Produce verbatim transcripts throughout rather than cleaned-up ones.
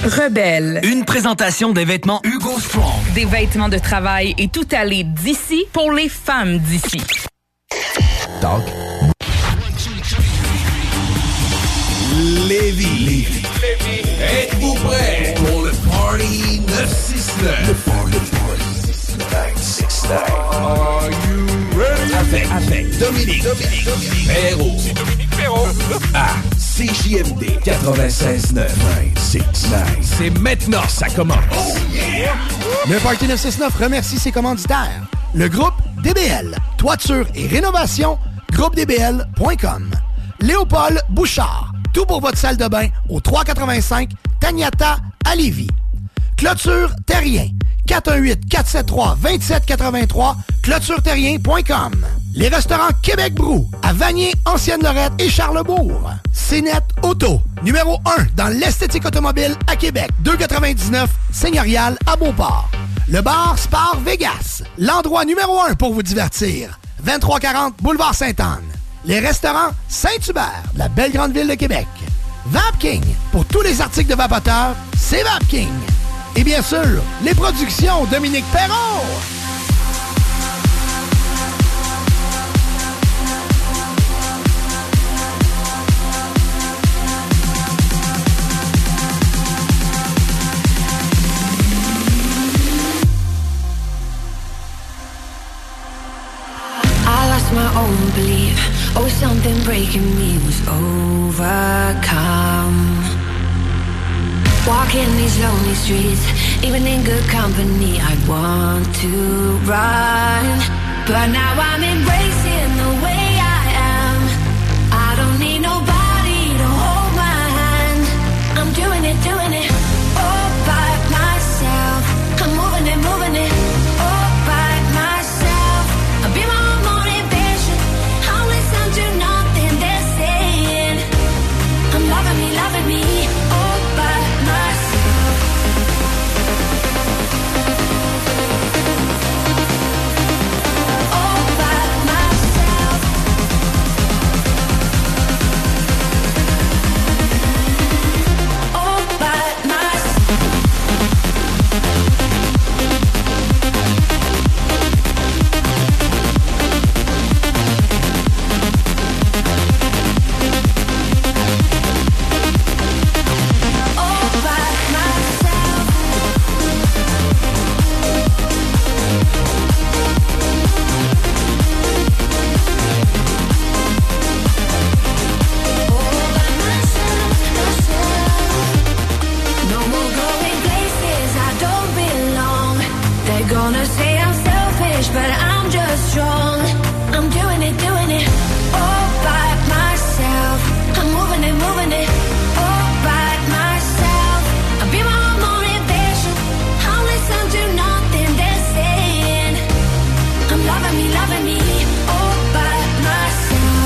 Rebelle. Une présentation des vêtements Hugo Strong. Des vêtements de travail et tout aller d'ici pour les femmes d'ici. Talk. Lévis. Lévis. Êtes-vous prêts pour le Party neuf cent soixante-neuf? Le Party, le Party neuf cent soixante-neuf. Are you ready? Avec, avec Dominique, Dominique, Dominique Perrault. C'est Dominique Perrault. À C J M D quatre-vingt-seize neuf. neuf cent soixante-neuf. C'est maintenant, ça commence. Oh yeah! Le Party neuf cent soixante-neuf remercie ses commanditaires. Le groupe D B L, toiture et rénovation, groupe d b l point com. Léopold Bouchard, tout pour votre salle de bain au trois cent quatre-vingt-cinq Taniata à Lévis. Clôture Terrien, quatre un huit, quatre sept trois, deux sept huit trois, clôture terrien point com. Les restaurants Québec Brou à Vanier, Ancienne-Lorette et Charlebourg. Cénet Auto, numéro un dans l'esthétique automobile à Québec, deux cent quatre-vingt-dix-neuf Seigneurial à Beauport. Le bar Spar Vegas, l'endroit numéro un pour vous divertir, vingt-trois quarante Boulevard Sainte-Anne. Les restaurants Saint-Hubert, de la belle grande ville de Québec. Vapking, pour tous les articles de vapoteurs, c'est Vapking. Et bien sûr, les productions Dominique Perrault. My own belief, oh, something breaking me was overcome. Walking these lonely streets, even in good company, I want to run, but now I'm embracing the way I am. I don't need nobody to hold my hand. I'm doing it, doing it all by myself. I'm moving it, moving it all by myself. I'll be my own motivation. I'll listen to nothing they're saying. I'm loving me, loving me all by myself. All by myself. All by myself. All by myself. All by myself, myself. No more going places I don't belong. They're gonna say I'm selfish, but I'm just strong. I'm doing it, doing it all by myself. I'm moving it, moving it all by myself. I'll be my own motivation. I'll listen to nothing they're saying. I'm loving me, loving me all by myself.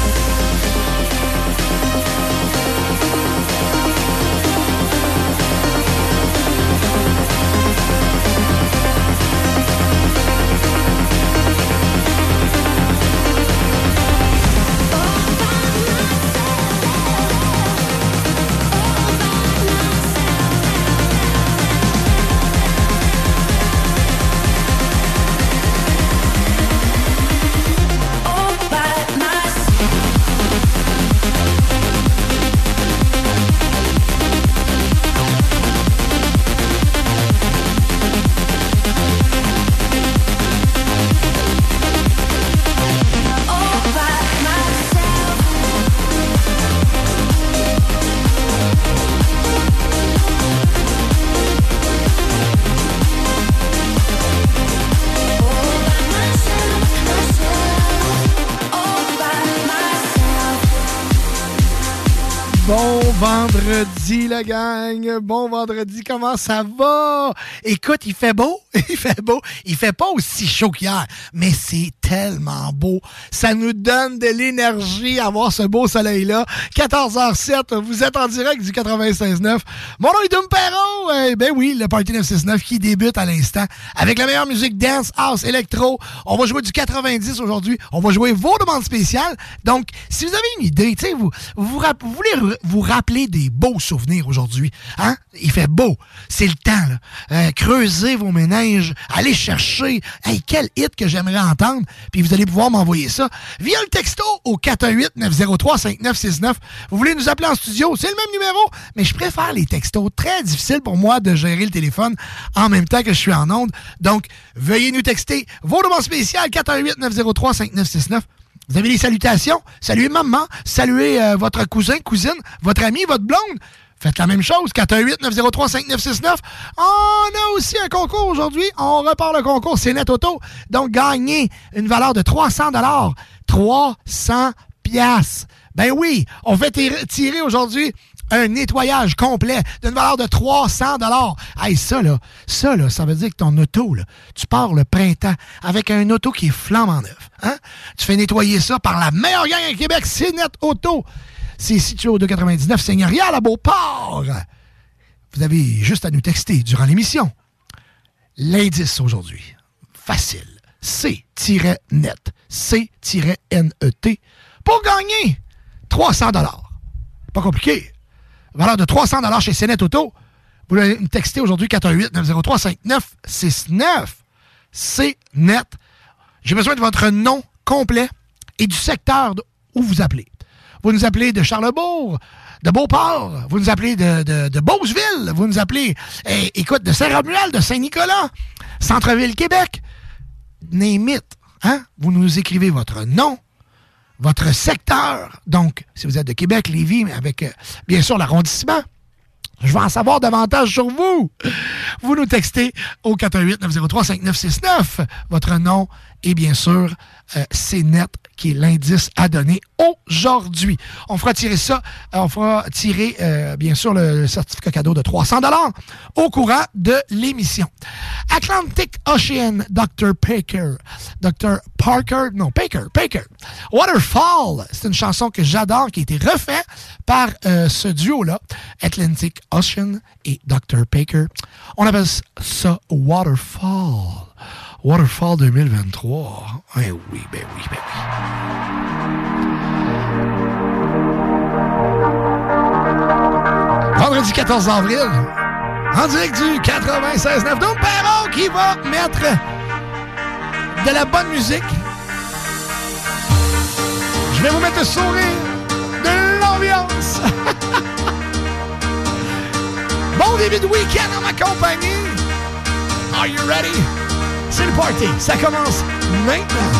All by myself. All by myself. All by myself, myself. All by myself. Bon vendredi, la gang. Bon vendredi, comment ça va? Écoute, il fait beau, il fait beau. Il fait pas aussi chaud qu'hier, mais c'est tellement beau. Ça nous donne de l'énergie à voir ce beau soleil-là. quatorze heures sept, vous êtes en direct du quatre-vingt-seize neuf. Mon nom est Dom Perrault. Eh ben oui, le Party neuf cent soixante-neuf qui débute à l'instant avec la meilleure musique dance, house, électro. On va jouer du quatre-vingt-dix aujourd'hui. On va jouer vos demandes spéciales. Donc, si vous avez une idée, tu sais, vous, vous, vous, rapp- vous voulez re- vous rappeler rappeler des beaux souvenirs aujourd'hui. Hein? Il fait beau. C'est le temps, là. Euh, creusez vos méninges. Allez chercher. Hey, quel hit que j'aimerais entendre. Puis vous allez pouvoir m'envoyer ça via le texto au quatre un huit neuf zéro trois cinq neuf six neuf. Vous voulez nous appeler en studio? C'est le même numéro, mais je préfère les textos. Très difficile pour moi de gérer le téléphone en même temps que je suis en onde. Donc, veuillez nous texter vos demandes spéciales quatre un huit neuf zéro trois cinq neuf six neuf. Vous avez les salutations. Saluez maman. Saluez euh, votre cousin, cousine, votre ami, votre blonde. Faites la même chose. quatre un huit neuf zéro trois cinq neuf six neuf. On a aussi un concours aujourd'hui. On repart le concours. C'est Net Auto. Donc, gagnez une valeur de trois cents dollars. trois cents piastres. Ben oui, on fait tirer, tirer aujourd'hui un nettoyage complet d'une valeur de trois cents dollars. Hey, ça, là, ça, là, ça veut dire que ton auto, là, tu pars le printemps avec un auto qui est flambant neuf. Hein? Tu fais nettoyer ça par la meilleure gang à Québec, c'est Net Auto. C'est situé au deux cent quatre-vingt-dix-neuf Seigneurial à Beauport. Vous avez juste à nous texter durant l'émission. L'indice aujourd'hui, facile, C-net, C-N-E-T, pour gagner trois cents dollars. Pas compliqué. Valeur de trois cents dollars chez C-net Auto. Vous allez me texter aujourd'hui quatre un huit neuf zéro trois cinq neuf six neuf. C-net. J'ai besoin de votre nom complet et du secteur où vous appelez. Vous nous appelez de Charlebourg, de Beauport, vous nous appelez de, de, de Beauceville, vous nous appelez, eh, écoute, de Saint-Romuald, de Saint-Nicolas, Centre-Ville, Québec. Name it. Hein? Vous nous écrivez votre nom, votre secteur. Donc, si vous êtes de Québec, Lévis, mais avec, euh, bien sûr, l'arrondissement, je veux en savoir davantage sur vous. Vous nous textez au quatre un huit neuf zéro trois cinq neuf six neuf. Votre nom et bien sûr, euh, C-net qui est l'indice à donner aujourd'hui. On fera tirer ça, on fera tirer, euh, bien sûr, le certificat cadeau de trois cents dollars au courant de l'émission. Atlantic Ocean, docteur Parker. docteur Parker, non, Parker, Parker. Waterfall, c'est une chanson que j'adore, qui a été refaite par euh, ce duo-là, Atlantic Ocean et docteur Parker. On appelle ça Waterfall. Waterfall deux mille vingt-trois. Eh oui, ben oui, ben oui. Vendredi quatorze avril, en direct du quatre-vingt-seize neuf. Donc, Perron qui va mettre de la bonne musique. Je vais vous mettre le sourire, de l'ambiance. Bon début de week-end en ma compagnie. Are you ready? C'est le party. Ça commence maintenant.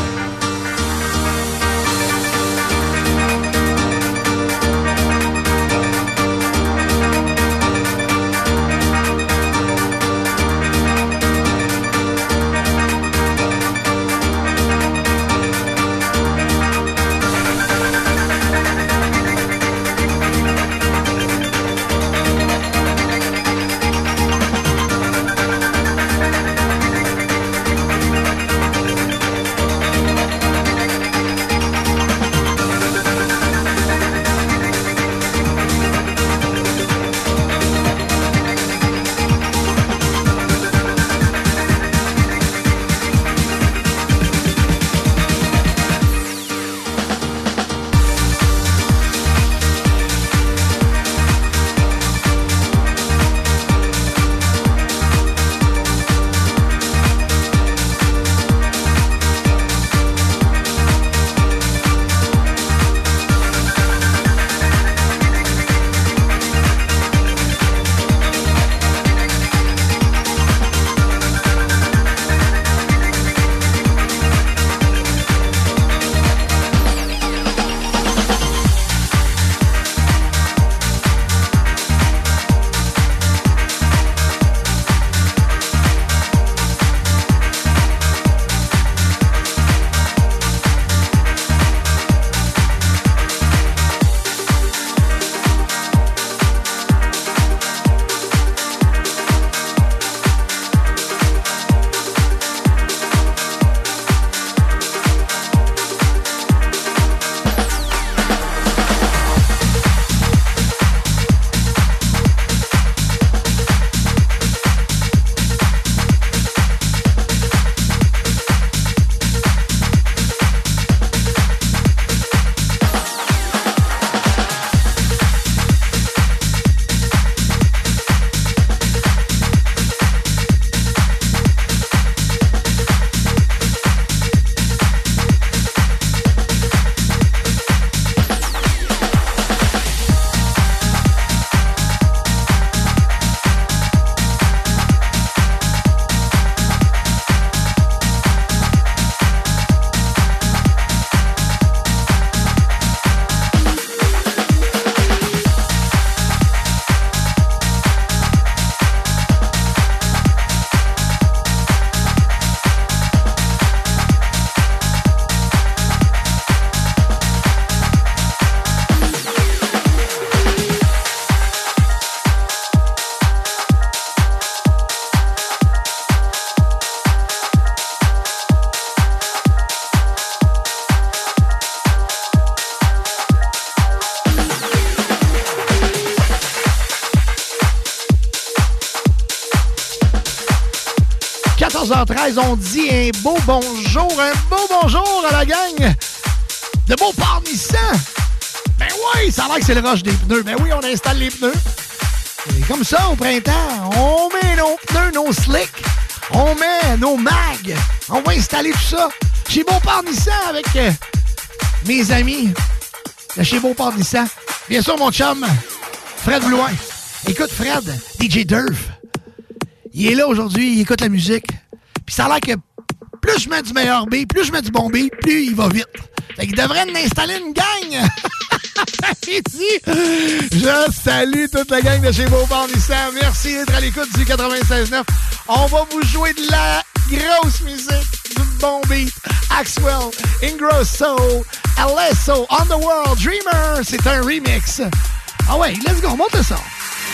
heures treize, on dit un beau bonjour, un beau bonjour à la gang de Beauport Nissan. Ben oui, ça a l'air que c'est le rush des pneus. Ben oui, on installe les pneus. Et comme ça, au printemps, on met nos pneus, nos slicks, on met nos mags, on va installer tout ça chez Beauport Nissan avec euh, mes amis de chez Beauport Nissan. Bien sûr, mon chum, Fred Blouin. Écoute, Fred, D J Durf, il est là aujourd'hui, il écoute la musique. Puis ça a l'air que plus je mets du meilleur beat, plus je mets du bon beat, plus il va vite. Fait qu'il devrait nous installer une gang. Ici, je salue toute la gang de chez Beauport Nissan. Merci d'être à l'écoute du quatre-vingt-seize neuf. On va vous jouer de la grosse musique, du bon beat. Axwell, Ingrosso, Alesso, On the World, Dreamer. C'est un remix. Ah ouais, let's go, monte le son.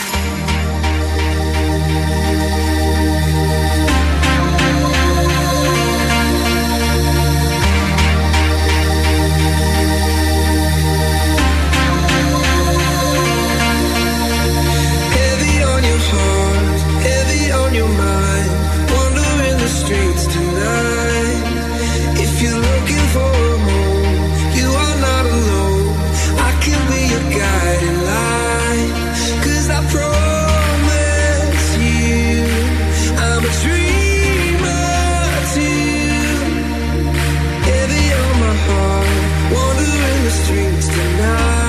Your mind, wandering the streets tonight. If you're looking for a home, you are not alone. I can be your guiding light. 'Cause I promise you, I'm a dreamer too. Heavy on my heart, wandering the streets tonight.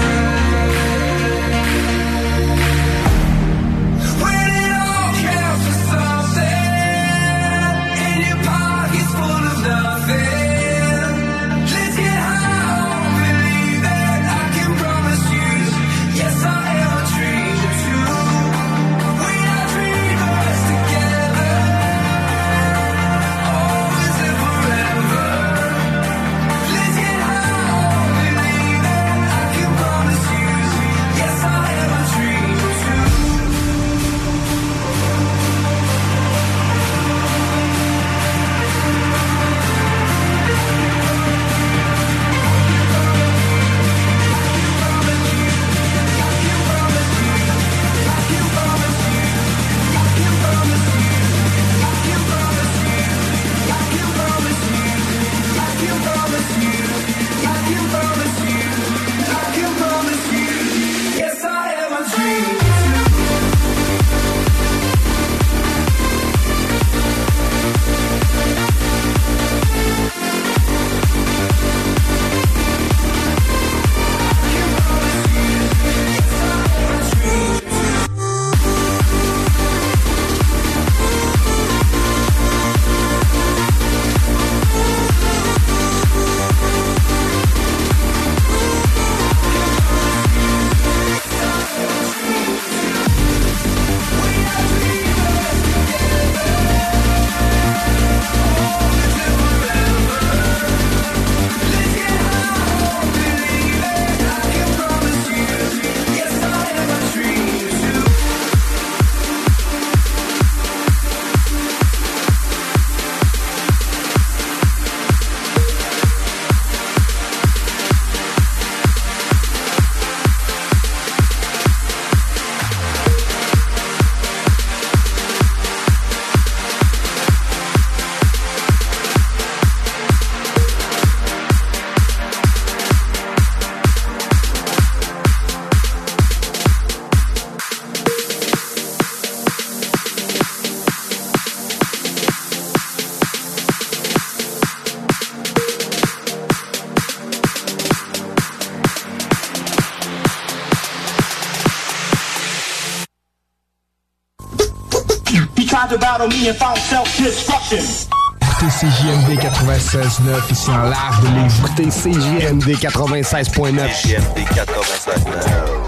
To battle me and found self-destruction. Écoutez C J M D quatre-vingt-seize neuf ici en live de Lévis. Écoutez C J M D quatre-vingt-seize neuf. C J M D quatre-vingt-seize neuf.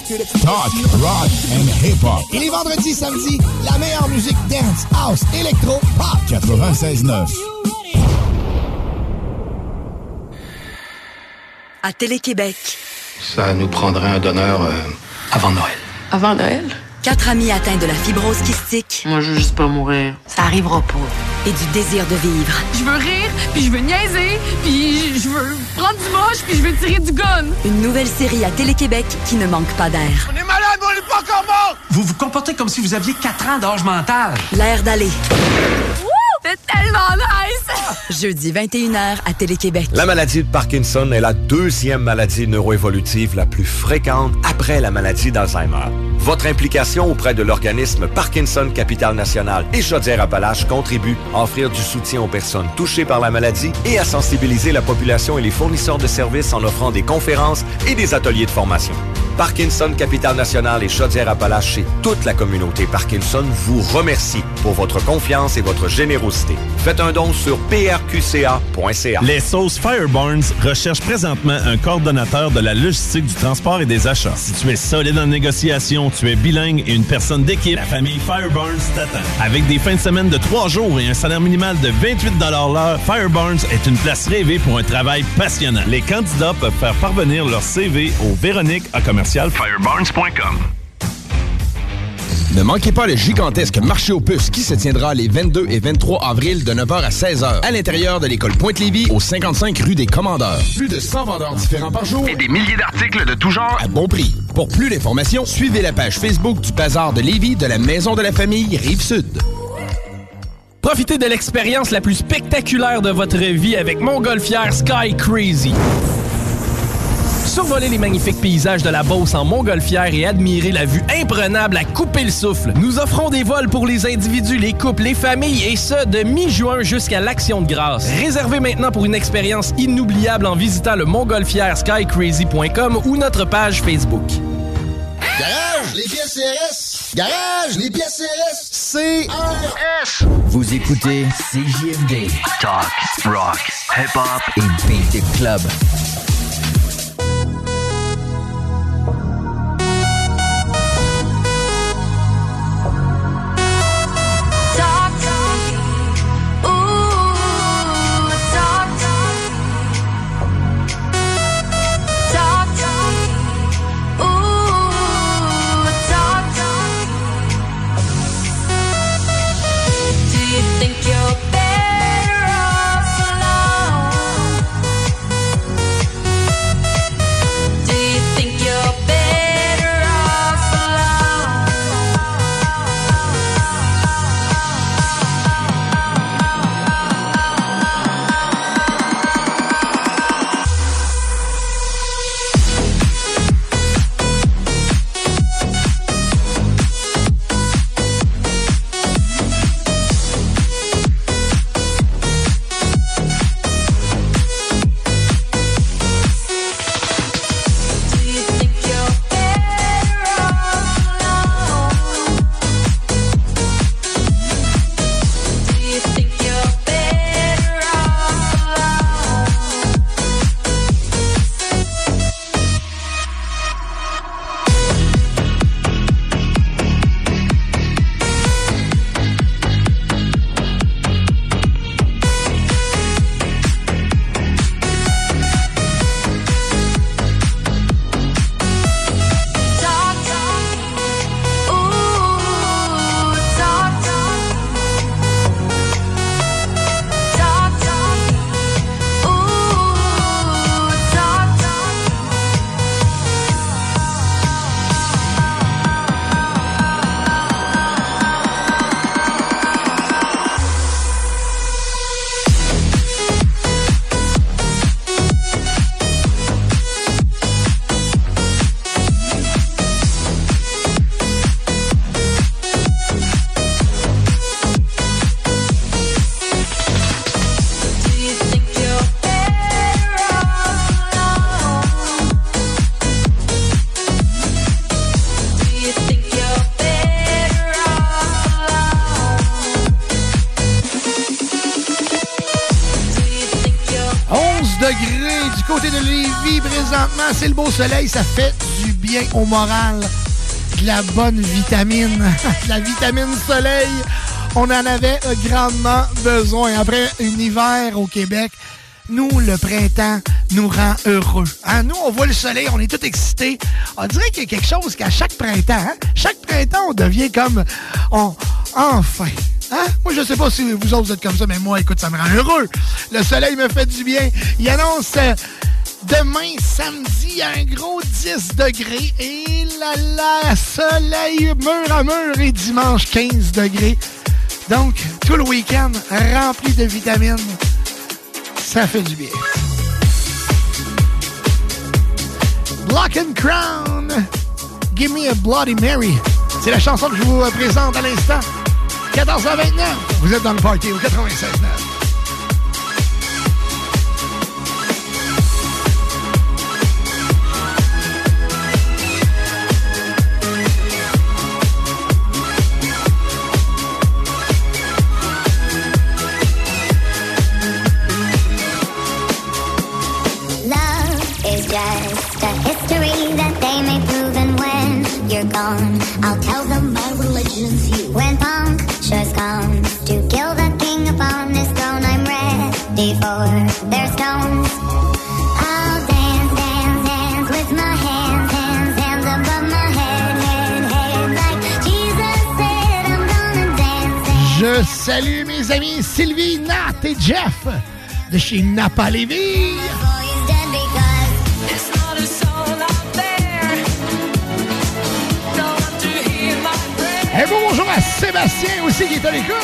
Talk, rock and hip-hop. Et les vendredis, samedis, la meilleure musique dance, house, électro, pop. quatre-vingt-seize neuf. À Télé-Québec. Ça nous prendrait un donneur euh, avant Noël. Avant Noël? Quatre amis atteints de la fibrose kystique. Moi, je veux juste pas mourir. Ça arrivera pas. Et du désir de vivre. Je veux rire, puis je veux niaiser, puis je veux prendre du moche, puis je veux tirer du gun. Une nouvelle série à Télé-Québec qui ne manque pas d'air. On est malade, mais on n'est pas encore mort! Vous vous comportez comme si vous aviez quatre ans d'âge mental. L'air d'aller. C'est tellement nice! Jeudi vingt et une heures à Télé-Québec. La maladie de Parkinson est la deuxième maladie neuroévolutive la plus fréquente après la maladie d'Alzheimer. Votre implication auprès de l'organisme Parkinson Capital National et Chaudière-Appalaches contribue à offrir du soutien aux personnes touchées par la maladie et à sensibiliser la population et les fournisseurs de services en offrant des conférences et des ateliers de formation. Parkinson Capital National et Chaudière-Appalaches et toute la communauté Parkinson vous remercie pour votre confiance et votre générosité. Faites un don sur p r q c a point c a. Les sauces Fireburns recherchent présentement un coordonnateur de la logistique du transport et des achats. Si tu es solide en négociation, tu es bilingue et une personne d'équipe, la famille Fireburns t'attend. Avec des fins de semaine de trois jours et un salaire minimal de vingt-huit dollars l'heure, Fireburns est une place rêvée pour un travail passionnant. Les candidats peuvent faire parvenir leur C V au Véronique à commercial fireburns point com. Ne manquez pas le gigantesque marché aux puces qui se tiendra les vingt-deux et vingt-trois avril de neuf heures à seize heures à l'intérieur de l'école Pointe-Lévis au cinquante-cinq rue des Commandeurs. Plus de cent vendeurs différents par jour et des milliers d'articles de tout genre à bon prix. Pour plus d'informations, suivez la page Facebook du Bazar de Lévis de la Maison de la Famille Rive-Sud. Profitez de l'expérience la plus spectaculaire de votre vie avec Montgolfière Sky Crazy. Survoler les magnifiques paysages de la Beauce en montgolfière et admirer la vue imprenable à couper le souffle. Nous offrons des vols pour les individus, les couples, les familles et ce, de mi-juin jusqu'à l'Action de grâce. Réservez maintenant pour une expérience inoubliable en visitant le montgolfière sky crazy point com ou notre page Facebook. Garage, les pièces C R S! Garage, les pièces C R S! C R S! Vous écoutez C J M D. Talk, rock, hip-hop et beat club. Think you're better off alone. degrés du côté de Lévis présentement. C'est le beau soleil, ça fait du bien au moral. De la bonne vitamine, de la vitamine soleil. On en avait grandement besoin. Après un hiver au Québec, nous, le printemps nous rend heureux. Hein? Nous, on voit le soleil, on est tous excités. On dirait qu'il y a quelque chose qu'à chaque printemps, hein? chaque printemps, on devient comme... On, enfin... Hein? Moi, je sais pas si vous autres vous êtes comme ça, mais moi, écoute, ça me rend heureux. Le soleil me fait du bien. Il annonce euh, demain, samedi, un gros dix degrés. Et là là, soleil mur à mur. Et dimanche, quinze degrés. Donc, tout le week-end rempli de vitamines. Ça fait du bien. Block and Crown. Give me a Bloody Mary. C'est la chanson que je vous présente à l'instant. quatorze heures vingt-neuf, vous êtes dans le party au quatre-vingt-seize neuf. Just a history that they may prove, and when you're gone, I'll tell them my religion's you. When punctures come to kill the king upon his throne, I'm ready for their stones. I'll dance, dance, dance with my hands, hands, hands above my head, head, head, like Jesus said, I'm gonna dance, dance. Je salue mes amis Sylvie, Nat et Jeff de chez Napa Lévis. Un beau bonjour à Sébastien aussi qui est à l'écoute.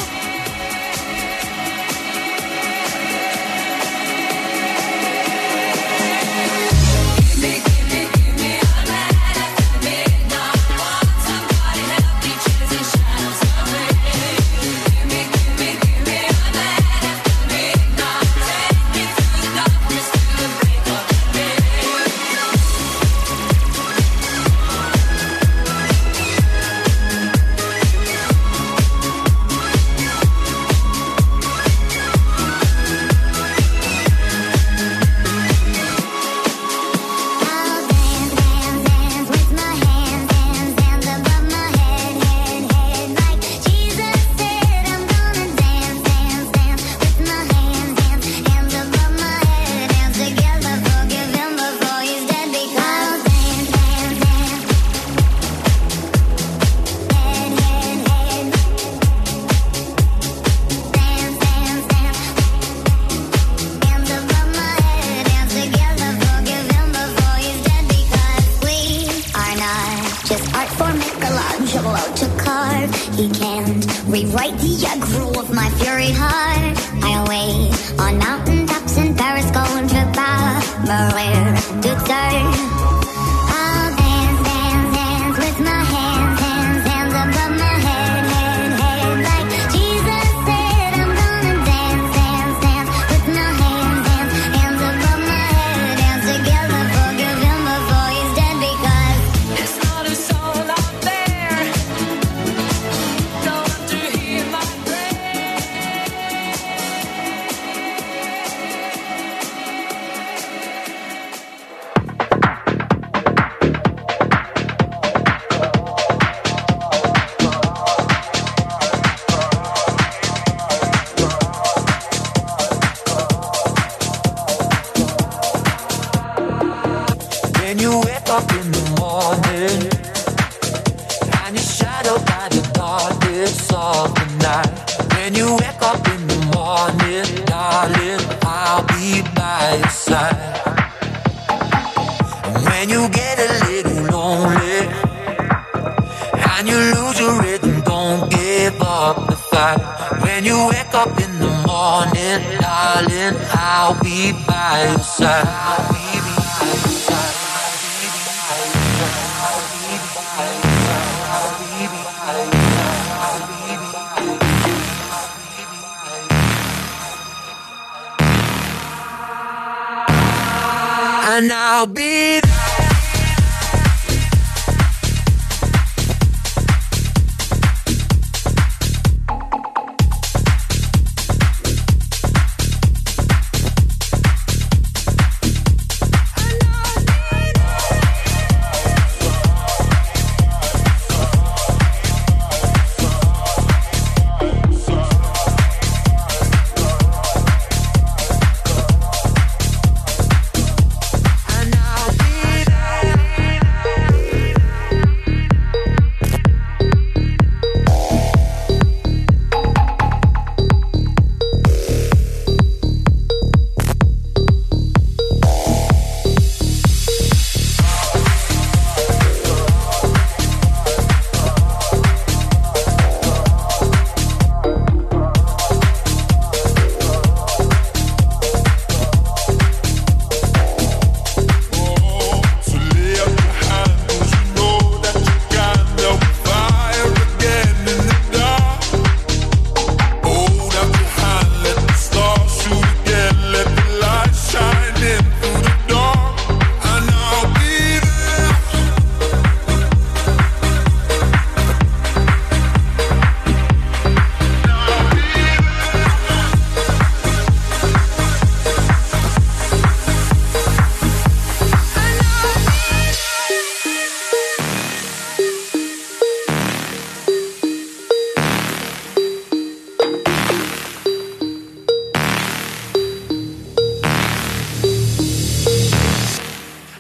And I'll be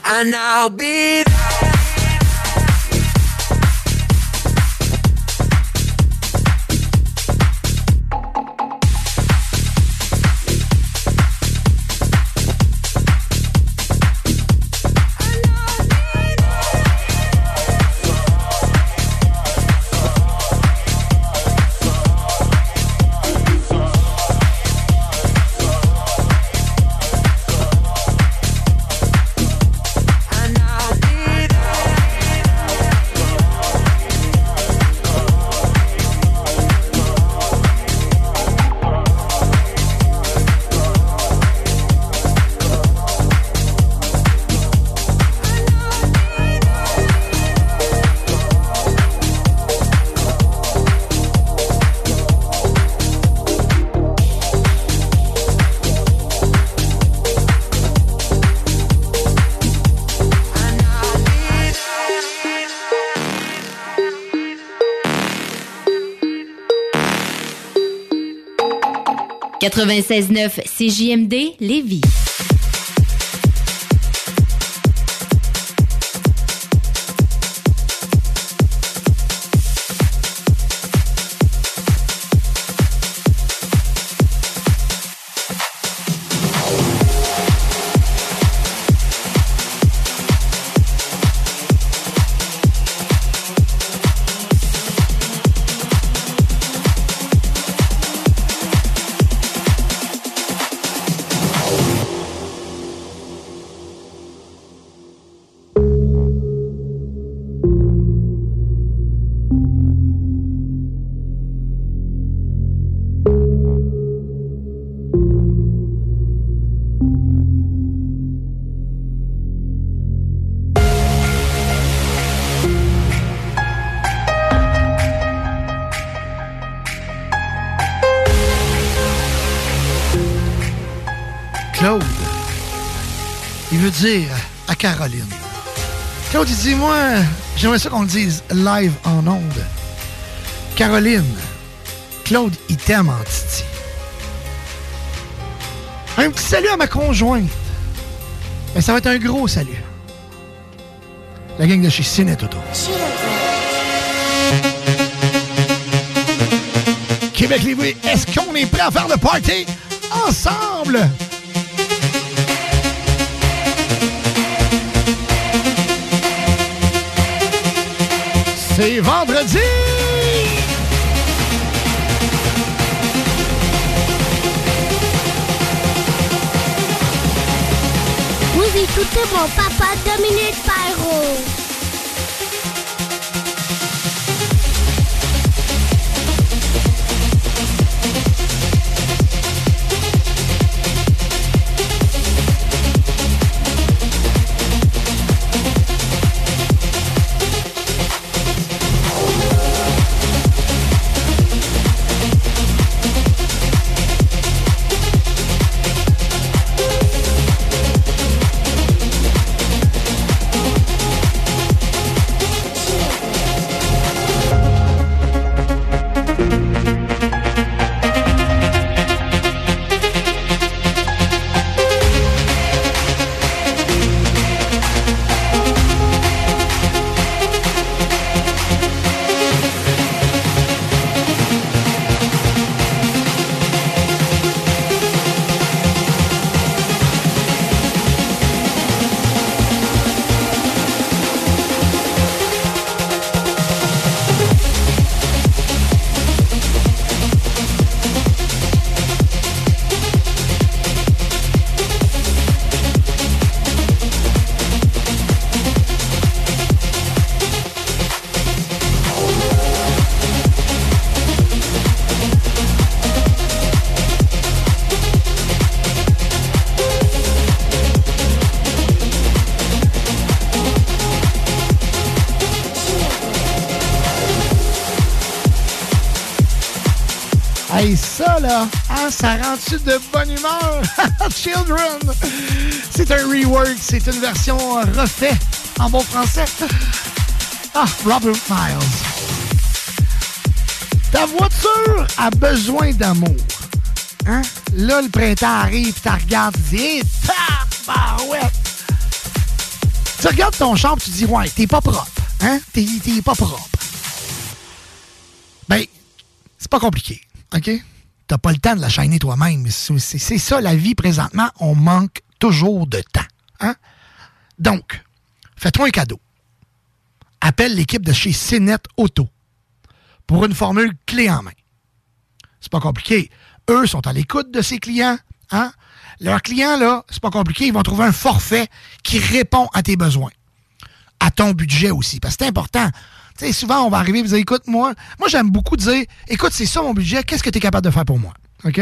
and I'll be there. quatre-vingt-seize neuf C J M D Lévis. Claude, il veut dire à Caroline. Claude, il dit, moi, j'aimerais ça qu'on le dise live en ondes. Caroline, Claude, il t'aime en titi. Un petit salut à ma conjointe. Ben, ça va être un gros salut. La gang de chez Ciné Toto. Québec-Lévis, est-ce qu'on est prêt à faire le party ensemble? C'est vendredi! Vous écoutez mon papa Dominique Perrault. Hey, ça, là, hein, ça rend-tu de bonne humeur? Children! C'est un rework, c'est une version refaite en bon français. Ah, Robert Miles. Ta voiture a besoin d'amour. Hein? Là, le printemps arrive, tu regardes, tu dis, hé, tabarouette! Tu regardes ton chambre, tu te dis, ouais, t'es pas propre. Hein? T'es, t'es pas propre. Ben, c'est pas compliqué. OK? T'as pas le temps de la shiner toi-même. C'est, c'est, c'est ça, la vie, présentement. On manque toujours de temps. Hein? Donc, fais-toi un cadeau. Appelle l'équipe de chez C-Net Auto pour une formule clé en main. C'est pas compliqué. Eux sont à l'écoute de ses clients. Hein? Leurs clients, là, c'est pas compliqué. Ils vont trouver un forfait qui répond à tes besoins. À ton budget aussi. Parce que c'est important. Tu sais, souvent, on va arriver et vous dire, écoute, moi, moi, j'aime beaucoup dire, écoute, c'est ça mon budget, qu'est-ce que tu es capable de faire pour moi? OK?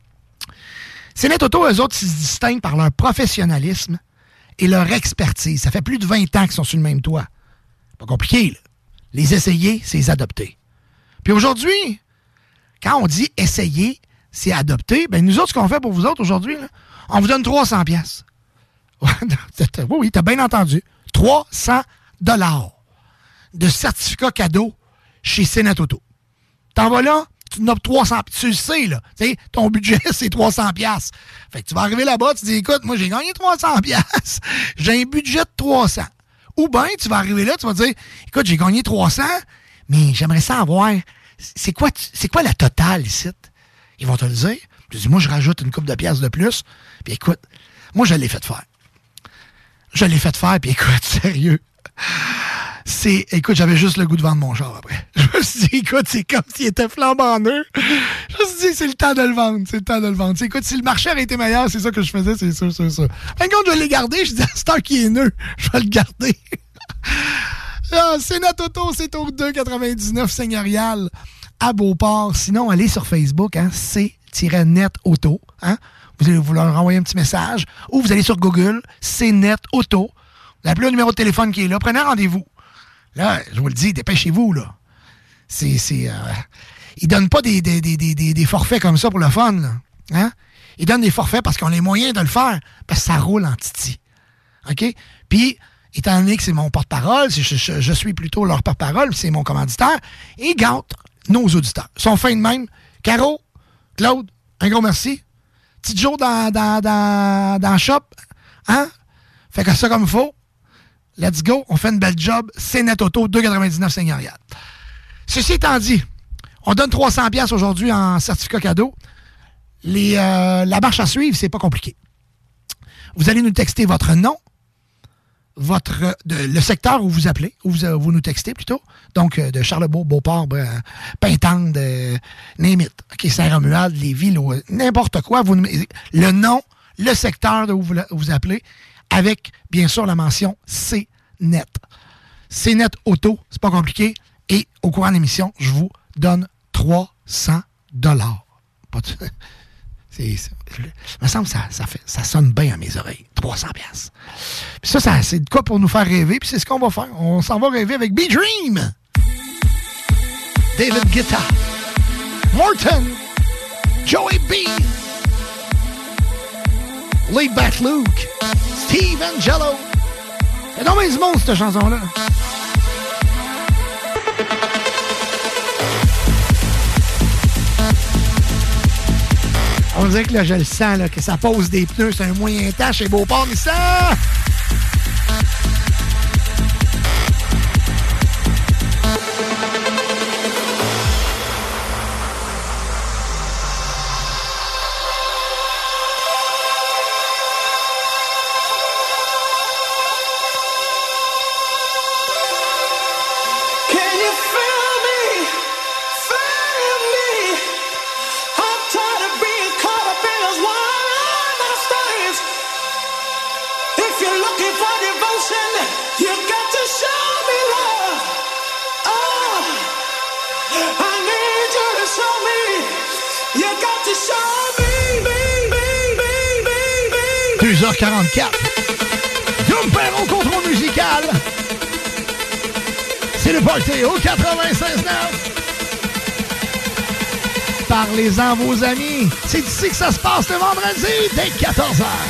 C-Net Auto, eux autres, ils se distinguent par leur professionnalisme et leur expertise. Ça fait plus de vingt ans qu'ils sont sur le même toit. Pas compliqué, là. Les essayer, c'est les adopter. Puis aujourd'hui, quand on dit essayer, c'est adopter, bien, nous autres, ce qu'on fait pour vous autres aujourd'hui, là, on vous donne trois cents piastres. Oui, oui, t'as bien entendu. trois cents dollars de certificat cadeau chez C-Net Auto. T'en vas là, tu n'as trois cents. Tu le sais, là. T'sais, ton budget, c'est trois cents piastres. Fait que tu vas arriver là-bas, tu dis, écoute, moi, j'ai gagné trois cents piastres. J'ai un budget de trois cents. Ou bien, tu vas arriver là, tu vas dire, écoute, j'ai gagné trois cents, mais j'aimerais ça avoir. C'est quoi, c'est quoi la totale ici? Ils vont te le dire. Tu dis, moi, je rajoute une couple de piastres de plus. Puis écoute, moi, je l'ai fait faire. Je l'ai fait faire, puis écoute, sérieux. C'est, écoute, j'avais juste le goût de vendre mon char après. Je me suis dit, écoute, c'est comme s'il était flambant neuf. Je me suis dit, c'est le temps de le vendre, c'est le temps de le vendre. T'sais, écoute, si le marché aurait été meilleur, c'est ça que je faisais, c'est sûr, c'est sûr. Un compte, je vais le garder, je dis, c'est un qui est neuf, je vais le garder. Ah, C-Net Auto, c'est au deux quatre-vingt-dix-neuf Seigneurial à Beauport. Sinon, allez sur Facebook, hein, C-Net Auto, hein. Vous allez vous leur envoyer un petit message, ou vous allez sur Google, C-Net Auto. Vous appelez le numéro de téléphone qui est là, prenez un rendez-vous. Là, je vous le dis, dépêchez-vous, là. C'est, c'est, euh, ils donnent pas des, des, des, des, des forfaits comme ça pour le fun, là. Hein? Ils donnent des forfaits parce qu'ils ont les moyens de le faire, parce que ça roule en titi. OK? Puis, étant donné que c'est mon porte-parole, je, je, je suis plutôt leur porte-parole, c'est mon commanditaire, ils gâtent nos auditeurs. Ils sont fins de même. Caro, Claude, un gros merci. Petit Joe dans, dans, dans, dans le shop, hein? Fait que ça comme il faut. Let's go, on fait une belle job. C-Net Auto, deux quatre-vingt-dix-neuf Seigneurial. Ceci étant dit, on donne trois cents piastres aujourd'hui en certificat cadeau. Les, euh, la marche à suivre, c'est pas compliqué. Vous allez nous texter votre nom, votre de, le secteur où vous appelez, où vous, vous nous textez plutôt. Donc, de Charlebourg, Beauport, euh, Pintante, euh, Némit, okay, Saint-Romuald, Lévis, n'importe quoi. Vous, le nom, le secteur où vous, où vous appelez, avec, bien sûr, la mention C-Net. C-Net Auto, c'est pas compliqué. Et au courant de l'émission, je vous donne trois cents dollars. Pas de... c'est, c'est... Il me semble que ça, ça, fait, ça sonne bien à mes oreilles. trois cents piastres. Puis ça, ça, c'est de quoi pour nous faire rêver. Puis c'est ce qu'on va faire. On s'en va rêver avec B-Dream. David Guetta. Morton. Joey B. Laid Back Luke. Steve Angelo. Il y a non mais du monde, cette chanson-là. On dirait que là, je le sens, là, que ça pose des pneus sur un moyen temps chez Beauport, mais ça... deux heures quarante-quatre. Guillaume Perron, contrôle musical. C'est le party au quatre-vingt-seize neuf. Parlez-en à vos amis. C'est ici que ça se passe le vendredi dès quatorze heures.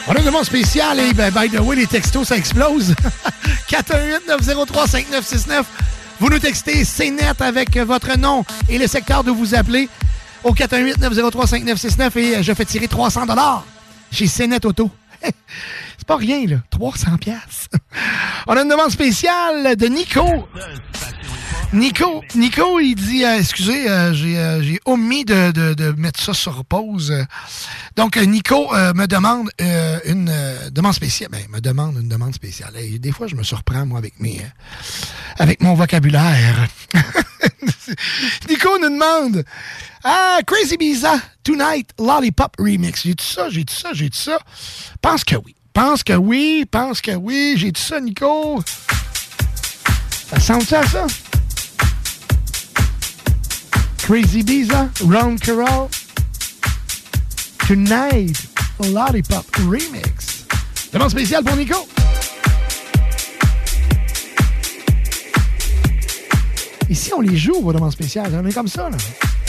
On a une demande spéciale et ben, by the way, les textos, ça explose. quatre un huit neuf zéro trois cinq neuf six neuf. Vous nous textez C net avec votre nom et le secteur d'où vous appelez au quatre un huit neuf zéro trois cinq neuf six neuf et je fais tirer trois cents dollars chez C net Auto. C'est pas rien, là. trois cents piastres. On a une demande spéciale de Nico. Nico, Nico, il dit, euh, excusez, euh, j'ai, euh, j'ai omis de, de, de mettre ça sur pause. Donc, Nico euh, me demande euh, une euh, demande spéciale. Ben, me demande une demande spéciale. Et des fois, je me surprends, moi, avec mes, euh, avec mon vocabulaire. Nico nous demande, ah, Crazy Biza, Tonight, Lollipop Remix. J'ai tout ça, j'ai tout ça, j'ai tout ça. Pense que oui. Pense que oui, pense que oui. J'ai tout ça, Nico. Ça ressemble-tu à ça? Crazy Biza, Ron Carroll, Tonight, Lollipop Remix. Demande spéciale pour Nico. Ici, on les joue, vos demandes spéciales. On est comme ça, là.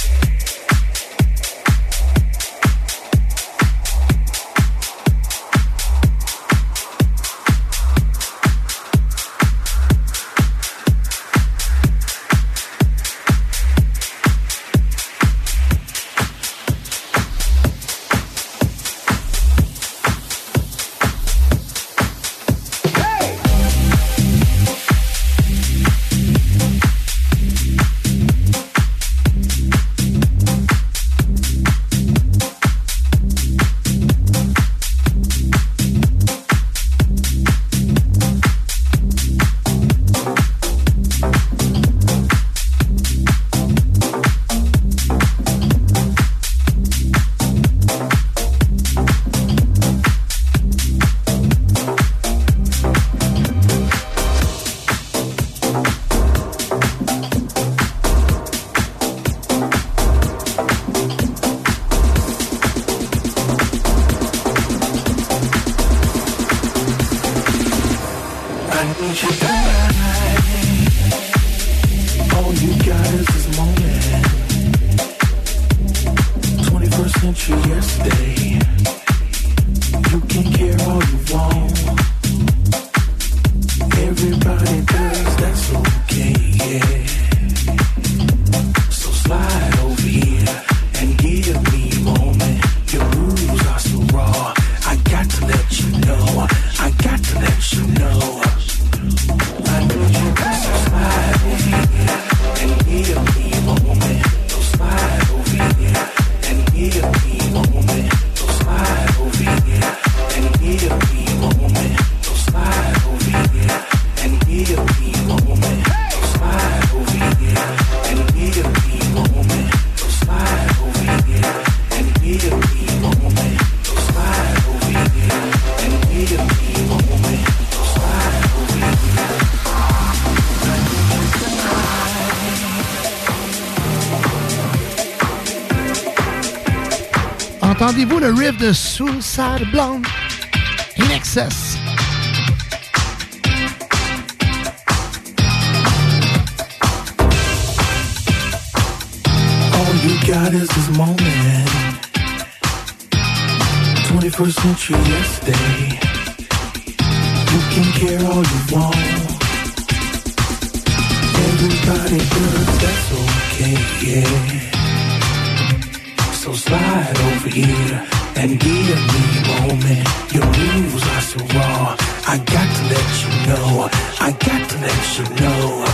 Entendez-vous le riff de Suicide Blonde? In Excess. All you got is this moment. twenty-first century yesterday. You can care all you want. Everybody does, that's okay, yeah. So slide over here and give me a moment. Your moves are so raw. I got to let you know. I got to let you know.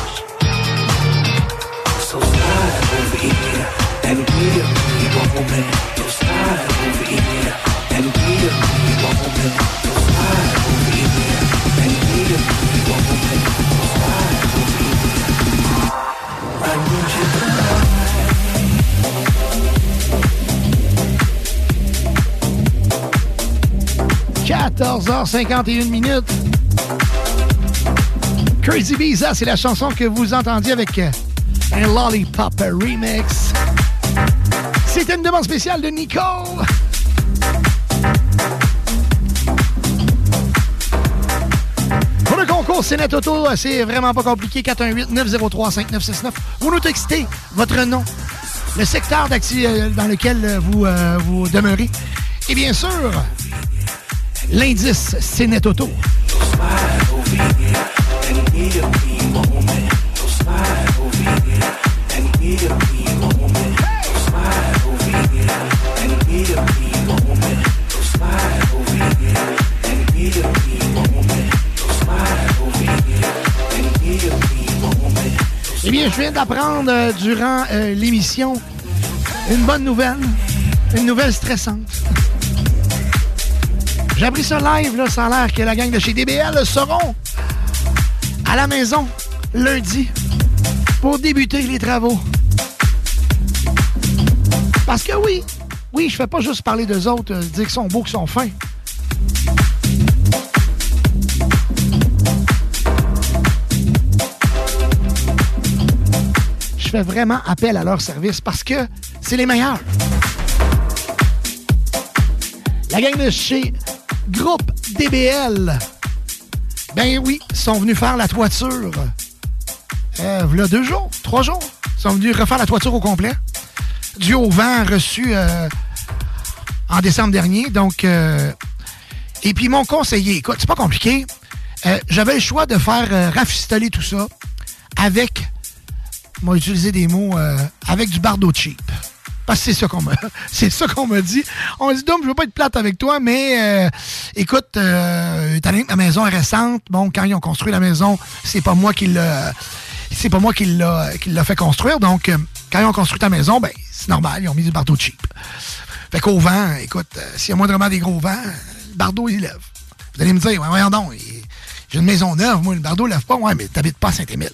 So slide over here and give me a moment. So slide over here and give me a moment. So slide over here and give me a moment. So slide over here. I need you tonight. quatorze heures cinquante et une minutes. Crazy Biza, c'est la chanson que vous entendiez avec un Lollipop Remix. C'était une demande spéciale de Nico. Pour le concours C net Auto, c'est vraiment pas compliqué. quatre un huit neuf zéro trois cinq neuf six neuf. Vous nous textez votre nom, le secteur dans lequel vous, euh, vous demeurez. Et bien sûr, L'indice, c'est Net Auto. Eh bien, je viens d'apprendre euh, durant euh, l'émission une bonne nouvelle, une nouvelle stressante. J'ai appris ça live, là, ça a l'air que la gang de chez D B L seront à la maison lundi pour débuter les travaux. Parce que oui, oui, je fais pas juste parler d'eux autres, euh, dire qu'ils sont beaux, qu'ils sont fins. Je fais vraiment appel à leur service parce que c'est les meilleurs. La gang de chez Groupe D B L, ben oui, ils sont venus faire la toiture. Euh, voilà deux jours, trois jours. Ils sont venus refaire la toiture au complet. Dû au vent reçu euh, en décembre dernier. Donc, euh, et puis, ils m'ont conseillé, écoute, c'est pas compliqué. Euh, j'avais le choix de faire euh, rafistoler tout ça avec, on va utiliser des mots, euh, avec du bardeau cheap. Parce que c'est ça qu'on m'a, c'est ça qu'on m'a dit. On m'a dit, Dom, je veux pas être plate avec toi, mais euh, écoute, euh, étant donné que ma maison est récente, bon, quand ils ont construit la maison, c'est pas moi qui l'a, c'est pas moi qui l'a, qui l'a fait construire. Donc, euh, quand ils ont construit ta maison, ben, c'est normal, ils ont mis du bardeau cheap. Fait qu'au vent, écoute, euh, s'il y a moindrement des gros vents, le bardeau, il lève. Vous allez me dire, ouais, voyons donc, il, j'ai une maison neuve, moi, le bardeau lève pas. Ouais, mais t'habites pas à Saint-Émile.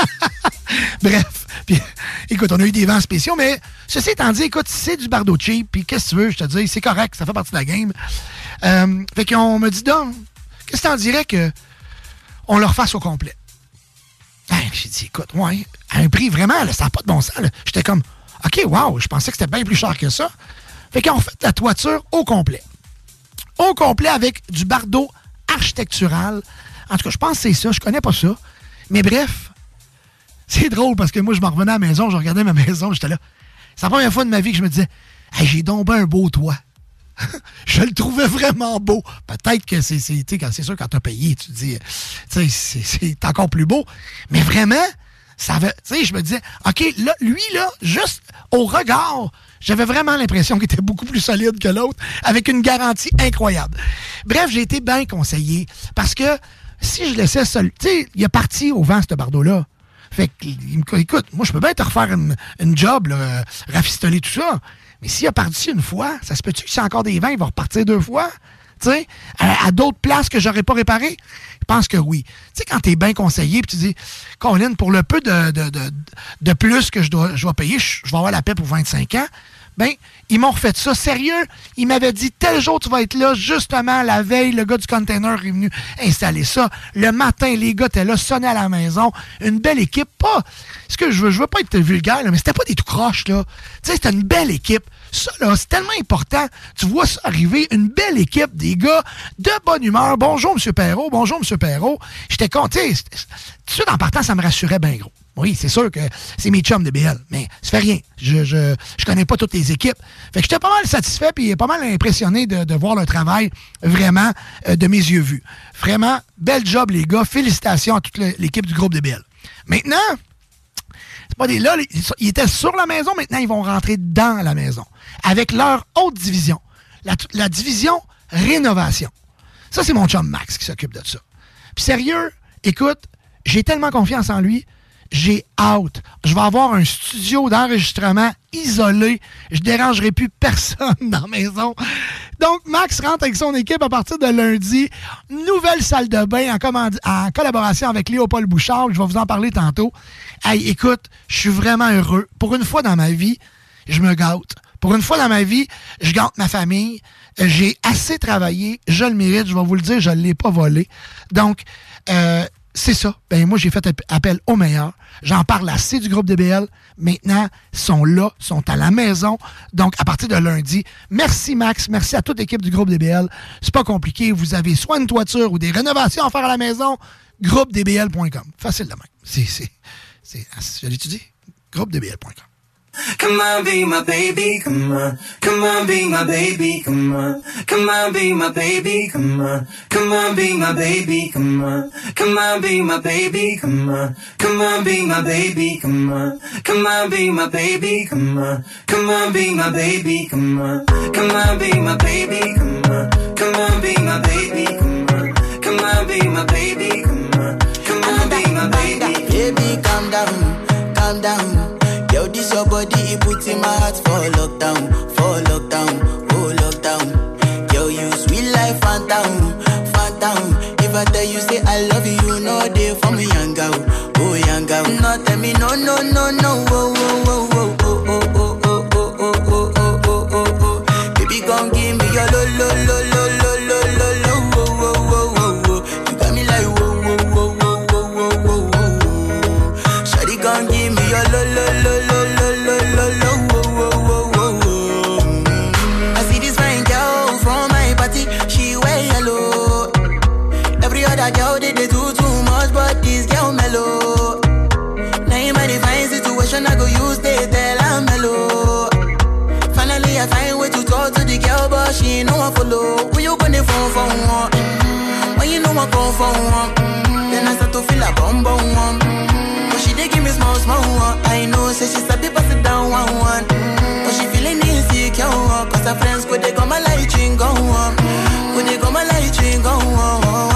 Bref, puis écoute, on a eu des vents spéciaux, mais ceci étant dit, écoute, c'est du bardeau cheap, puis qu'est-ce que tu veux, je te dis, c'est correct, ça fait partie de la game. Euh, fait qu'on me dit, donc, qu'est-ce que t'en dirais que on le refasse au complet? Ben, j'ai dit, écoute, ouais, à un prix vraiment, là, ça n'a pas de bon sens. Là. J'étais comme, OK, wow, je pensais que c'était bien plus cher que ça. Fait qu'on fait la toiture au complet. Au complet avec du bardeau architectural. En tout cas, je pense que c'est ça, je connais pas ça. Mais bref, c'est drôle parce que moi, je m'en revenais à la maison, je regardais ma maison, j'étais là. C'est la première fois de ma vie que je me disais, hey, j'ai donc ben un beau toit. Je le trouvais vraiment beau. Peut-être que c'est, c'est, c'est sûr, quand t'as payé, tu te dis, c'est, c'est encore plus beau. Mais vraiment, ça avait, tu sais, je me disais, OK, là, lui, là, juste au regard, j'avais vraiment l'impression qu'il était beaucoup plus solide que l'autre, avec une garantie incroyable. Bref, j'ai été bien conseillé parce que si je laissais ça, tu sais, il est parti au vent, ce bardeau-là. Fait que, écoute, moi, je peux bien te refaire une, une job, là, rafistoler tout ça. Mais s'il a parti une fois, ça se peut-tu que s'il y a encore des vents, il va repartir deux fois? Tu sais, à, à d'autres places que j'aurais pas réparées? Je pense que oui. Tu sais, quand t'es bien conseillé, puis tu dis, Colin, pour le peu de, de, de, de plus que je dois, je dois payer, je, je vais avoir la paix pour vingt-cinq ans, ben, ils m'ont refait ça. Sérieux, ils m'avaient dit, tel jour, tu vas être là. Justement, la veille, le gars du container est venu installer ça. Le matin, les gars étaient là, sonnaient à la maison. Une belle équipe. Pas, ce que je veux, je veux pas être vulgaire, là, mais c'était pas des tout croches, là. Tu sais, c'était une belle équipe. Ça, là, c'est tellement important. Tu vois ça arriver, une belle équipe, des gars de bonne humeur. Bonjour, M. Perrault. Bonjour, M. Perrault. J'étais content. Tout de suite, en partant, ça me rassurait bien gros. Oui, c'est sûr que c'est mes chums de B L, mais ça fait rien. Je, je, je connais pas toutes les équipes. Fait que j'étais pas mal satisfait puis pas mal impressionné de, de voir le travail vraiment euh, de mes yeux vus. Vraiment, bel job, les gars. Félicitations à toute l'équipe du groupe de B L. Maintenant, c'est pas des là, ils étaient sur la maison, maintenant ils vont rentrer dans la maison avec leur autre division, la, la division rénovation. Ça, c'est mon chum Max qui s'occupe de ça. Puis sérieux, écoute, j'ai tellement confiance en lui. J'ai hâte. Je vais avoir un studio d'enregistrement isolé. Je dérangerai plus personne dans la maison. Donc, Max rentre avec son équipe à partir de lundi. Nouvelle salle de bain en, command... en collaboration avec Léopold Bouchard. Je vais vous en parler tantôt. Hey, écoute, je suis vraiment heureux. Pour une fois dans ma vie, je me gâte. Pour une fois dans ma vie, je gâte ma famille. J'ai assez travaillé. Je le mérite. Je vais vous le dire, je ne l'ai pas volé. Donc, euh, c'est ça. Ben moi, j'ai fait appel aux meilleurs. J'en parle assez du groupe D B L. Maintenant, ils sont là, sont à la maison. Donc, à partir de lundi, merci Max, merci à toute l'équipe du groupe D B L. C'est pas compliqué. Vous avez soit une toiture ou des rénovations à faire à la maison, groupe d b l point com. Facile de même. C'est, c'est, c'est, je l'ai étudié. groupe d b l point com. Come on, be my baby, come on. Come on, be my baby, come on. Come on, be my baby, come on. Come on, be my baby, come on. Come on, be my baby, come on. Come on, be my baby, come on. Come on, be my baby, come on. Come on, be my baby, come on. Come on, be my baby, come on. Come on, be my baby, come on. Come on, be my baby, come on. Come on, be my baby. Baby, calm down, calm down. Yo, this your body, it puts in my heart for lockdown, for lockdown, oh lockdown. Yo, you sweet life, phantom, phantom. If I tell you say I love you, you know they for me, young girl, oh young girl. No, tell me no, no, no, no, oh, oh, oh, oh, oh, oh, oh, oh, oh, oh, oh, oh, oh, oh. Baby, come give me your lo, lo, lo, lo, lo, lo, lo, lo, oh, oh, oh, oh, oh. You got me like whoa, whoa, whoa, whoa, whoa, whoa, whoa, whoa. Shawty, come give me your lo, lo, lo, lo, lo, lo, lo, lo, oh, oh, oh, oh. I see this fine girl from my party, she wear yellow. Every other girl they, they do too much, but this girl mellow. Now in my divine situation, I go use they tell I'm mellow. Finally I find way to talk to the girl, but she ain't no one follow. Who you gonna phone for one? Mm-hmm. When you know I come for one, mm-hmm. Then I start to feel a bum bum one. Mm-hmm. But she dey give me small small one. I know say she sabi pass it down one one. Mm-hmm. But she feeling insecure, cause her friends go they come my light ring go on. Go they come my light ring go on.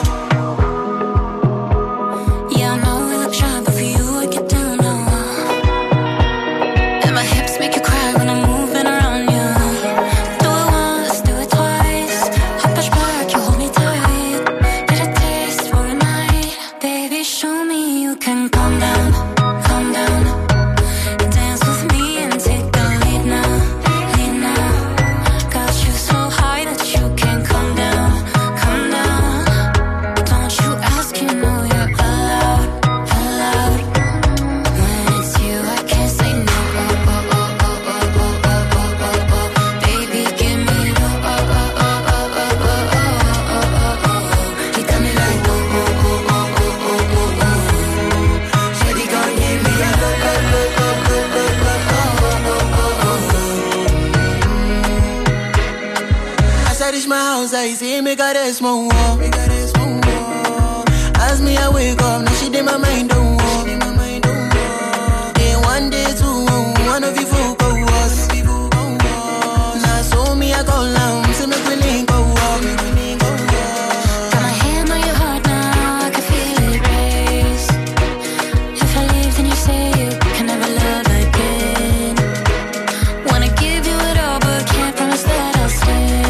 I say make her rest more, make her rest more. As me I wake up, now she did my mind don't walk. Day one, day two, one of you folk go us. Now so me I call now, say make we link go walk. Got my hand on your heart now, I can feel it race. If I leave, then you say you can never love again. Wanna give you it all, but can't promise that I'll stay.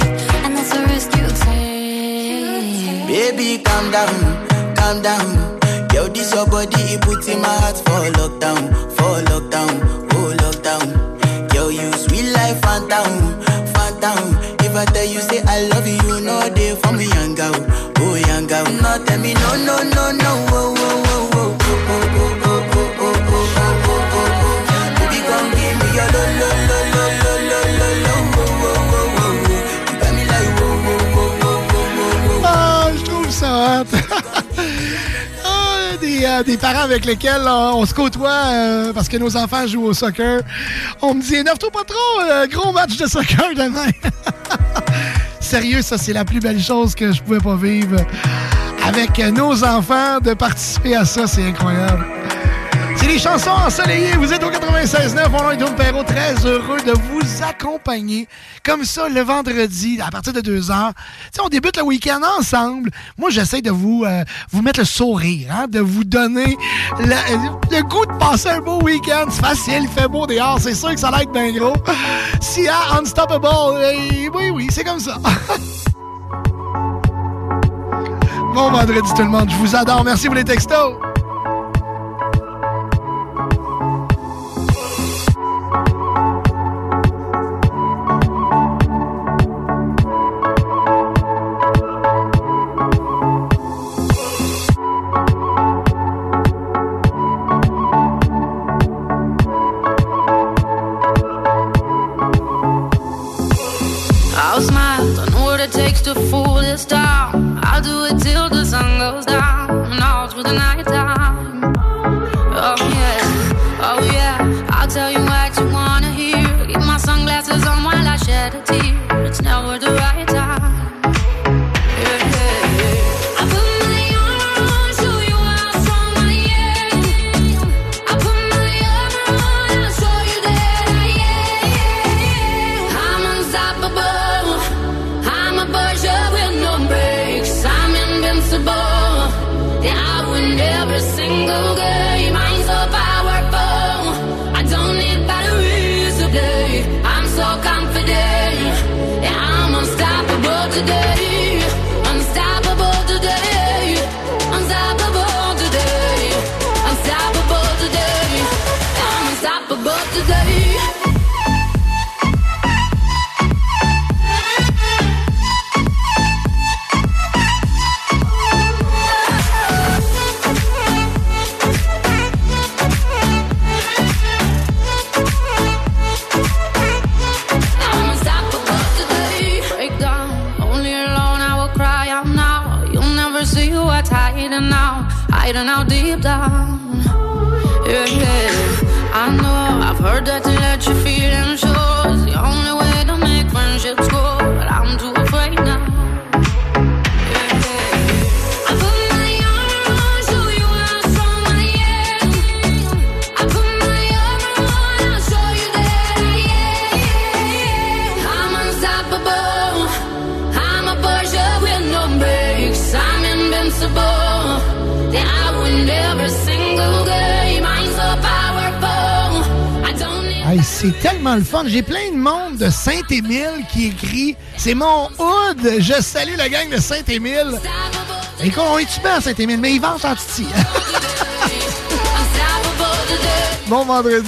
Baby, calm down, calm down. Yo, this your body, it puts in my heart for lockdown, for lockdown, oh lockdown. Yo, you sweet life, phantom, phantom. If I tell you say I love you, you know they for me, young girl, oh young girl. No, tell me no, no, no, no, oh, oh, oh, oh, oh, oh, oh, oh, oh, oh, oh, oh, oh, oh. Baby, come give me your lo, lo, lo, lo, lo, lo, lo, lo, oh, oh, oh, oh. You got me like whoa, whoa, whoa, whoa, whoa, whoa. Ah, je trouve ça hot. ah, des, euh, des parents avec lesquels euh, on se côtoie euh, parce que nos enfants jouent au soccer. On me dit, énerve-toi pas trop, euh, gros match de soccer demain. Sérieux, ça, c'est la plus belle chose que je pouvais pas vivre avec nos enfants, de participer à ça, c'est incroyable. C'est les chansons ensoleillées. Vous êtes au quatre-vingt-seize neuf. On est Dom Perrault, très heureux de vous accompagner comme ça le vendredi à partir de deux heures. T'sais, on débute le week-end ensemble. Moi, j'essaie de vous euh, vous mettre le sourire, hein, de vous donner le, le goût de passer un beau week-end. C'est facile, il fait beau dehors. C'est sûr que ça va être bien gros. Sia, Unstoppable. Et oui, oui, c'est comme ça. Bon vendredi tout le monde. Je vous adore. Merci pour les textos. I'll smile, don't know what it takes to fool this town. I'll do it till the sun goes down and all through the night time. Oh yeah, oh yeah, I'll tell you right time. Yeah, yeah, yeah. I put my armor on, show you how strong I am. I put my armor on, I'll show you that I am. I'm unstoppable. I'm a Persia with no brakes. I'm invincible. Yeah, I win every single game. I'm so powerful. I don't need batteries today. I'm so confident. Yeah, I'm unstoppable today. Unstoppable today. Unstoppable today. Unstoppable today. I'm unstoppable today. Hiding out, hiding out deep down. Yeah, yeah. I know, I've heard that to let you feel and show is the only way to make friendships grow, but I'm too afraid now. Yeah, yeah. I put my armor on, show you how strong I am. I put my armor on, I'll show you that I am. I'm unstoppable. I'm a Persia with no brakes. I'm invincible. Yeah, I win every single game. I'm so powerful. I don't need... Hey, c'est tellement le fun. J'ai plein de monde de Saint-Émile qui écrit « C'est mon hood! Je salue la gang de Saint-Émile! » Et qu'on est super à Saint-Émile, mais ils vendent en titi. Bon vendredi.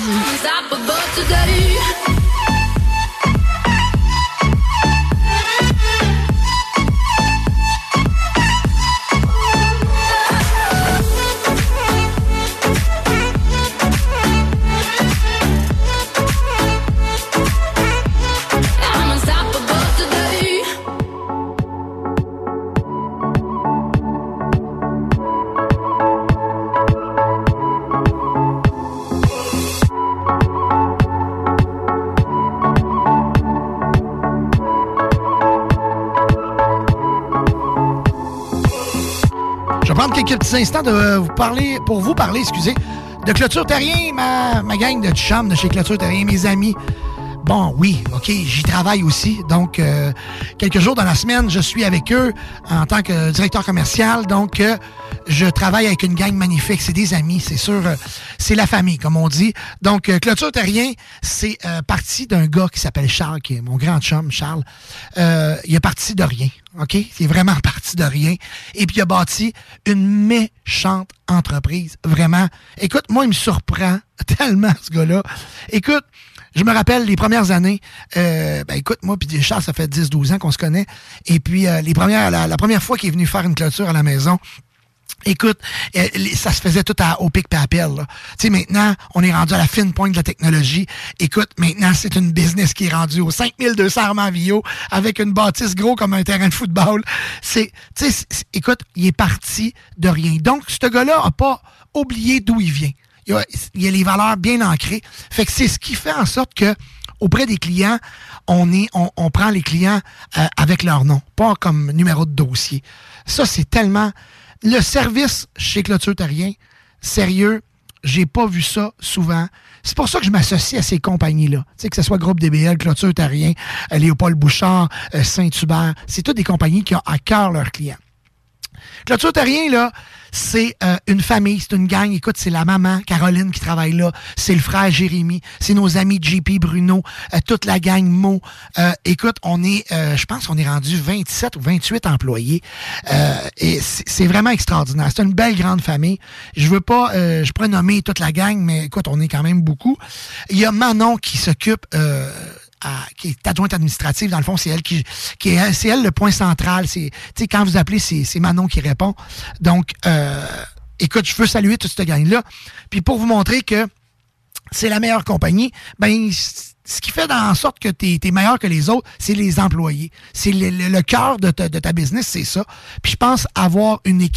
Quelques petits instants de vous parler, pour vous parler, excusez, de Clôture Terrien, ma, ma gang de chums de chez Clôture Terrien, mes amis. Bon, oui, OK, j'y travaille aussi. Donc, euh, quelques jours dans la semaine, je suis avec eux en tant que directeur commercial. Donc, euh, je travaille avec une gang magnifique. C'est des amis, c'est sûr. Euh, c'est la famille, comme on dit. Donc, euh, Clôture Terrien, c'est euh, parti d'un gars qui s'appelle Charles, qui est mon grand chum, Charles. Euh, il est parti de rien, OK? Il est vraiment parti de rien. Et puis, il a bâti une méchante entreprise. Vraiment. Écoute, moi, il me surprend tellement, ce gars-là. Écoute, je me rappelle les premières années, euh, ben écoute, moi puis Charles, ça fait dix douze ans qu'on se connaît. Et puis euh, les premières, la, la première fois qu'il est venu faire une clôture à la maison, écoute, euh, ça se faisait tout à, au pic et à pelle. Tu sais, maintenant, on est rendu à la fine pointe de la technologie. Écoute, maintenant, c'est une business qui est rendue aux cinq mille deux cents Armand Villot avec une bâtisse gros comme un terrain de football. C'est, tu sais, écoute, il est parti de rien. Donc, ce gars-là a pas oublié d'où il vient. Il y, a, il y a les valeurs bien ancrées. Fait que c'est ce qui fait en sorte que auprès des clients, on est, on, on prend les clients euh, avec leur nom, pas comme numéro de dossier. Ça, c'est tellement... Le service chez Clôture Terrien, sérieux, j'ai pas vu ça souvent. C'est pour ça que je m'associe à ces compagnies-là. Tu sais, que ce soit Groupe D B L, Clôture Terrien, euh, Léopold Bouchard, euh, Saint-Hubert. C'est toutes des compagnies qui ont à cœur leurs clients. Clôture Terrien, là, c'est euh, une famille, c'est une gang. Écoute, c'est la maman, Caroline, qui travaille là. C'est le frère Jérémy. C'est nos amis J P, Bruno, euh, toute la gang Mo. Euh, écoute, on est, euh, je pense qu'on est rendu vingt-sept ou vingt-huit employés. Euh, et c'est, c'est vraiment extraordinaire. C'est une belle grande famille. Je veux pas, euh, je pourrais nommer toute la gang, mais écoute, on est quand même beaucoup. Il y a Manon qui s'occupe... Euh, À, qui est adjointe administrative, dans le fond, c'est elle qui, qui est, c'est elle le point central. C'est, tu sais, quand vous appelez, c'est, c'est Manon qui répond. Donc, euh, écoute, je veux saluer toute cette gang-là. Puis pour vous montrer que c'est la meilleure compagnie, ben, ce qui fait en sorte que t'es, t'es meilleur que les autres, c'est les employés. C'est le, le, le cœur de ta, de ta business, c'est ça. Puis je pense avoir une équipe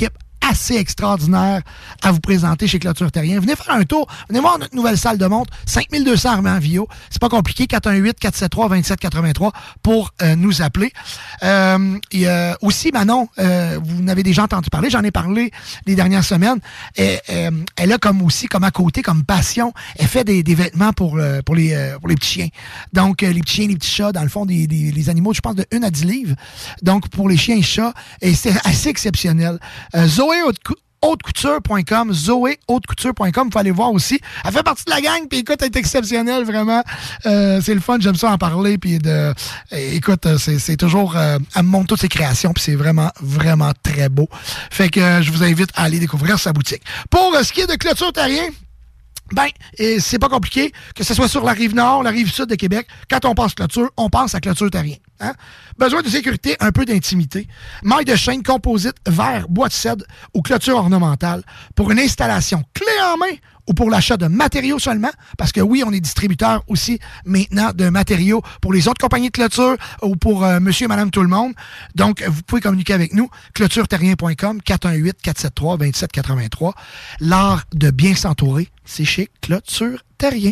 assez extraordinaire à vous présenter chez Clôture Terrien. Venez faire un tour. Venez voir notre nouvelle salle de montre. cinq mille deux cents Armand Vio. C'est pas compliqué. quatre un huit, quatre sept trois, deux sept huit trois pour euh, nous appeler. Euh, et euh, aussi, Manon, euh, vous n'avez déjà entendu parler. J'en ai parlé les dernières semaines. Et, euh, elle a comme aussi, comme à côté, comme passion, elle fait des, des vêtements pour, euh, pour, les, euh, pour les petits chiens. Donc, euh, les petits chiens, les petits chats, dans le fond, des, des les animaux, je pense, de un à dix livres. Donc, pour les chiens et chats. Et c'est assez exceptionnel. Euh, Zoé Haute haute couture point com, zoé haute couture point com, il faut aller voir aussi. Elle fait partie de la gang, puis écoute, elle est exceptionnelle, vraiment. Euh, c'est le fun, j'aime ça en parler, puis de, écoute, c'est, c'est toujours, euh, elle me montre toutes ses créations, puis c'est vraiment, vraiment très beau. Fait que euh, je vous invite à aller découvrir sa boutique. Pour euh, ce qui est de Clôture Terrien, ben, et c'est pas compliqué, que ce soit sur la rive nord, la rive sud de Québec, quand on pense clôture, on pense à Clôture Terrien. Hein? Besoin de sécurité, un peu d'intimité. Maille de chaîne, composite, verre, bois de cèdre ou clôture ornementale. Pour une installation clé en main ou pour l'achat de matériaux seulement, parce que oui, on est distributeur aussi maintenant de matériaux pour les autres compagnies de clôture ou pour euh, monsieur et madame tout le monde. Donc, vous pouvez communiquer avec nous, clôture terrien point com, quatre un huit, quatre sept trois, deux sept huit trois. L'art de bien s'entourer, c'est chez Clôture Terrien.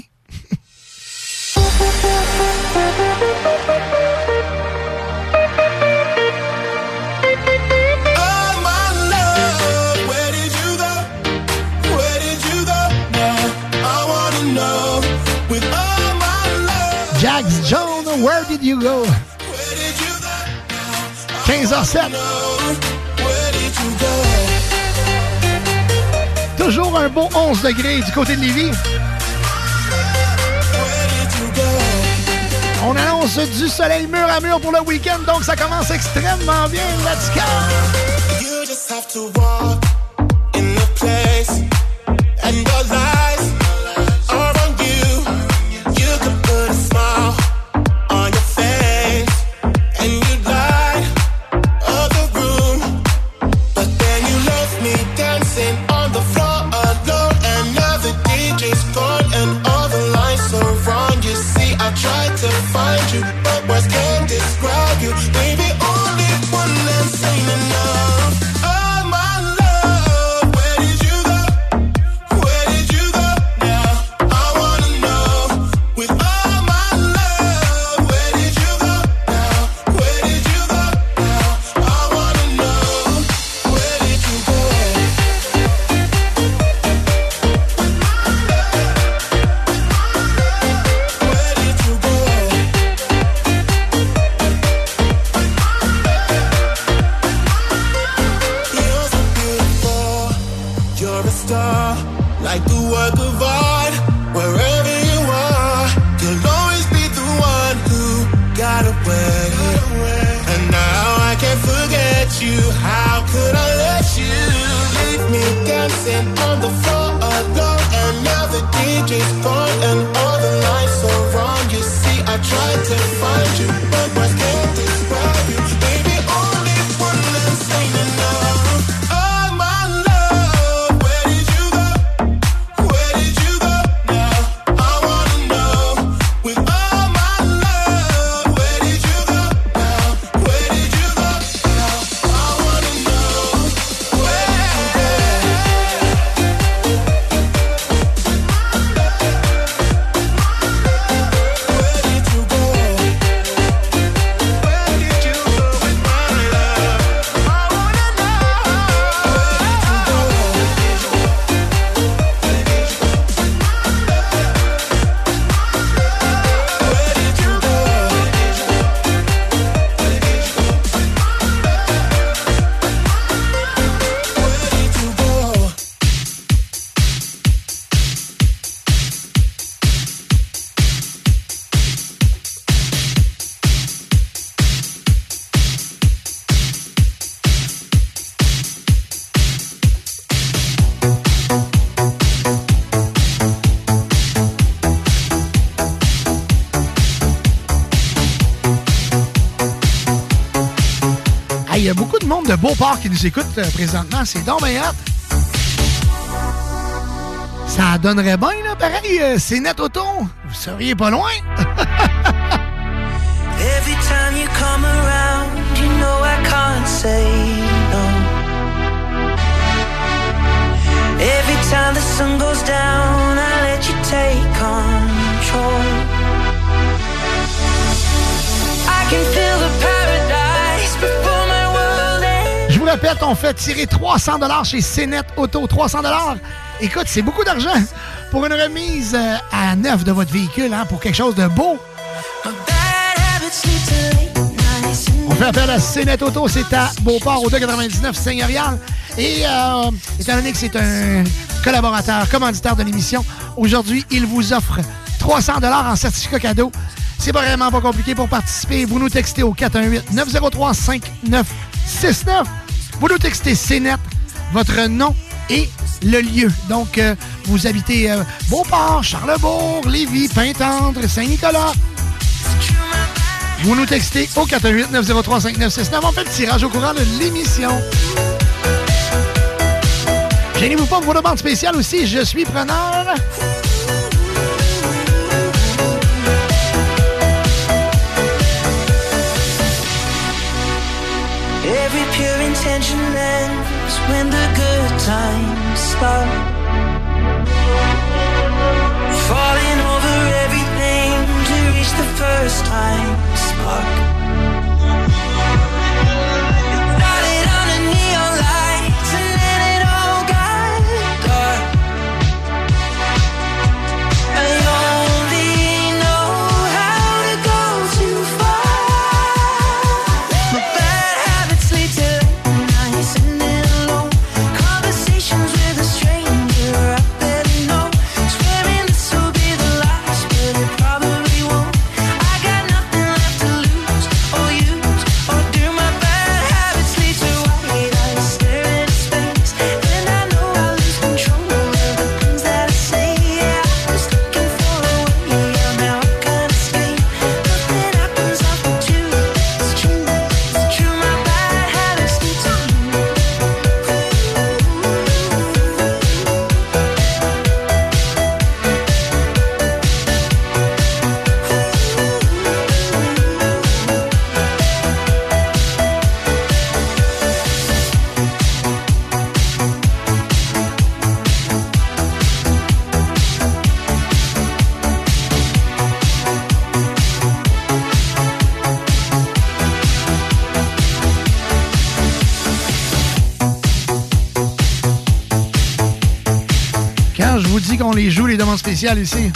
Jax Jones, where did you go? quinze heures sept. Toujours un beau onze degrés du côté de Lévis. On annonce du soleil mur à mur pour le week-end, donc ça commence extrêmement bien. Let's go! You just have to walk in the place and your lies are on you. You could put a smile on your face and you light up the room, but then you left me dancing on the floor alone, and now the D J's gone and all the lights are wrong. You see, I tried to find you, but words can't describe you. Baby, only one less ain't enough. Oh my love, where did you go? Where did you go now? I wanna know. With all my love, where did you go now? Where did you go now? I wanna know. Where did you go? Where did you go? You're so beautiful, you're a star, like a work of art. Wherever you are, you'll always be the one who got away. And now I can't forget you. How could I let you leave me dancing on the floor alone? And now the D J's gone and all the lights are wrong. You see, I tried to find you, but words can't describe you. Baby, only one less ain't enough. Oh my love, where did you go? Where did you go now? I wanna know. With all my love, where did you go now? Where did you go now? I wanna know. Where did you go? Where did you go? Where did you go with my love? I wanna know. Where did you go? Where did you go? Where did you go? Il y a beaucoup de monde de Beauport qui nous écoute euh, présentement. C'est donc bien hot. Ça donnerait bien, là, pareil. euh, c'est net auto. Vous seriez pas loin. Every time you come around, you know I can't say no. répète, on fait tirer trois cents dollars chez Cnet Auto. trois cents dollars. Écoute, c'est beaucoup d'argent pour une remise euh, à neuf de votre véhicule, hein, pour quelque chose de beau. On fait appel à Cnet Auto, c'est à Beauport, au deux cent quatre-vingt-dix-neuf Seigneurial. Et euh, étant donné que c'est un collaborateur, commanditaire de l'émission, aujourd'hui, il vous offre trois cents dollars en certificat cadeau. C'est vraiment pas compliqué pour participer. Vous nous textez au quatre un huit neuf zéro trois cinq neuf six neuf. Vous nous textez Cnet, votre nom et le lieu. Donc, euh, vous habitez euh, Beauport, Charlebourg, Lévis, Pintendre, Saint-Nicolas. Vous nous textez au quatre un huit neuf zéro trois cinq neuf six neuf. On fait le tirage au courant de l'émission. Gênez-vous pas pour vos demandes spéciales aussi. Je suis preneur. Every pure intention ends when the good times start. Falling over everything to reach the first time spark. It started on a neon lights and then it all got dark. I only know how to go too far. My bad habits lead to late nights sitting alone. Conversations with a stranger I barely know. Swearing this will be the last, but it probably won't. I got nothing left to lose or use or do. My bad habits lead to white eyes staring at space. Then I know I lose control of the things that I say. Yeah, I was looking for a way out, now I can't escape. Nothing happens after two. It's true, it's true. My bad habits lead to you. Quand je vous dis qu'on les joue, les demandes spéciales ici.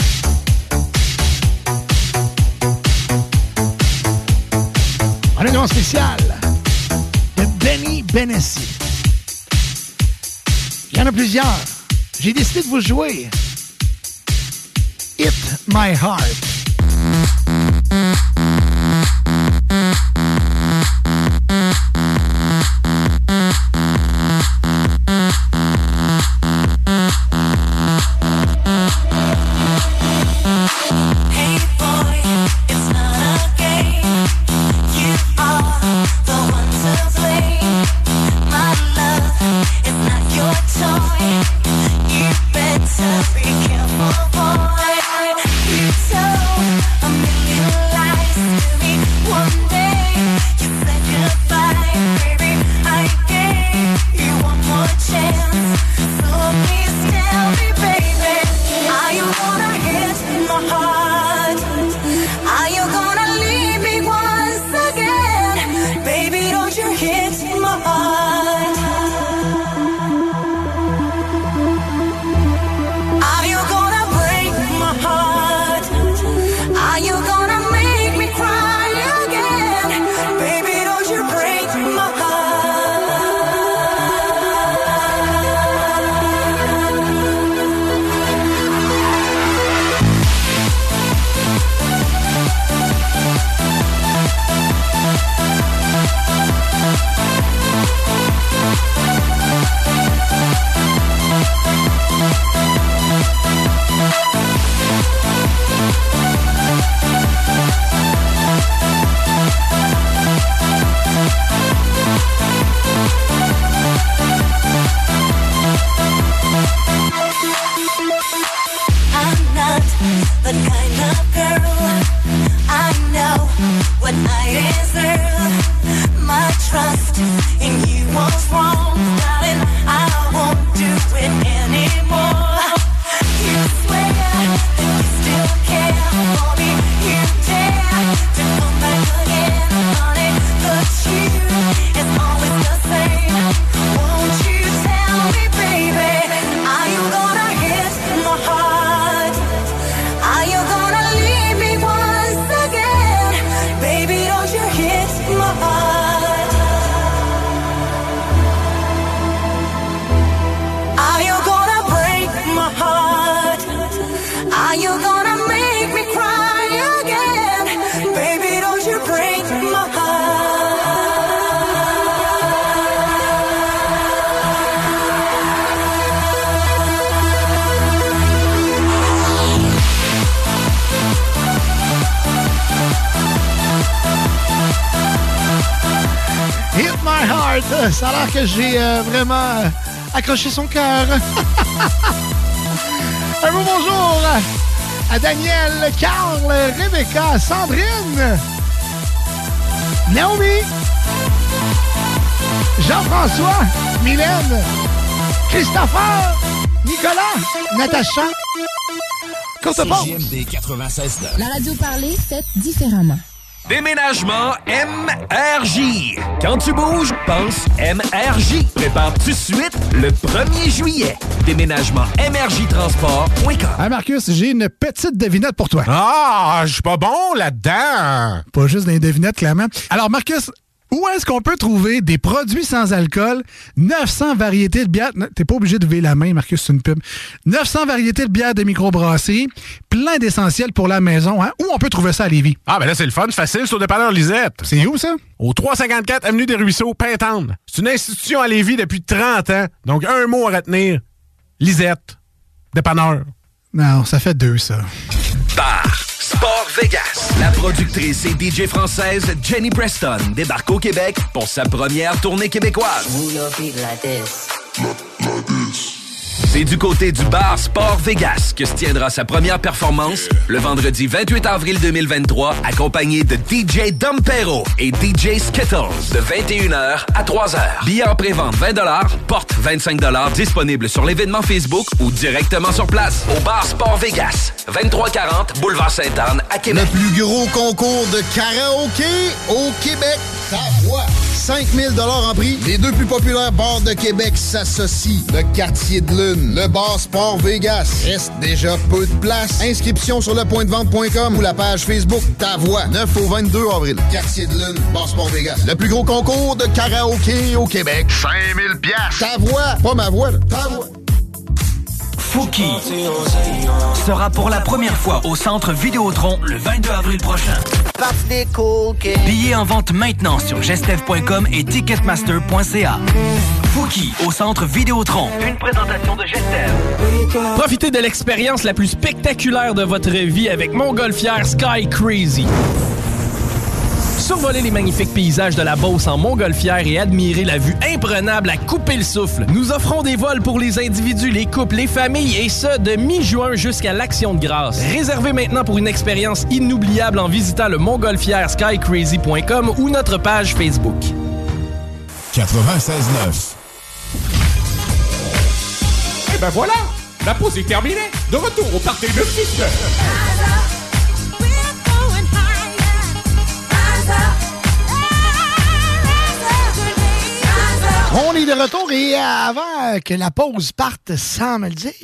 On a une demande spéciale de Benny Benassi. Il y en a plusieurs. J'ai décidé de vous jouer Hit My Heart. Hey boy, it's not a game. You are the one to blame. My love is not your toy. You better be careful, boy. You told a million lies. My Heart. Ça a l'air que j'ai euh, vraiment euh, accroché son cœur. Un beau bonjour à Daniel, Carl, Rebecca, Sandrine, Naomi, Jean-François, Mylène, Christopher, Nicolas, Natacha. C J M D quatre-vingt-seize neuf. La radio parlée, faite différemment. Déménagement M R J. Quand tu bouges, pense M R J. Prépare tout de suite le premier juillet. Déménagement M R J transport point com. Hey Marcus, j'ai une petite devinette pour toi. Ah, je suis pas bon là-dedans. Pas juste dans les devinettes, clairement. Alors Marcus, où est-ce qu'on peut trouver des produits sans alcool, neuf cents variétés de bières... T'es pas obligé de lever la main, Marcus, c'est une pub. neuf cents variétés de bières de microbrasserie, plein d'essentiels pour la maison. Hein? Où on peut trouver ça à Lévis? Ah, ben là, c'est le fun, facile, c'est au dépanneur Lisette. C'est où, ça? Au trois cent cinquante-quatre Avenue des Ruisseaux, Pintendre. C'est une institution à Lévis depuis trente ans. Donc, un mot à retenir. Lisette. Dépanneur. Non, ça fait deux, ça. Bar Sport Vegas. La productrice et D J française Jenny Preston débarque au Québec pour sa première tournée québécoise. C'est du côté du bar Sport Vegas que se tiendra sa première performance le vendredi vingt-huit avril deux mille vingt-trois, accompagné de D J Dompero et D J Skittles de vingt et une heures à trois heures. Billets en pré-vente vingt dollars, porte vingt-cinq dollars, disponible sur l'événement Facebook ou directement sur place au bar Sport Vegas, vingt-trois quarante Boulevard Sainte-Anne à Québec. Le plus gros concours de karaoké au Québec. Ta voix. cinq mille dollars en prix. Les deux plus populaires bars de Québec s'associent. Le Quartier de Lune, le bar Sport Vegas. Reste déjà peu de place. Inscription sur le point de vente point com ou la page Facebook Ta Voix. neuf au vingt-deux avril. Quartier de Lune, bar Sport Vegas. Le plus gros concours de karaoké au Québec. cinq mille piastres. Ta Voix. Pas ma voix, là. Ta Voix. Fouki sera pour la première fois au Centre Vidéotron le vingt-deux avril prochain. Billets en vente maintenant sur gestev point com et ticketmaster point c a. Fouki au Centre Vidéotron. Une présentation de Gestev. Profitez de l'expérience la plus spectaculaire de votre vie avec Montgolfière Sky Crazy. Survoler les magnifiques paysages de la Beauce en Montgolfière et admirer la vue imprenable à couper le souffle. Nous offrons des vols pour les individus, les couples, les familles et ce, de mi-juin jusqu'à l'Action de grâce. Réservez maintenant pour une expérience inoubliable en visitant le montgolfière sky crazy point com ou notre page Facebook. quatre-vingt-seize neuf. Et ben voilà, la pause est terminée. De retour au party de six. On est de retour et avant que la pause parte sans me le dire,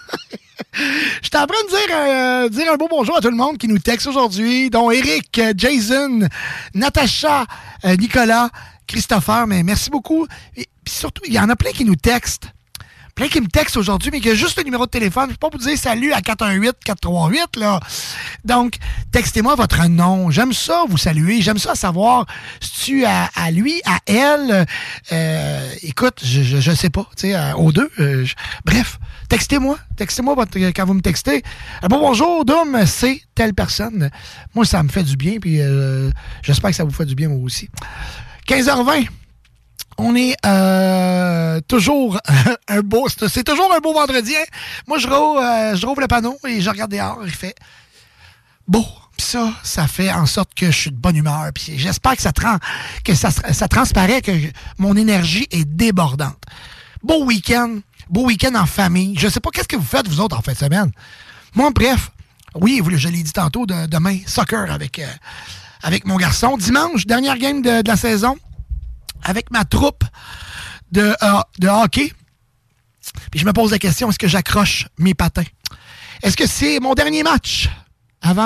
j'étais en train de dire, euh, dire un beau bonjour à tout le monde qui nous texte aujourd'hui, dont Eric, Jason, Natacha, euh, Nicolas, Christopher, mais merci beaucoup. Et puis surtout, il y en a plein qui nous textent. Plein qui me textent aujourd'hui, mais qui a juste le numéro de téléphone. Je ne peux pas vous dire salut à quatre un huit quatre trois huit, là. Donc, textez-moi votre nom. J'aime ça, vous saluer. J'aime ça savoir si tu à, à lui, à elle. Euh, écoute, je, je, je sais pas, tu sais, aux deux. Euh, je, bref, textez-moi. Textez-moi votre, quand vous me textez. Euh, bon, bonjour, Dom, c'est telle personne. Moi, ça me fait du bien, puis euh, j'espère que ça vous fait du bien, moi aussi. quinze heures vingt. On est euh, toujours un beau... C'est toujours un beau vendredi. Hein? Moi, je rouvre, euh, je rouvre le panneau et je regarde dehors. Il fait beau. Puis ça, ça fait en sorte que je suis de bonne humeur. Puis j'espère que ça, trans, que ça, ça transparaît, que mon énergie est débordante. Beau week-end. Beau week-end en famille. Je sais pas qu'est-ce que vous faites, vous autres, en fin de semaine. Moi, bref, oui, je l'ai dit tantôt, de, demain, soccer avec, euh, avec mon garçon. Dimanche, dernière game de, de la saison. Avec ma troupe de, euh, de hockey. Puis je me pose la question, est-ce que j'accroche mes patins? Est-ce que c'est mon dernier match avant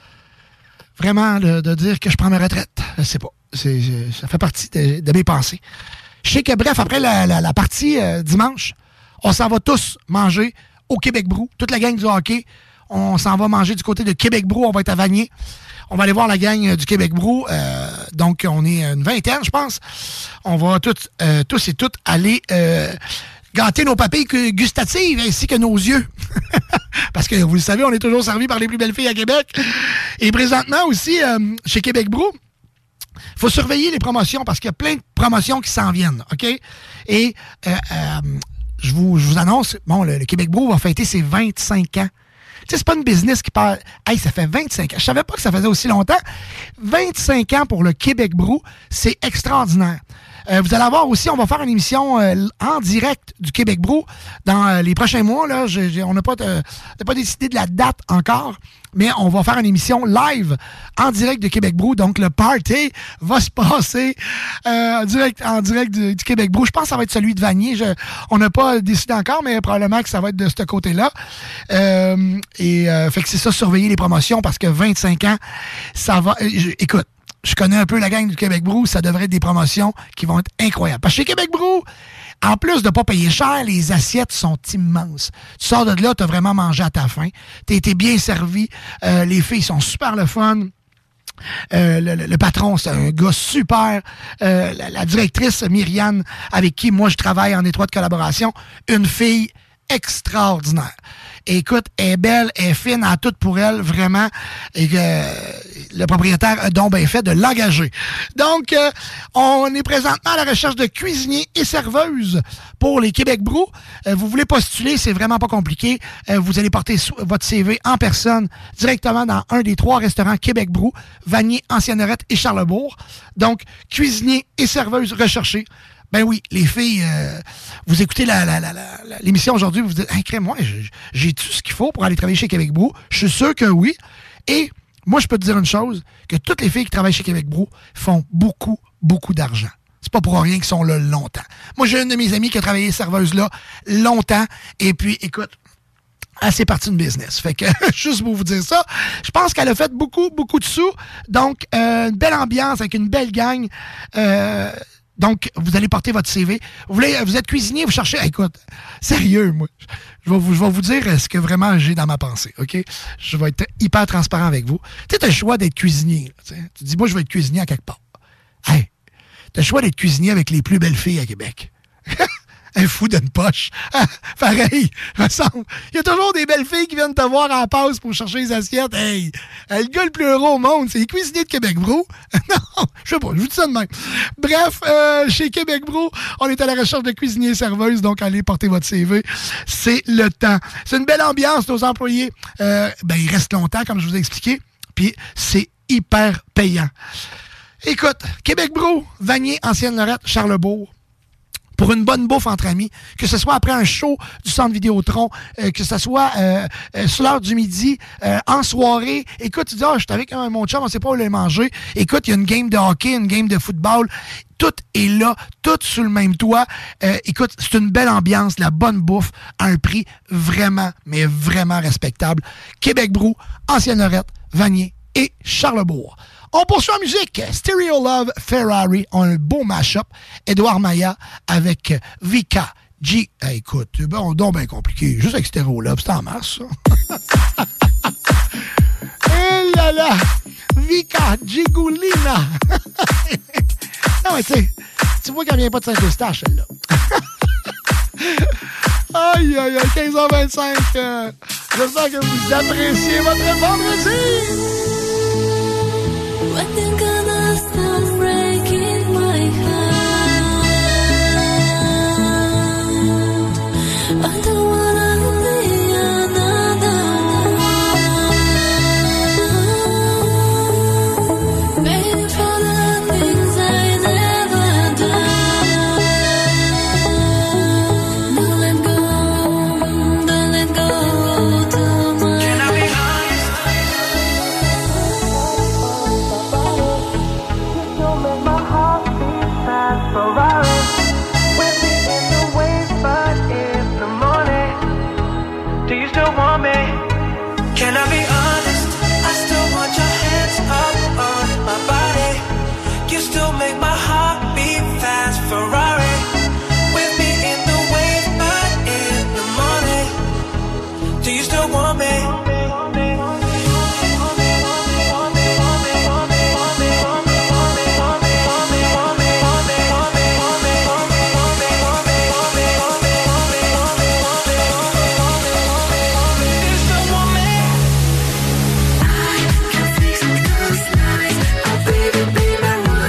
vraiment de, de dire que je prends ma retraite? Je sais pas. C'est, ça fait partie de, de mes pensées. Je sais que, bref, après la, la, la partie euh, dimanche, on s'en va tous manger au Québec Brou. Toute la gang du hockey, on s'en va manger du côté de Québec Brou. On va être à Vanier. On va aller voir la gang du Québec Brou. Euh, donc, on est une vingtaine, je pense. On va toutes, euh, tous et toutes aller euh, gâter nos papilles gustatives ainsi que nos yeux. Parce que, vous le savez, on est toujours servi par les plus belles filles à Québec. Et présentement aussi, euh, chez Québec Brou, faut surveiller les promotions parce qu'il y a plein de promotions qui s'en viennent, OK? Et euh, euh, je, vous, je vous annonce, bon, le, le Québec Brew va fêter ses vingt-cinq ans. Tu sais, c'est pas une business qui parle... Hey, ça fait vingt-cinq ans. Je savais pas que ça faisait aussi longtemps. vingt-cinq ans pour le Québec Brew, c'est extraordinaire. Euh, vous allez avoir aussi, on va faire une émission euh, en direct du Québec Brew dans euh, les prochains mois. Là, j'ai, j'ai, on n'a pas, euh, pas décidé de la date encore, mais on va faire une émission live en direct du Québec Brew. Donc, le party va se passer euh, en direct, en direct du, du Québec Brew. Je pense que ça va être celui de Vanier. Je, on n'a pas décidé encore, mais probablement que ça va être de ce côté-là. Euh, et euh, fait que c'est ça, surveiller les promotions parce que vingt-cinq ans, ça va... Euh, je, écoute, je connais un peu la gang du Québec Brew, ça devrait être des promotions qui vont être incroyables. Parce que chez Québec Brew, en plus de ne pas payer cher, les assiettes sont immenses. Tu sors de là, tu as vraiment mangé à ta faim. Tu as été bien servi. Euh, les filles sont super le fun. Euh, le, le, le patron, c'est un gars super. Euh, la, la directrice, Myriane, avec qui moi je travaille en étroite collaboration, une fille extraordinaire. Écoute, elle est belle, elle est fine, à tout pour elle, vraiment. Et que euh, le propriétaire a donc bien fait de l'engager. Donc, euh, on est présentement à la recherche de cuisiniers et serveuses pour les Québec Brew. Euh, vous voulez postuler, c'est vraiment pas compliqué. Euh, vous allez porter votre C V en personne directement dans un des trois restaurants Québec Brew, Vanier, Ancienne-Lorette et Charlebourg. Donc, cuisiniers et serveuses recherchés. Ben oui, les filles, euh, vous écoutez la, la, la, la, l'émission aujourd'hui, vous vous dites, hey, crème, moi, j'ai, j'ai tout ce qu'il faut pour aller travailler chez Québec Brew. Je suis sûr que oui. Et moi, je peux te dire une chose, que toutes les filles qui travaillent chez Québec Brew font beaucoup, beaucoup d'argent. C'est pas pour rien qu'ils sont là longtemps. Moi, j'ai une de mes amies qui a travaillé serveuse là longtemps. Et puis, écoute, elle s'est partie de business. Fait que, juste pour vous dire ça, je pense qu'elle a fait beaucoup, beaucoup de sous. Donc, euh, une belle ambiance avec une belle gang. Euh, Donc, vous allez porter votre C V. Vous voulez, vous êtes cuisinier, vous cherchez... Écoute, sérieux, moi, je vais vous, je vais vous dire ce que vraiment j'ai dans ma pensée, OK? Je vais être hyper transparent avec vous. Tu sais, tu as le choix d'être cuisinier. Là, tu dis, moi, je vais être cuisinier à quelque part. Hey, tu as le choix d'être cuisinier avec les plus belles filles à Québec. Un fou d'une poche. Pareil, ressemble. Il y a toujours des belles filles qui viennent te voir en passe pour chercher les assiettes. Hey, le gars le plus heureux au monde, c'est les cuisiniers de Québec Brew. Non, je sais pas, je vous dis ça de même. Bref, euh, chez Québec Brew, on est à la recherche de cuisiniers et serveuses, donc allez porter votre C V. C'est le temps. C'est une belle ambiance, nos employés. Euh, ben, ils restent longtemps, comme je vous ai expliqué, puis c'est hyper payant. Écoute, Québec Brew, Vanier, Ancienne-Lorette, Charlebourg, pour une bonne bouffe entre amis, que ce soit après un show du Centre Vidéotron, euh, que ce soit euh, euh, sur l'heure du midi, euh, en soirée. Écoute, tu dis, ah, oh, je suis avec euh, mon chum, on sait pas où aller manger. Écoute, il y a une game de hockey, une game de football. Tout est là, tout sous le même toit. Euh, écoute, c'est une belle ambiance, la bonne bouffe, à un prix vraiment, mais vraiment respectable. Québec Brew, Ancienne-Lorette, Vanier et Charlebourg. On poursuit en musique. Stereo Love, Ferrari ont un beau mash-up. Édouard Maillat avec Vika G. Hey, écoute, bon, donc bien compliqué. Juste avec Stereo Love, c'est en masse, ça. Et là là, Vika Gigulina. Non, mais tu sais, tu vois qu'elle vient pas de Saint-Eustache, celle-là. Aïe, aïe, aïe, quinze heures vingt-cinq. Euh, j'espère que vous appréciez votre vendredi. When they're gonna stop breaking my heart, I don't wanna be another one. Paying for the things I never done. Don't let go, don't let go too much. Can I be honest? Ferrari with me in the waves, but in the morning, do you still want me? Can I be honest? I still want your hands up on my body. You still make my heart beat fast. Ferrari with me in the waves, but in the morning, do you still want me? Baby, be my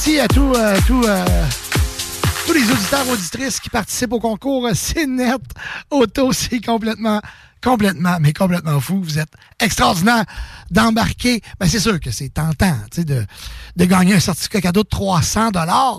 merci à tous euh, tous, euh, tous les auditeurs auditrices qui participent au concours CNET Auto. C'est complètement, complètement, mais complètement fou. Vous êtes extraordinaire d'embarquer. Ben, c'est sûr que c'est tentant, tu sais, de, de gagner un certificat cadeau de trois cents dollars.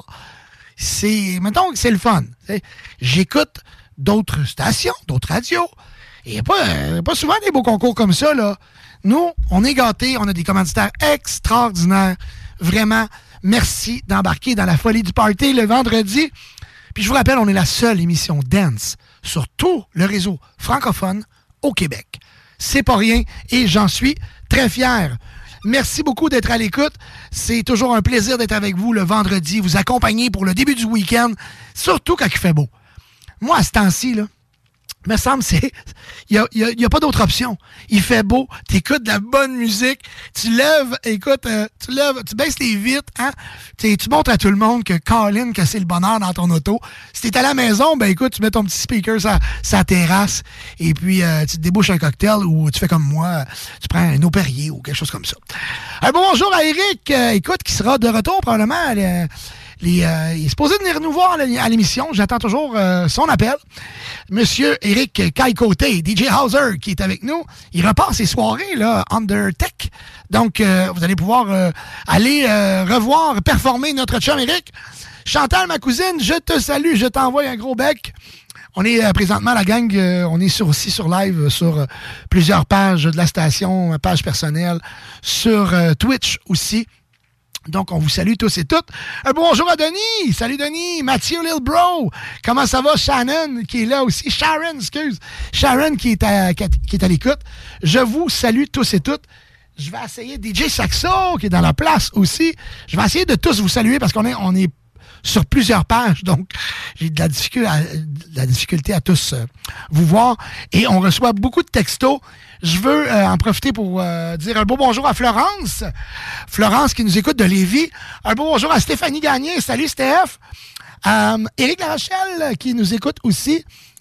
C'est, mettons que c'est le fun. T'sais. J'écoute d'autres stations, d'autres radios. Il n'y a pas, euh, pas souvent des beaux concours comme ça, là. Nous, on est gâtés, on a des commanditaires extraordinaires. Vraiment, merci d'embarquer dans la folie du party le vendredi. Puis je vous rappelle, on est la seule émission dance sur tout le réseau francophone au Québec. C'est pas rien et j'en suis très fier. Merci beaucoup d'être à l'écoute. C'est toujours un plaisir d'être avec vous le vendredi, vous accompagner pour le début du week-end, surtout quand il fait beau. Moi, à ce temps-ci, là, me semble, c'est. Il n'y a, y a, y a pas d'autre option. Il fait beau, tu écoutes de la bonne musique, tu lèves, écoute, euh, tu lèves, tu baisses les vitres, hein? Tu montres à tout le monde que Colin, que c'est le bonheur dans ton auto. Si t'es à la maison, ben écoute, tu mets ton petit speaker sur sa terrasse et puis euh, tu te débouches un cocktail ou tu fais comme moi, tu prends un eau Perrier ou quelque chose comme ça. Un bon bonjour à Eric, euh, écoute, qui sera de retour probablement. Euh, Les, euh, il est supposé venir nous voir à l'émission. J'attends toujours euh, son appel. Monsieur Eric Caille-Côté, D J Hauser, qui est avec nous. Il repart ses soirées, là, Undertech. Donc, euh, vous allez pouvoir euh, aller euh, revoir, performer notre chum Eric. Chantal, ma cousine, je te salue, je t'envoie un gros bec. On est euh, présentement, la gang, euh, on est sur, aussi sur live euh, sur euh, plusieurs pages de la station, page personnelle, sur euh, Twitch aussi. Donc, on vous salue tous et toutes. Un bonjour à Denis. Salut, Denis. Mathieu Lil Bro. Comment ça va? Shannon, qui est là aussi. Sharon, excuse. Sharon, qui est à, qui est à l'écoute. Je vous salue tous et toutes. Je vais essayer D J Saxo, qui est dans la place aussi. Je vais essayer de tous vous saluer parce qu'on est, on est sur plusieurs pages. Donc, j'ai de la difficulté à, de la difficulté à tous euh, vous voir. Et on reçoit beaucoup de textos. Je veux euh, en profiter pour euh, dire un beau bonjour à Florence. Florence qui nous écoute de Lévis. Un beau bonjour à Stéphanie Gagné. Salut, Steph. Euh, Éric Larochelle qui nous écoute aussi.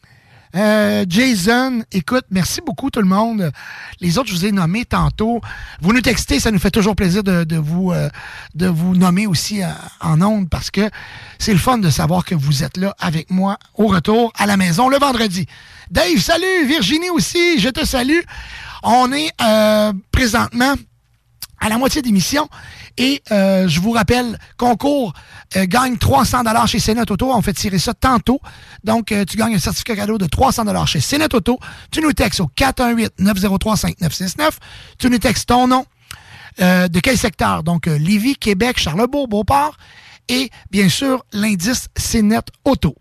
Euh, Jason, écoute, merci beaucoup tout le monde. Les autres, je vous ai nommés tantôt. Vous nous textez, ça nous fait toujours plaisir de, de, vous, euh, de vous nommer aussi euh, en ondes parce que c'est le fun de savoir que vous êtes là avec moi au retour à la maison le vendredi. Dave, salut! Virginie aussi, je te salue. On est euh, présentement à la moitié d'émission et euh, je vous rappelle, concours euh, gagne trois cents dollars chez CNET Auto. On fait tirer ça tantôt. Donc, euh, tu gagnes un certificat cadeau de trois cents dollars chez CNET Auto. Tu nous textes au quatre un huit, neuf zéro trois, cinq neuf six neuf. Tu nous textes ton nom, euh, de quel secteur. Donc, euh, Lévis, Québec, Charlebourg, Beauport et, bien sûr, l'indice CNET Auto.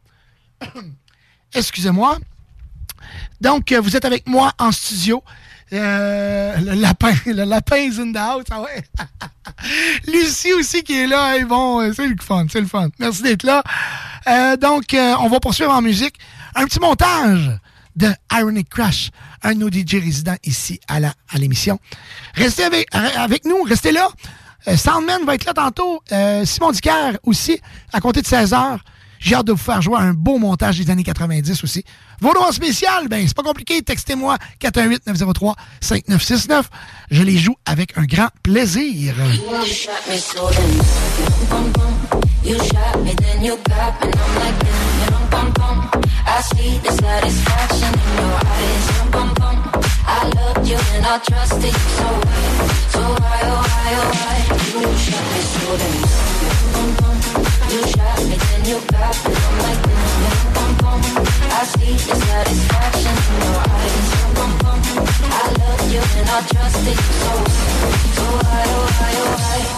Excusez-moi. Donc, euh, vous êtes avec moi en studio. Euh, le lapin, le lapin is in the house, ah ouais. Lucie aussi qui est là, hey, bon, c'est le fun, c'est le fun. Merci d'être là. Euh, donc, euh, on va poursuivre en musique. Un petit montage de Ironic Crash, un de nos D J résidents ici à la à l'émission. Restez avec, avec nous, restez là. Euh, Soundman va être là tantôt. Euh, Simon Dicker aussi, à compter de seize heures. J'ai hâte de vous faire jouer un beau montage des années quatre-vingt-dix aussi. Vos noms en spécial, ben c'est pas compliqué. Textez-moi quatre un huit, neuf zéro trois, cinq neuf six neuf. Je les joue avec un grand plaisir. You shot me, then you got me. I'm like, boom, boom, boom. I see the satisfaction in your eyes. Boom, boom, boom. I love you and I trust it. So, so why, oh, why, oh, why?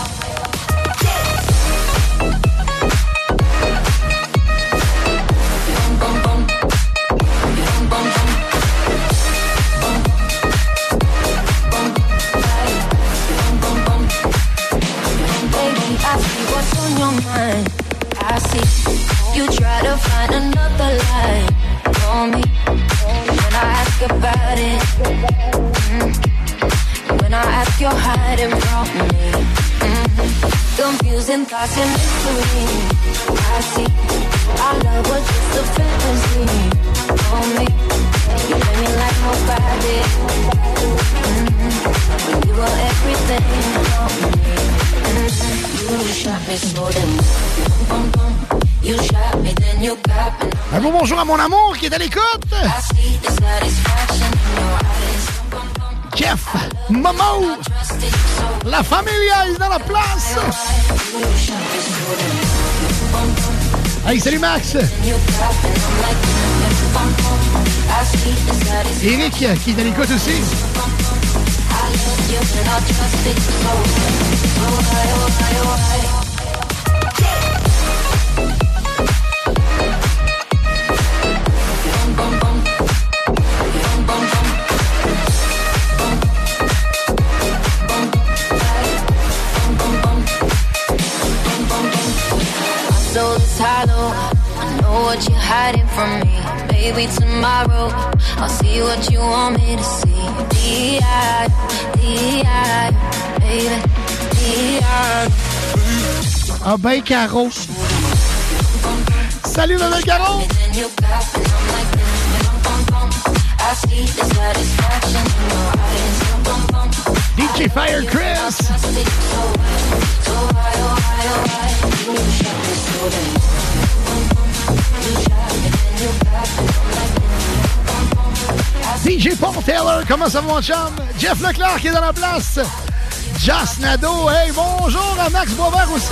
Boom, boom, boom. Boom, boom, boom. Boom, boom, boom, boom. Baby, I see what's on your mind. I see you try to find another lie for me. When I ask about it, mm. When I ask, you're hiding from me. Mm. Confusing thoughts and mystery. I see our love was just a fantasy for me. You play me like nobody. Mm. When you were everything for me. Mm. You shot Un beau bonjour à mon amour qui est à l'écoute. Jeff, Momo, la famille est dans la place. Hey, salut Max. Eric qui est à l'écoute aussi. Hollow. I know what you're hiding from me. Maybe tomorrow I'll see what you want me to see. D I, D I, baby, D I. Ah ben Caro. Salut le bel Caro. D J Fire Chris. D J Paul Taylor, comment ça va mon chum? Jeff Leclerc qui est dans la place. Just Nado, hey, bonjour à Max Boisvert aussi.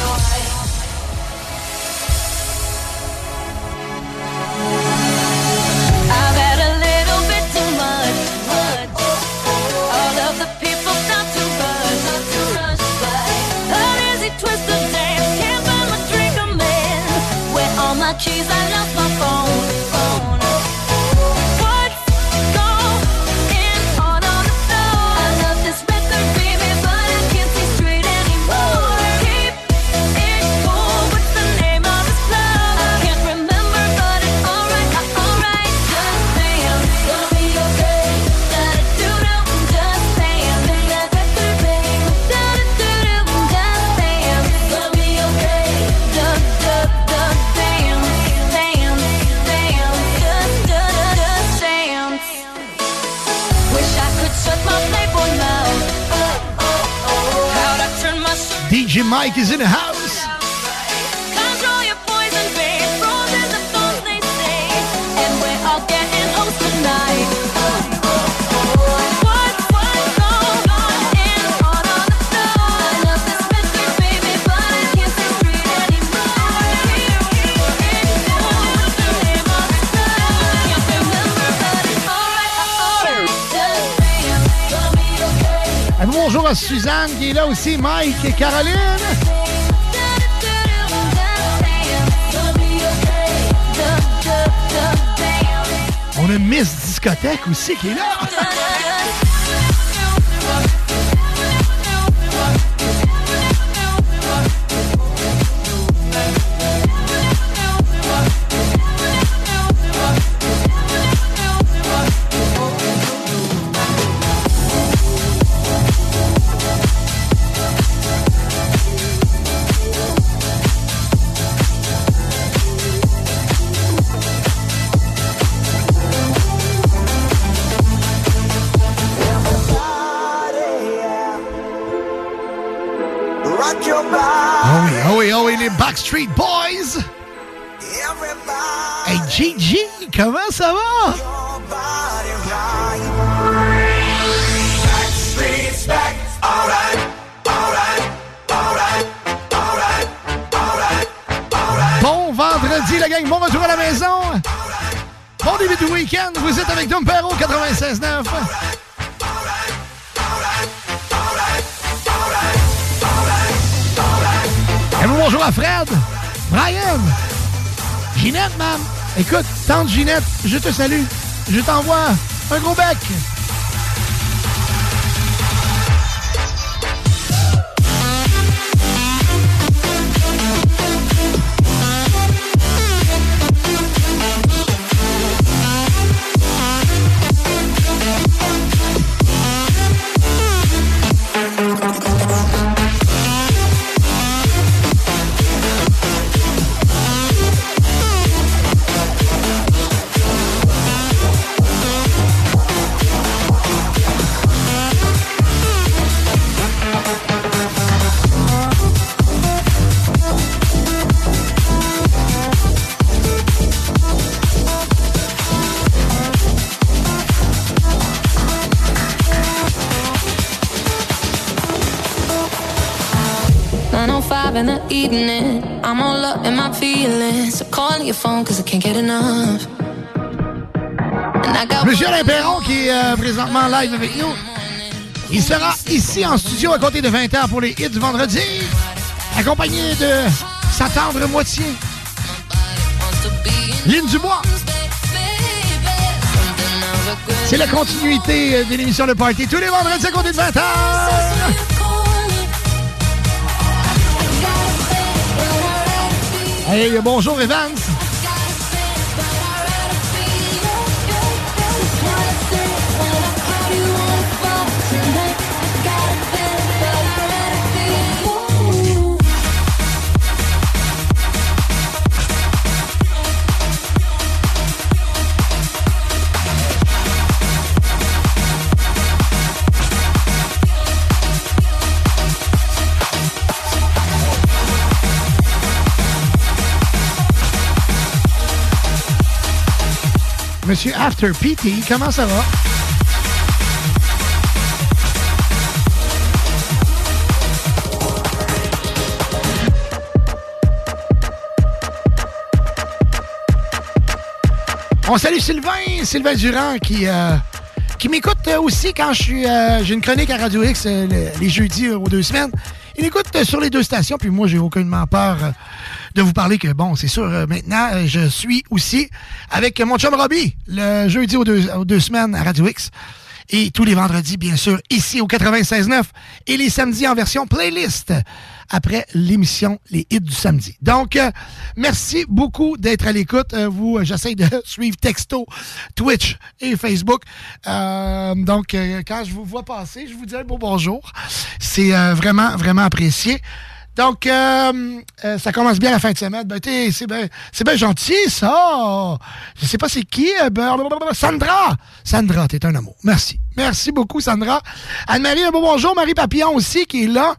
I've had a little bit too much, much. All of the people stop to rush, stop to rush by. An easy twist of dance, can't find my drink, I'm in. Where all my keys, I lost my phone, phone. What's going on on the floor? I love this record, baby, but I can't see straight anymore. Keep it cool, what's the name of this club? I can't remember, but it's alright, alright. Just saying, gonna be okay. Da-da-doo-doo, just saying. Da-da-doo-doo, da-da-doo-doo, just saying. Gonna be okay. Da-da-da-damn, damn, damn, just da-da-da-damn. Wish I could shut my playboy mouth. How'd I turn my shirt? D J Mike is in the house. Control your poison, babe. Frozen the phones, they say. And we're all getting host tonight. What's, what's going on on the floor? I love this record, baby, but I can't see straight anymore. It's what's the name of this club? Can't remember, but it's alright, alright. Just saying, gonna be okay. Un bonjour à Suzanne qui est là aussi, Mike et Caroline. On a Miss Discothèque aussi qui est là. Oh oui, oh oui, oh oui, les Backstreet Boys. Hey Gigi, comment ça va? Backstreet's back, alright, alright, alright, alright, alright, alright. Bon vendredi, la gang, bon retour à la maison. Bon début du week-end, vous êtes avec Dom Perrault, quatre-vingt-seize neuf. Et bonjour à Fred, Brian, Ginette, mam. Écoute, tante Ginette, je te salue. Je t'envoie un gros bec. nine oh five in the evening. I'm all up in my feelings. So calling your phone cause I can't get enough. Monsieur Alain Perron qui est euh, présentement live avec nous. Il sera ici en studio à compter de vingt heures pour les hits du vendredi, accompagné de sa tendre moitié, Lynn Dubois. C'est la continuité de l'émission Le Party tous les vendredis à compter de vingt heures. Hey, bonjour Evans. Monsieur After P T, comment ça va? On salue Sylvain, Sylvain Durand qui, euh, qui m'écoute aussi quand je suis euh, j'ai une chronique à Radio X euh, les, les jeudis euh, aux deux semaines. Il écoute euh, sur les deux stations, puis moi, j'ai aucunement peur euh, de vous parler que, bon, c'est sûr, euh, maintenant, euh, je suis aussi avec mon chum Robbie, le jeudi aux deux, aux deux semaines à Radio X. Et tous les vendredis, bien sûr, ici au quatre-vingt-seize neuf et les samedis en version playlist après l'émission Les Hits du samedi. Donc, euh, merci beaucoup d'être à l'écoute. Euh, vous, euh, j'essaie de suivre texto, Twitch et Facebook. Euh, donc, euh, quand je vous vois passer, je vous dis un beau bonjour. C'est euh, vraiment, vraiment apprécié. Donc, euh, euh, ça commence bien la fin de semaine. Ben, t'es, c'est bien c'est bien gentil, ça. Je sais pas c'est qui. Euh, ben, Sandra. Sandra, t'es un amour. Merci. Merci beaucoup, Sandra. Anne-Marie, un beau bonjour. Marie Papillon aussi, qui est là.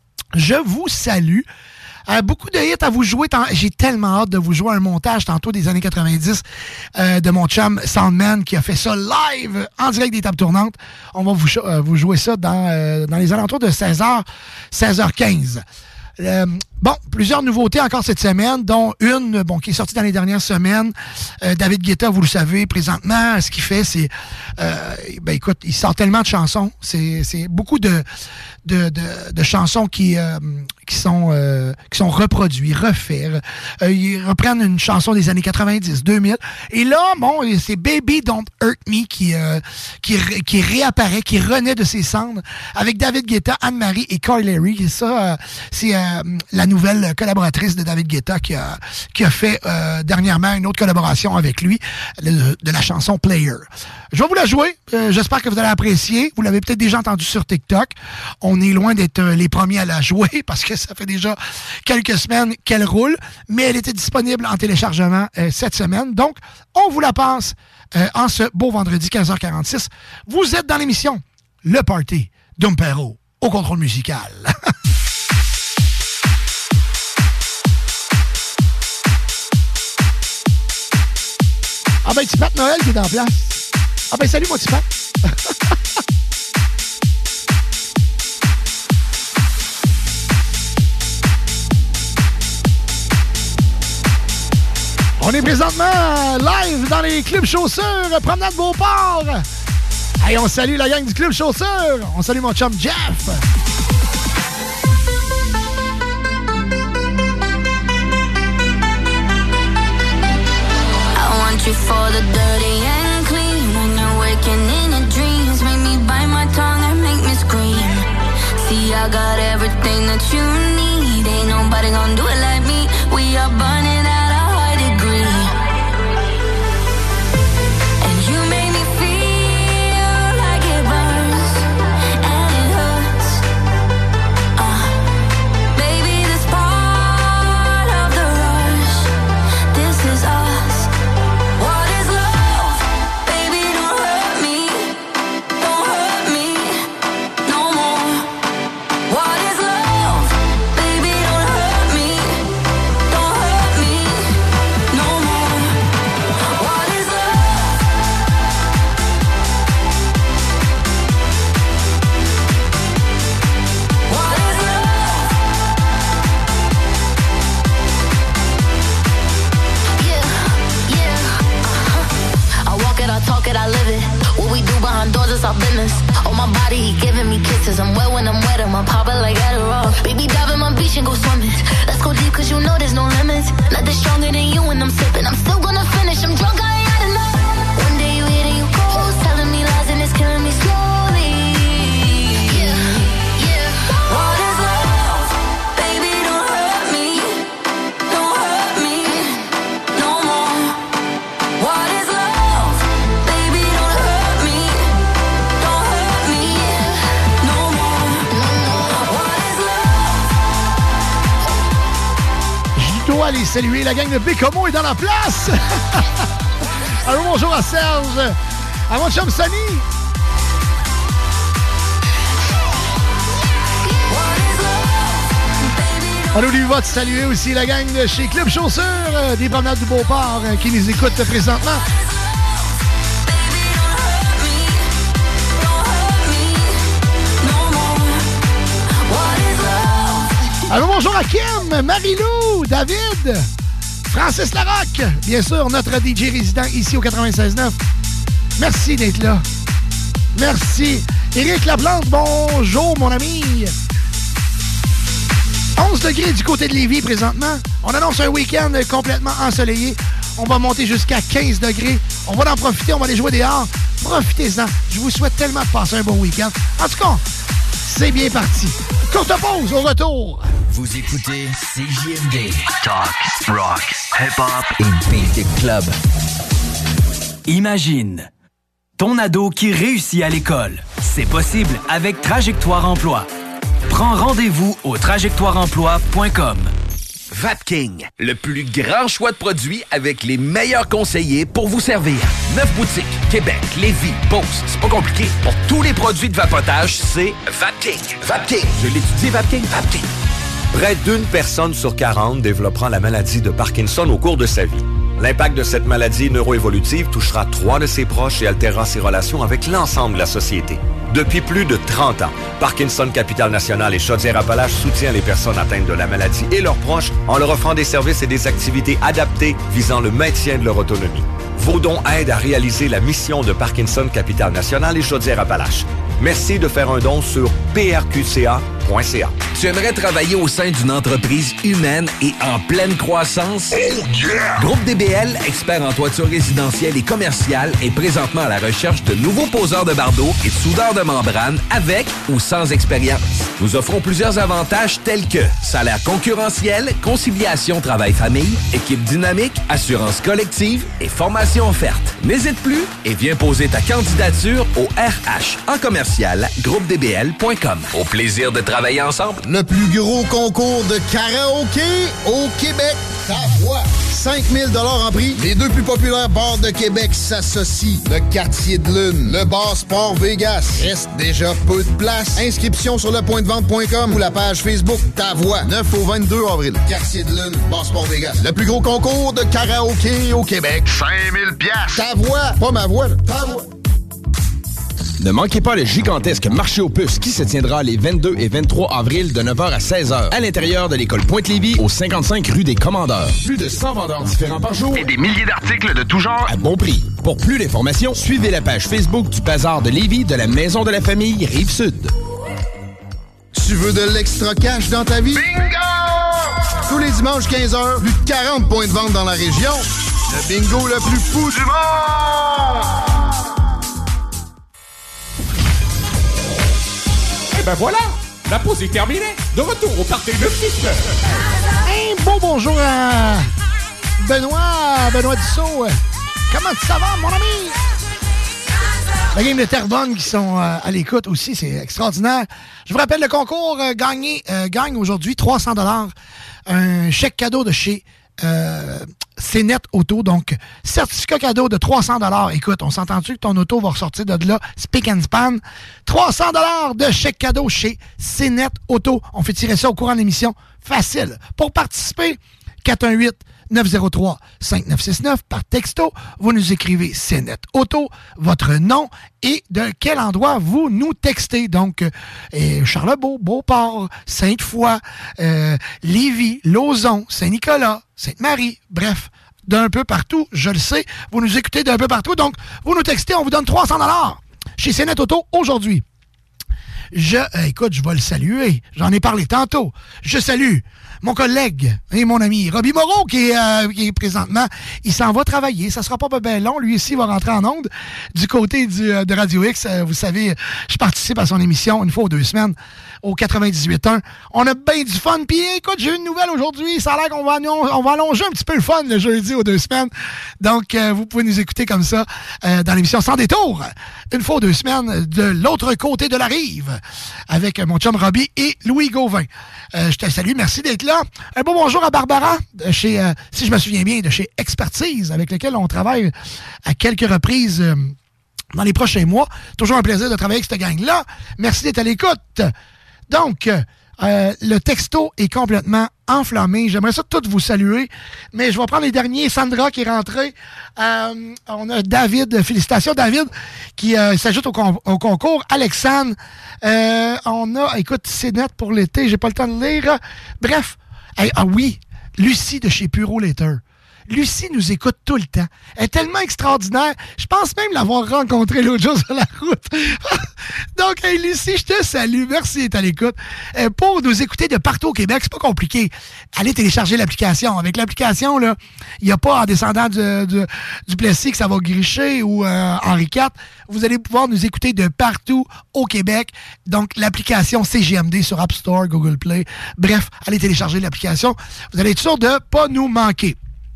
Je vous salue. Euh, beaucoup de hits à vous jouer. J'ai tellement hâte de vous jouer un montage tantôt des années quatre-vingt-dix euh, de mon chum Soundman qui a fait ça live en direct des tables tournantes. On va vous, euh, vous jouer ça dans, euh, dans les alentours de seize heures, seize heures quinze. Euh, bon, plusieurs nouveautés encore cette semaine, dont une bon qui est sortie dans les dernières semaines. Euh, David Guetta, vous le savez, présentement, ce qu'il fait, c'est... Euh, ben écoute, il sort tellement de chansons. C'est, c'est beaucoup de, de, de, de chansons qui, euh, qui, sont, euh, qui sont reproduites, refaits. Euh, ils reprennent une chanson des années quatre-vingt-dix, deux mille. Et là, bon, c'est Baby Don't Hurt Me qui, euh, qui, qui réapparaît, qui renaît de ses cendres avec David Guetta, Anne-Marie et Carl Larry. Et ça, euh, c'est... Euh, la nouvelle collaboratrice de David Guetta qui a, qui a fait euh, dernièrement une autre collaboration avec lui de, de la chanson Player. Je vais vous la jouer. Euh, j'espère que vous allez apprécier. Vous l'avez peut-être déjà entendu sur TikTok. On est loin d'être euh, les premiers à la jouer parce que ça fait déjà quelques semaines qu'elle roule, mais elle était disponible en téléchargement euh, cette semaine. Donc, on vous la passe euh, en ce beau vendredi quinze heures quarante-six. Vous êtes dans l'émission Le Party d'Umpero au contrôle musical. Ah ben, Tipat Noël qui est en place. Ah ben, salut, mon Tipat. On est présentement live dans les clubs chaussures, promenade Beauport. Hey, on salue la gang du club chaussures. On salue mon chum Jeff. You for the dirty and clean. When you're waking in your dreams, make me bite my tongue and make me scream. See, I got everything that you need. Ain't nobody gonna do it like me. We are burning at a high degree. And you make me feel like it burns and it hurts. it's our business. Oh, my body, he giving me kisses. I'm wet when I'm wet, I'm poppin' like Adderall. Baby, dive in my beach and go swimming. Let's go deep, cause you know there's no limits. Nothing stronger than you when I'm sipping. I'm still gonna finish, I'm drunk, I ain't had enough. One day you hit and you go, telling me lies and it's killing me slowly. Yeah, yeah. What is love? Baby, don't hurt me. Don't hurt me no more. What is love? Baby, don't hurt me. Don't hurt me no more. What is love? Je dois aller saluer la gang de Bécomo est dans la place. Allô, bonjour à Serge, à mon chum Sonny. On n'oublie pas de saluer aussi la gang de chez Club Chaussures, euh, des promenades du Beauport, euh, qui nous écoutent présentement. Allô, bonjour à Kim, Marie-Lou, David, Francis Larocque, bien sûr, notre D J résident ici au quatre-vingt-seize neuf. Merci d'être là. Merci. Éric Laplante, bonjour, mon ami. onze degrés du côté de Lévis présentement. On annonce un week-end complètement ensoleillé. On va monter jusqu'à quinze degrés. On va en profiter, on va aller jouer dehors. Profitez-en. Je vous souhaite tellement de passer un bon week-end. En tout cas, c'est bien parti. Courte pause, au retour. Vous écoutez C J M D. Talk, rock, hip-hop et beat the club. Imagine ton ado qui réussit à l'école. C'est possible avec Trajectoire Emploi. Prends rendez-vous au trajectoire emploi point com. Vapking, le plus grand choix de produits avec les meilleurs conseillers pour vous servir. Neuf boutiques, Québec, Lévis, Beauce. C'est pas compliqué. Pour tous les produits de vapotage, c'est Vapking. Vapking. Je l'étudie, Vapking. Vapking. Près d'une personne sur quarante développera la maladie de Parkinson au cours de sa vie. L'impact de cette maladie neuroévolutive touchera trois de ses proches et altérera ses relations avec l'ensemble de la société. Depuis plus de trente ans, Parkinson Capital National et Chaudière-Appalaches soutient les personnes atteintes de la maladie et leurs proches en leur offrant des services et des activités adaptées visant le maintien de leur autonomie. Vos dons aident à réaliser la mission de Parkinson Capital National et Chaudière-Appalaches. Merci de faire un don sur p r q c a point c a. Tu aimerais travailler au sein d'une entreprise humaine et en pleine croissance? Oh yeah! Groupe D B L, expert en toiture résidentielle et commerciale, est présentement à la recherche de nouveaux poseurs de bardeaux et de soudeurs de membrane avec ou sans expérience. Nous offrons plusieurs avantages tels que salaire concurrentiel, conciliation travail-famille, équipe dynamique, assurance collective et formation offerte. N'hésite plus et viens poser ta candidature au R H en commercial groupe d b l point com. Au plaisir de travailler ensemble. Le plus gros concours de karaoké au Québec. Ta voix. cinq mille dollars en prix. Les deux plus populaires bars de Québec s'associent. Le Quartier de Lune, le bar Sport Vegas. Reste déjà peu de place. Inscription sur le point de vente point com ou la page Facebook Ta Voix. neuf au vingt-deux avril. Quartier de Lune, bar Sport Vegas. Le plus gros concours de karaoké au Québec. cinq mille piastres. Ta voix. Pas ma voix, là. Ta voix. Ne manquez pas le gigantesque marché aux puces qui se tiendra les vingt-deux et vingt-trois avril de neuf heures à seize heures à l'intérieur de l'école Pointe-Lévis au cinquante-cinq rue des Commandeurs. Plus de cent vendeurs différents par jour et des milliers d'articles de tout genre à bon prix. Pour plus d'informations, suivez la page Facebook du Bazar de Lévis de la Maison de la Famille Rive-Sud. Tu veux de l'extra cash dans ta vie? Bingo! Tous les dimanches quinze heures, plus de quarante points de vente dans la région. Le bingo le plus fou du monde! Et ben voilà, la pause est terminée. De retour au party de six. Un beau bonjour à Benoît, Benoît Dussault. Comment ça va, mon ami? La game de Terrebonne qui sont euh, à l'écoute aussi, c'est extraordinaire. Je vous rappelle le concours euh, gagné, euh, gagne aujourd'hui trois cents dollars. Un chèque cadeau de chez euh, C N E T Auto. Donc, certificat cadeau de trois cents dollars. Écoute, on s'entend-tu que ton auto va ressortir de là, spick and span? trois cents dollars de chèque cadeau chez C N E T Auto. On fait tirer ça au courant de l'émission. Facile. Pour participer, quatre un huit neuf zéro trois cinq neuf six neuf par texto. Vous nous écrivez C N E T Auto, votre nom et de quel endroit vous nous textez. Donc, euh, Charlebourg, Beauport, Sainte-Foy, euh, Lévis, Lauson, Saint-Nicolas, Sainte-Marie, bref, d'un peu partout, je le sais. Vous nous écoutez d'un peu partout, donc vous nous textez, on vous donne trois cents dollars. chez Cénet Auto aujourd'hui. Je, euh, écoute, je vais le saluer. J'en ai parlé tantôt. Je salue mon collègue et mon ami Robbie Moreau qui est, euh, qui est présentement, il s'en va travailler. Ça sera pas bien long. Lui aussi va rentrer en onde du côté du, euh, de Radio X. Euh, vous savez, je participe à son émission une fois ou deux semaines au quatre-vingt-dix-huit un. On a bien du fun. Puis écoute, j'ai une nouvelle aujourd'hui. Ça a l'air qu'on va, on va allonger un petit peu le fun le jeudi aux deux semaines. Donc, euh, vous pouvez nous écouter comme ça euh, dans l'émission Sans détour. Une fois ou deux semaines de l'autre côté de la rive avec mon chum Robbie et Louis Gauvin. Euh, je te salue. Merci d'être là. Un beau bonjour à Barbara, de chez, euh, si je me souviens bien, de chez Expertise, avec lequel on travaille à quelques reprises euh, dans les prochains mois. Toujours un plaisir de travailler avec cette gang-là. Merci d'être à l'écoute. Donc, euh, le texto est complètement enflammé. J'aimerais ça tous vous saluer, mais je vais prendre les derniers. Sandra qui est rentrée. Euh, on a David. Félicitations, David, qui euh, s'ajoute au, con- au concours. Alexandre. Euh, on a, écoute, c'est net pour l'été. J'ai pas le temps de lire. Bref. Hey, ah oui, Lucie de chez Puro Later. Lucie nous écoute tout le temps. Elle est tellement extraordinaire. Je pense même l'avoir rencontrée l'autre jour sur la route. Donc, hey, Lucie, je te salue. Merci d'être à l'écoute. Euh, pour nous écouter de partout au Québec, c'est pas compliqué. Allez télécharger l'application. Avec l'application, là, il n'y a pas en descendant du, du, du Plessis que ça va gricher ou euh, Henri quatre. Vous allez pouvoir nous écouter de partout au Québec. Donc, l'application C J M D sur App Store, Google Play. Bref, allez télécharger l'application. Vous allez être sûr de ne pas nous manquer.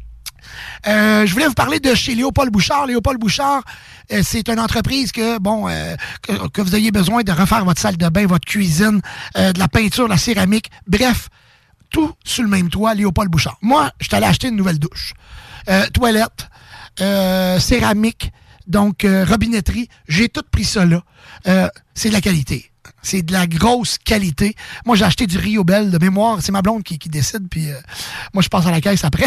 Euh, je voulais vous parler de chez Léopold Bouchard. Léopold Bouchard, euh, c'est une entreprise que, bon, euh, que, que vous ayez besoin de refaire votre salle de bain, votre cuisine, euh, de la peinture, la céramique, bref, tout sous le même toit, Léopold Bouchard. Moi, je t'allais acheter une nouvelle douche. Euh, toilette, euh, céramique, donc euh, robinetterie, j'ai tout pris ça là. Euh, c'est de la qualité. C'est de la grosse qualité. Moi, j'ai acheté du Rio Bell de mémoire. C'est ma blonde qui, qui décide, puis euh, moi, je passe à la caisse après.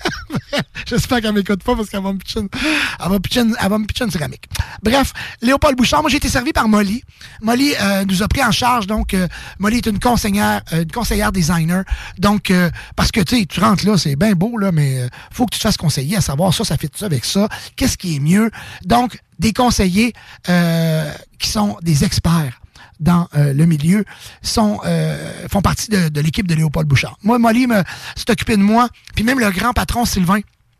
J'espère qu'elle m'écoute pas parce qu'elle va me pitcher une, elle va pitcher une, elle va me pitcher une céramique. Bref, Léopold Bouchard, moi, j'ai été servi par Molly. Molly euh, nous a pris en charge. Donc, euh, Molly est une conseillère, euh, une conseillère designer. Donc, euh, parce que, tu sais, tu rentres là, c'est bien beau, là, mais euh, faut que tu te fasses conseiller à savoir ça, ça fait ça avec ça. Qu'est-ce qui est mieux? Donc, des conseillers euh, qui sont des experts dans euh, le milieu, sont, euh, font partie de, de l'équipe de Léopold Bouchard. Moi, Molly me, s'est occupé de moi, puis même le grand patron Sylvain.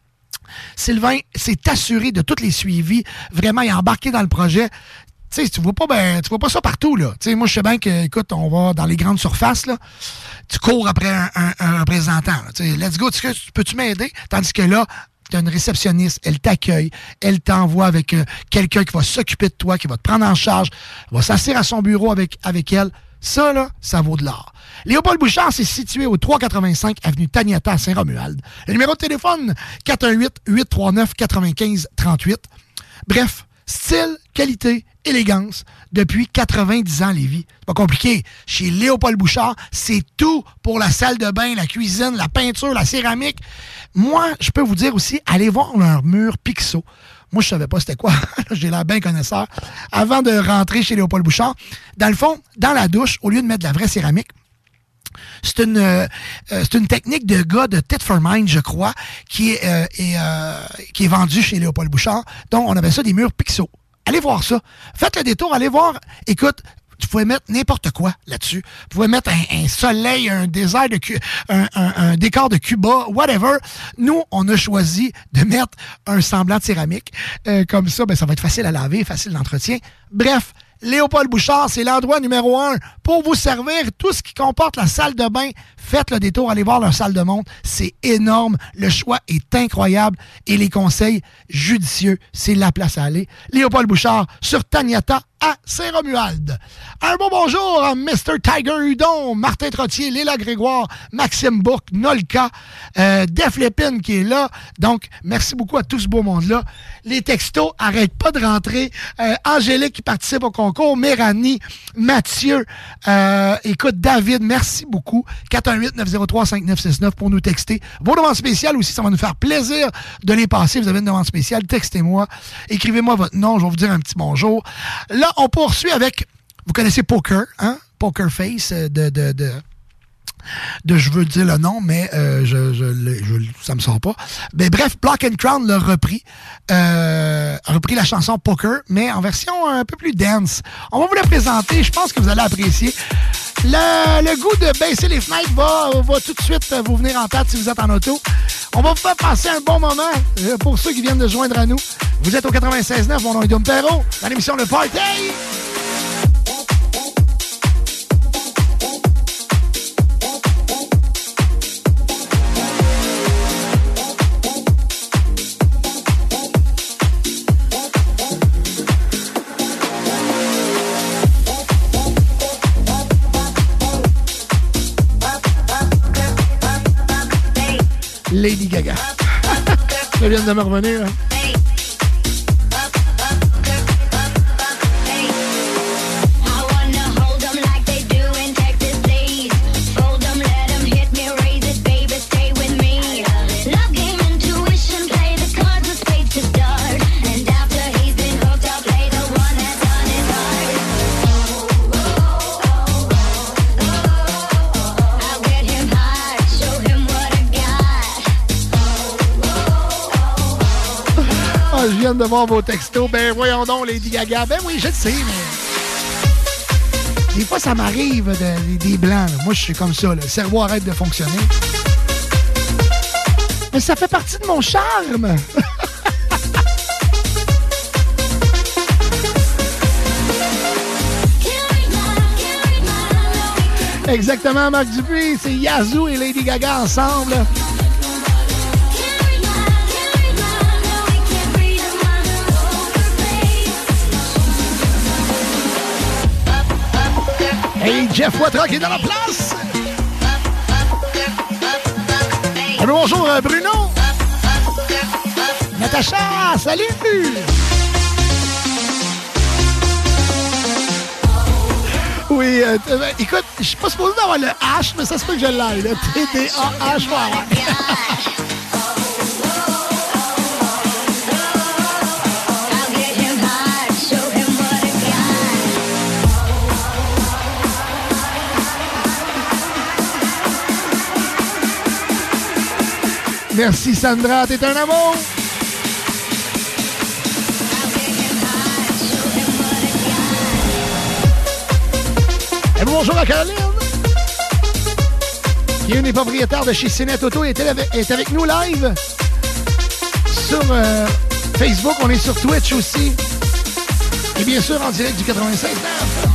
Sylvain s'est assuré de tous les suivis. Vraiment, il est embarqué dans le projet. Tu sais, tu vois pas ben, tu vois pas ça partout, là. Tu sais, moi, je sais bien que, écoute, on va dans les grandes surfaces, là. Tu cours après un, un, un représentant. Tu sais, let's go, tu, peux-tu m'aider? Tandis que là, tu as une réceptionniste, elle t'accueille, elle t'envoie avec euh, quelqu'un qui va s'occuper de toi, qui va te prendre en charge, va s'asseoir à son bureau avec, avec elle. Ça, là, ça vaut de l'or. Léopold Bouchard, c'est situé au trois cent quatre-vingt-cinq avenue Taniata à Saint-Romuald. Le numéro de téléphone, quatre un huit, huit trois neuf, neuf cinq trois huit. Bref, style, qualité, élégance, depuis quatre-vingt-dix ans, Lévis. C'est pas compliqué. Chez Léopold Bouchard, c'est tout pour la salle de bain, la cuisine, la peinture, la céramique. Moi, je peux vous dire aussi, allez voir leur mur Pixo. Moi, je savais pas c'était quoi. J'ai l'air bien connaisseur. Avant de rentrer chez Léopold Bouchard, dans le fond, dans la douche, au lieu de mettre de la vraie céramique, c'est une, euh, c'est une technique de gars de Tit for Mind, je crois, qui est, euh, est, euh, qui est vendue chez Léopold Bouchard. Donc, on avait ça des murs Pixo. Allez voir ça. Faites le détour, allez voir. Écoute, tu pouvais mettre n'importe quoi là-dessus. Tu pouvais mettre un, un soleil, un désert de Cu- un, un, un décor de Cuba, whatever. Nous, on a choisi de mettre un semblant de céramique. Euh, comme ça, ben, ça va être facile à laver, facile d'entretien. Bref, Léopold Bouchard, c'est l'endroit numéro un pour vous servir tout ce qui comporte la salle de bain. Faites le détour, allez voir leur salle de montre. C'est énorme. Le choix est incroyable et les conseils judicieux. C'est la place à aller. Léopold Bouchard sur Taniata à Saint-Romuald. Un bon bonjour à mister Tiger Hudon, Martin Trottier, Léla Grégoire, Maxime Bourque, Nolka, euh, Def Lépine qui est là. Donc, merci beaucoup à tout ce beau monde-là. Les textos arrêtent pas de rentrer. Euh, Angélique qui participe au concours, Méranie, Mathieu, euh, écoute, David, merci beaucoup. quatre un huit, neuf zéro trois, cinq neuf six neuf pour nous texter. Vos demandes spéciales aussi, ça va nous faire plaisir de les passer. Vous avez une demande spéciale, textez-moi. Écrivez-moi votre nom, je vais vous dire un petit bonjour. Là, on poursuit avec, vous connaissez Poker, hein? Poker Face de, de, de, de je veux dire le nom, mais euh, je, je, je, ça me sort pas. Mais bref, Block and Crown l'a repris. Euh, a repris la chanson Poker, mais en version un peu plus dance. On va vous la présenter, je pense que vous allez apprécier. Le, le goût de baisser les fenêtres va, va tout de suite vous venir en tête si vous êtes en auto. On va vous faire passer un bon moment euh, pour ceux qui viennent de joindre à nous. Vous êtes au quatre-vingt-seize neuf, mon nom est Dom Perrault, dans l'émission Le Party! Lady Gaga. Je viens de me revenir. Hein. Je viens de voir vos textos. Ben voyons donc, Lady Gaga. Ben oui, je le sais, mais... Des fois, ça m'arrive de, des blancs. Là. Moi, je suis comme ça. Là. Le cerveau arrête de fonctionner. Mais ça fait partie de mon charme. Exactement, Marc Dupuis. C'est Yazoo et Lady Gaga ensemble. Hey, Jeff Watra qui est dans la place! Alors, bonjour Bruno! Natacha, salut! Oui, euh, euh, écoute, je suis pas supposé d'avoir le H, mais ça se peut que je l'aille, le T D A H. Merci Sandra, t'es un amour! Et bonjour à Caroline! Qui est une des propriétaires de chez Cinet Auto et est avec, est avec nous live sur euh, Facebook, on est sur Twitch aussi. Et bien sûr en direct du quatre-vingt-seize neuf.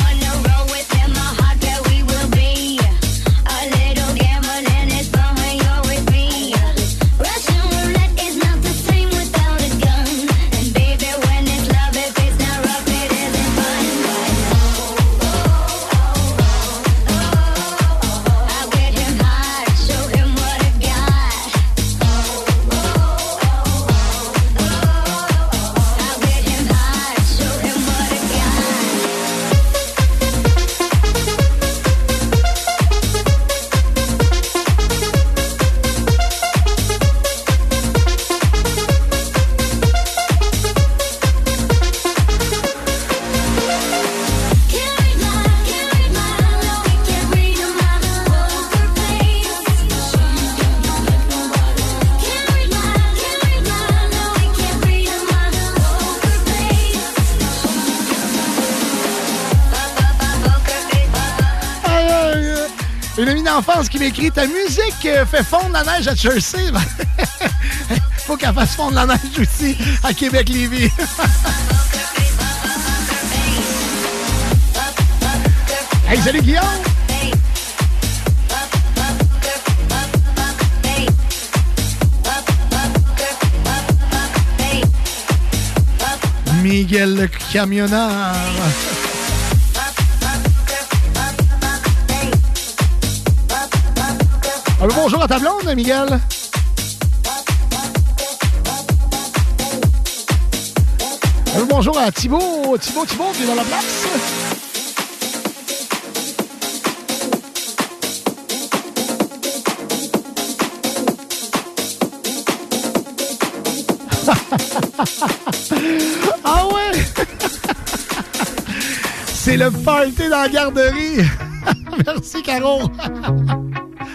Une amie d'enfance qui m'écrit « Ta musique fait fondre la neige à Jersey. » Faut qu'elle fasse fondre la neige aussi à Québec-Lévis. Hey, salut Guillaume! Miguel le camionneur. Alors, bonjour à ta blonde, Miguel. Alors, bonjour à Thibaut. Thibaut, Thibaut, qui est dans la place. Ah ouais! C'est le party dans la garderie. Merci, Caro.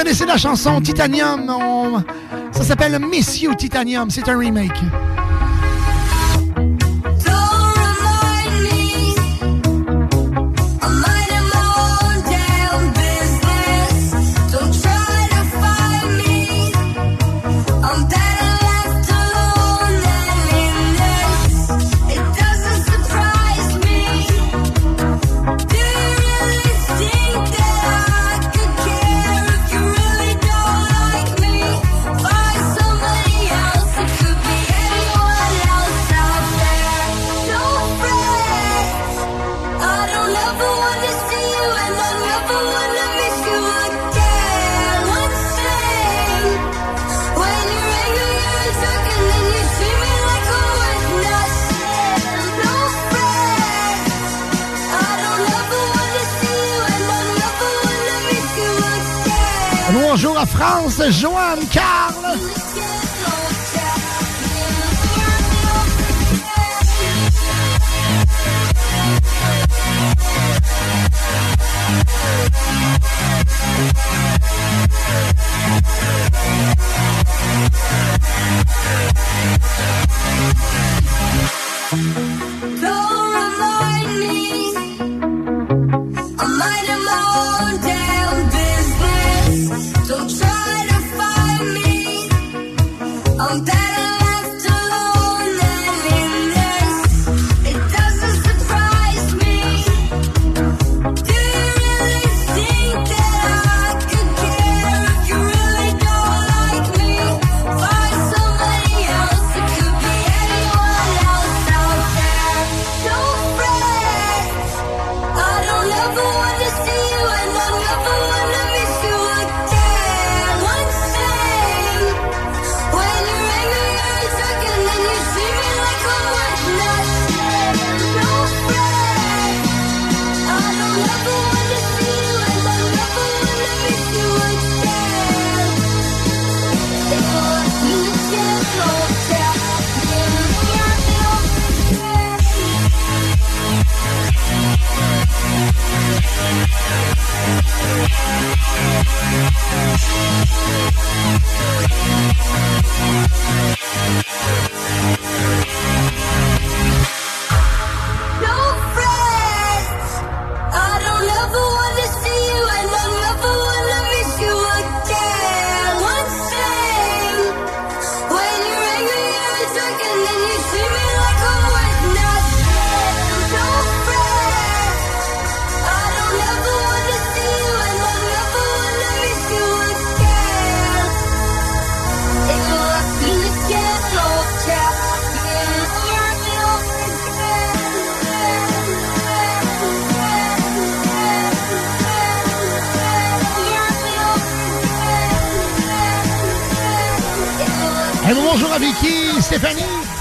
connaissez la chanson Titanium. On... Ça s'appelle Miss You Titanium. C'est un remake. Bonjour à France, Joanne, Carl. Hey, bonjour à Vicky, Stéphanie.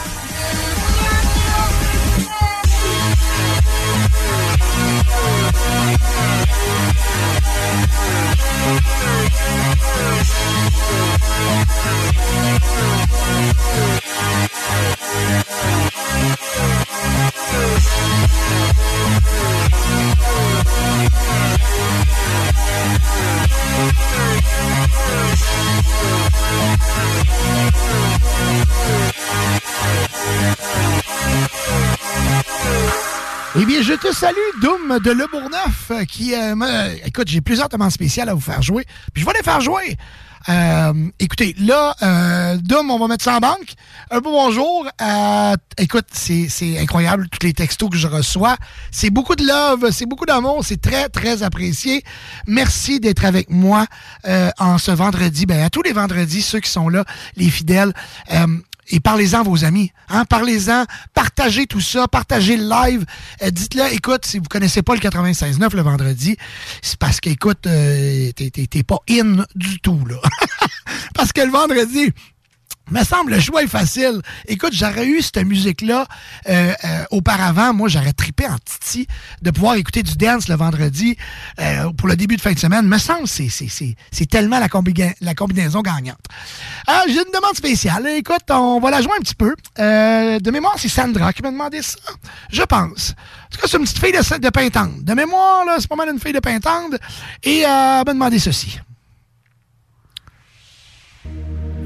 Eh bien, je te salue, Doom de Le Bourgneuf, qui, euh, me... écoute, j'ai plusieurs demandes spéciales à vous faire jouer, puis je vais les faire jouer. Euh, écoutez, là, euh, Doom, on va mettre ça en banque. Un beau bonjour. Euh, écoute, c'est, c'est incroyable, tous les textos que je reçois. C'est beaucoup de love, c'est beaucoup d'amour, c'est très, très apprécié. Merci d'être avec moi euh, en ce vendredi. Ben, à tous les vendredis, ceux qui sont là, les fidèles. Euh, Et parlez-en à vos amis, hein? Parlez-en, partagez tout ça, partagez le live. Euh, dites-le, écoute, si vous connaissez pas le quatre-vingt-seize neuf le vendredi, c'est parce qu'écoute, euh, t'es, t'es, t'es pas in du tout, là. Parce que le vendredi, me semble, le choix est facile. Écoute, j'aurais eu cette musique-là euh, euh, auparavant. Moi, j'aurais trippé en titi de pouvoir écouter du dance le vendredi euh, pour le début de fin de semaine. Me semble, c'est, c'est, c'est, c'est tellement la, combina- la combinaison gagnante. Ah, j'ai une demande spéciale. Écoute, on va la jouer un petit peu. Euh, de mémoire, c'est Sandra qui m'a demandé ça. Je pense. En tout cas, c'est une petite fille de, de Pintendre. De mémoire, là, c'est pas mal une fille de Pintendre. Et euh, elle m'a demandé ceci.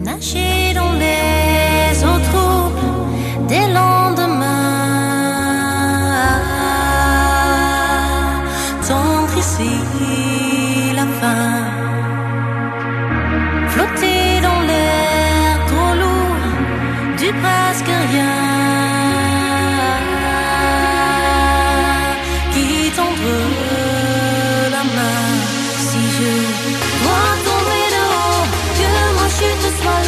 nager dans les eaux troubles des lendemains, tendre ici la fin, flotter dans l'air trop lourd du presque rien, qui tendre la main si je dois tomber de haut, que ma chute soit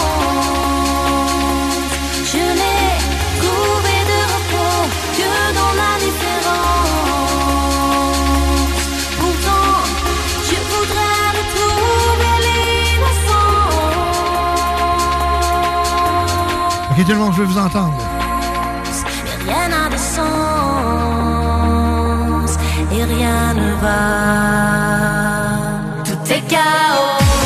lente. Je n'ai trouvé de repos que dans la différence. Pourtant, je voudrais retrouver l'innocence. Ok, tout le monde, je veux vous entendre. Et rien n'a de sens, et rien ne va. Tout est chaos.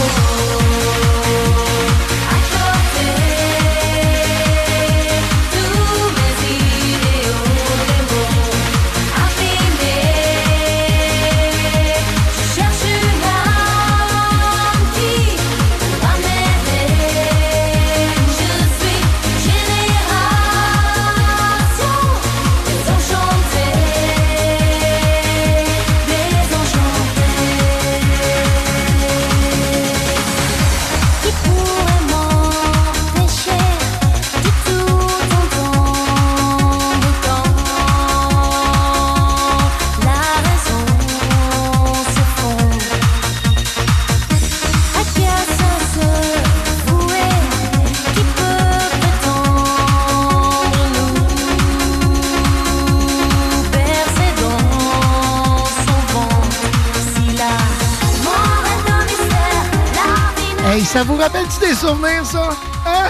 Hey, ça vous rappelle-tu des souvenirs, ça? Hein?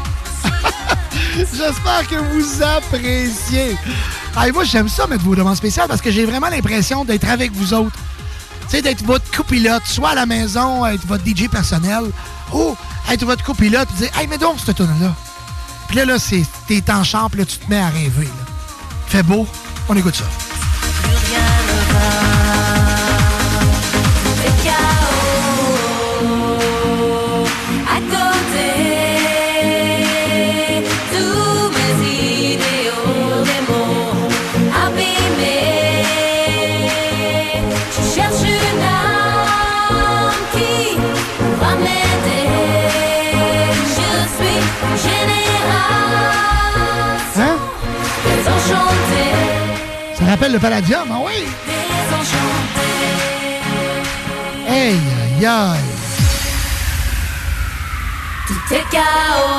J'espère que vous appréciez. Hey, moi, j'aime ça, mettre vos demandes spéciales, parce que j'ai vraiment l'impression d'être avec vous autres. Tu sais, d'être votre copilote, soit à la maison, être votre D J personnel, ou être votre copilote et dire « Hey, mets donc cette tune-là. » Puis là, là, c'est, t'es en champ, puis là, tu te mets à rêver. Là. Fait beau, on écoute ça. Plus rien ne va. C'est chaos. À côté, tous mes idéaux, des mots abîmés. Je cherche une âme qui va m'aider. Je suis génération. Hein? Désenchantée. Ça rappelle le Palladium, ah oui? Désenchantée. Hey, aïe, aïe. Tout est chaos.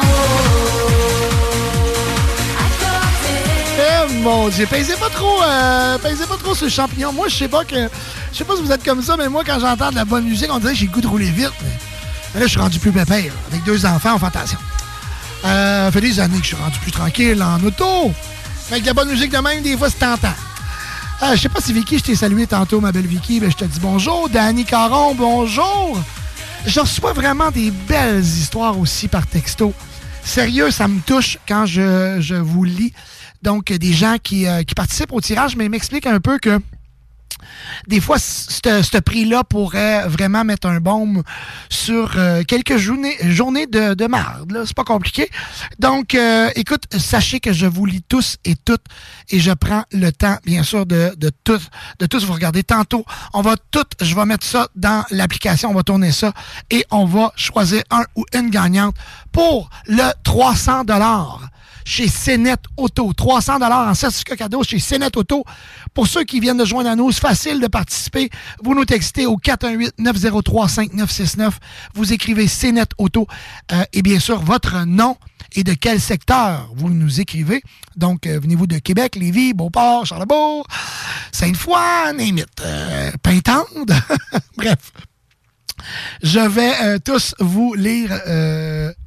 Eh mon Dieu, pèsez pas trop, euh, pèsez pas trop sur le champignon. Moi, je sais pas que, je sais pas si vous êtes comme ça, mais moi, quand j'entends de la bonne musique, on dirait que j'ai le goût de rouler vite. Mais, mais là, je suis rendu plus pépère. Avec deux enfants, on fait attention. Euh, ça fait des années que je suis rendu plus tranquille en auto. Avec de la bonne musique de même, des fois, c'est tentant. Euh, je sais pas si Vicky, je t'ai salué tantôt, ma belle Vicky. Ben, je te dis bonjour. Danny Caron, bonjour. Je reçois vraiment des belles histoires aussi par texto. Sérieux, ça me touche quand je, je vous lis. Donc, des gens qui, euh, qui participent au tirage, mais m'expliquent un peu que des fois, ce prix-là pourrait vraiment mettre un baume sur euh, quelques journées, journées de, de marde. C'est pas compliqué. Donc, euh, écoute, sachez que je vous lis tous et toutes et je prends le temps, bien sûr, de, de, tout, de tous vous regarder. Tantôt, on va tout, je vais mettre ça dans l'application, on va tourner ça et on va choisir un ou une gagnante pour le trois cents dollars. Chez Cénet Auto. trois cents dollars en certificat cadeau chez Cénet Auto. Pour ceux qui viennent de joindre à nous, c'est facile de participer. Vous nous textez au quatre un huit neuf zéro trois cinq neuf six neuf. Vous écrivez Cénet Auto euh, et bien sûr votre nom et de quel secteur vous nous écrivez. Donc, euh, venez-vous de Québec, Lévis, Beauport, Charlebourg, Sainte-Foy, name it, euh, Pintendre. Bref. Je vais euh, tous vous lire euh,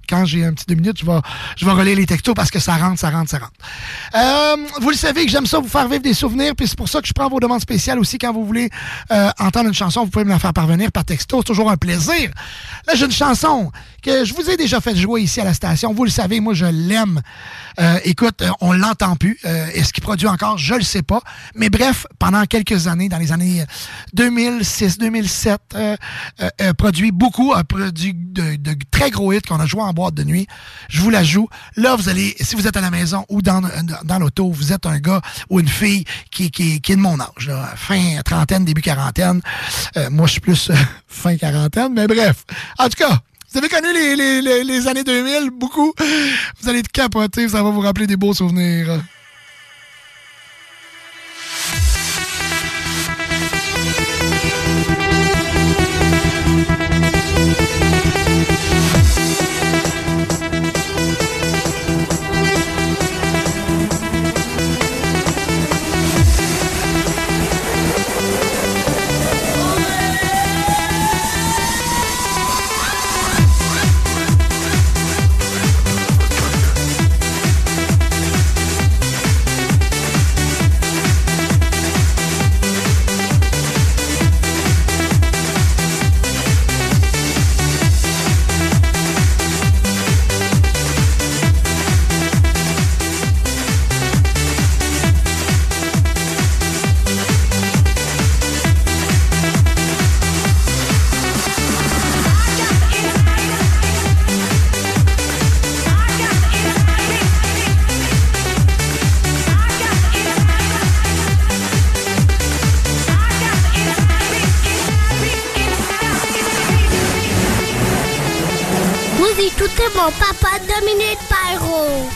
quand j'ai un petit deux minutes, je vais, je vais relayer les textos parce que ça rentre, ça rentre, ça rentre. Euh, vous le savez que j'aime ça vous faire vivre des souvenirs, puis c'est pour ça que je prends vos demandes spéciales aussi quand vous voulez euh, entendre une chanson, vous pouvez me la faire parvenir par texto, c'est toujours un plaisir. Là, j'ai une chanson que je vous ai déjà fait jouer ici à la station, vous le savez, moi je l'aime. Euh, écoute, euh, on l'entend plus. Euh, est-ce qu'il produit encore? Je le sais pas. Mais bref, pendant quelques années, dans les années deux mille six deux mille sept, euh, euh, euh, produit beaucoup, a produit de, de très gros hits qu'on a joué en boîte de nuit. Je vous la joue. Là, vous allez, si vous êtes à la maison ou dans, dans l'auto, vous êtes un gars ou une fille qui, qui, qui est de mon âge, là, fin trentaine, début quarantaine. Euh, moi, je suis plus euh, fin quarantaine, mais bref. En tout cas, vous avez connu les, les, les, les années deux mille, beaucoup. Vous allez être capoter, ça va vous rappeler des beaux souvenirs. Mon papa Dominique Perrault.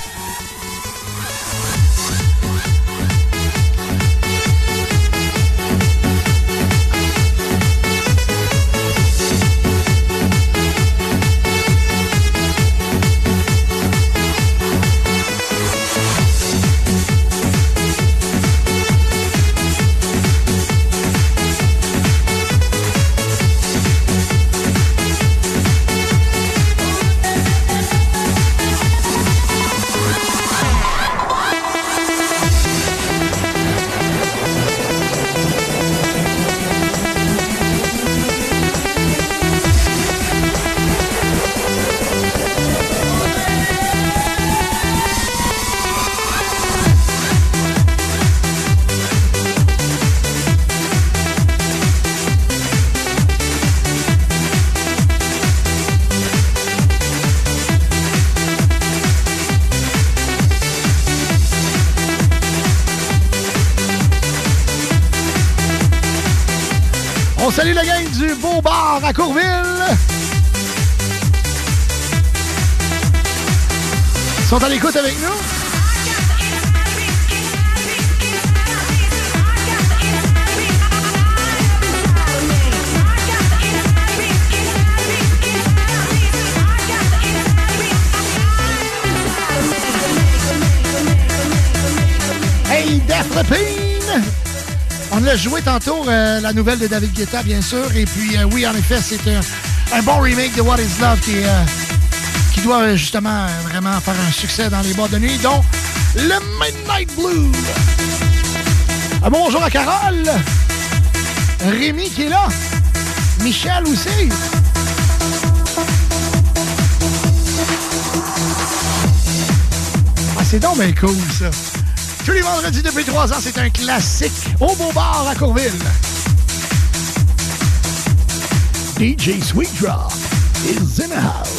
Salut le gang du Beau Bar à Courville. Ils sont à l'écoute avec nous. Hey, Def Repine! On l'a joué tantôt, euh, la nouvelle de David Guetta, bien sûr. Et puis, euh, oui, en effet, c'est un, un bon remake de What is Love qui, euh, qui doit euh, justement euh, vraiment faire un succès dans les boîtes de nuit, dont le Midnight Blue. Un bonjour à Carole. Rémi qui est là. Michel aussi. Ah, c'est donc bien cool, ça. Tous les vendredis depuis trois ans, c'est un classique au Beau Bar à Courville. D J Sweet Drop is in the house.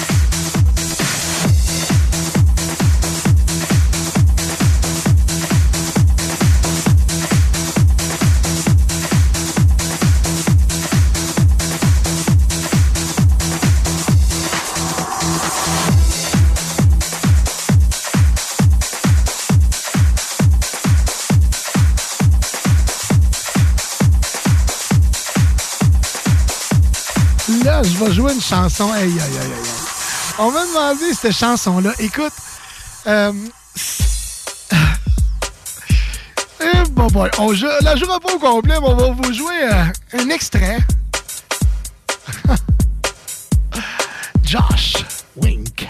Je vais jouer une chanson. Aïe, aïe, aïe, aïe. On m'a demandé cette chanson-là. Écoute, euh... eh, bon, bon, on joue, la jouera pas au complet, mais on va vous jouer euh, un extrait. Josh Wink.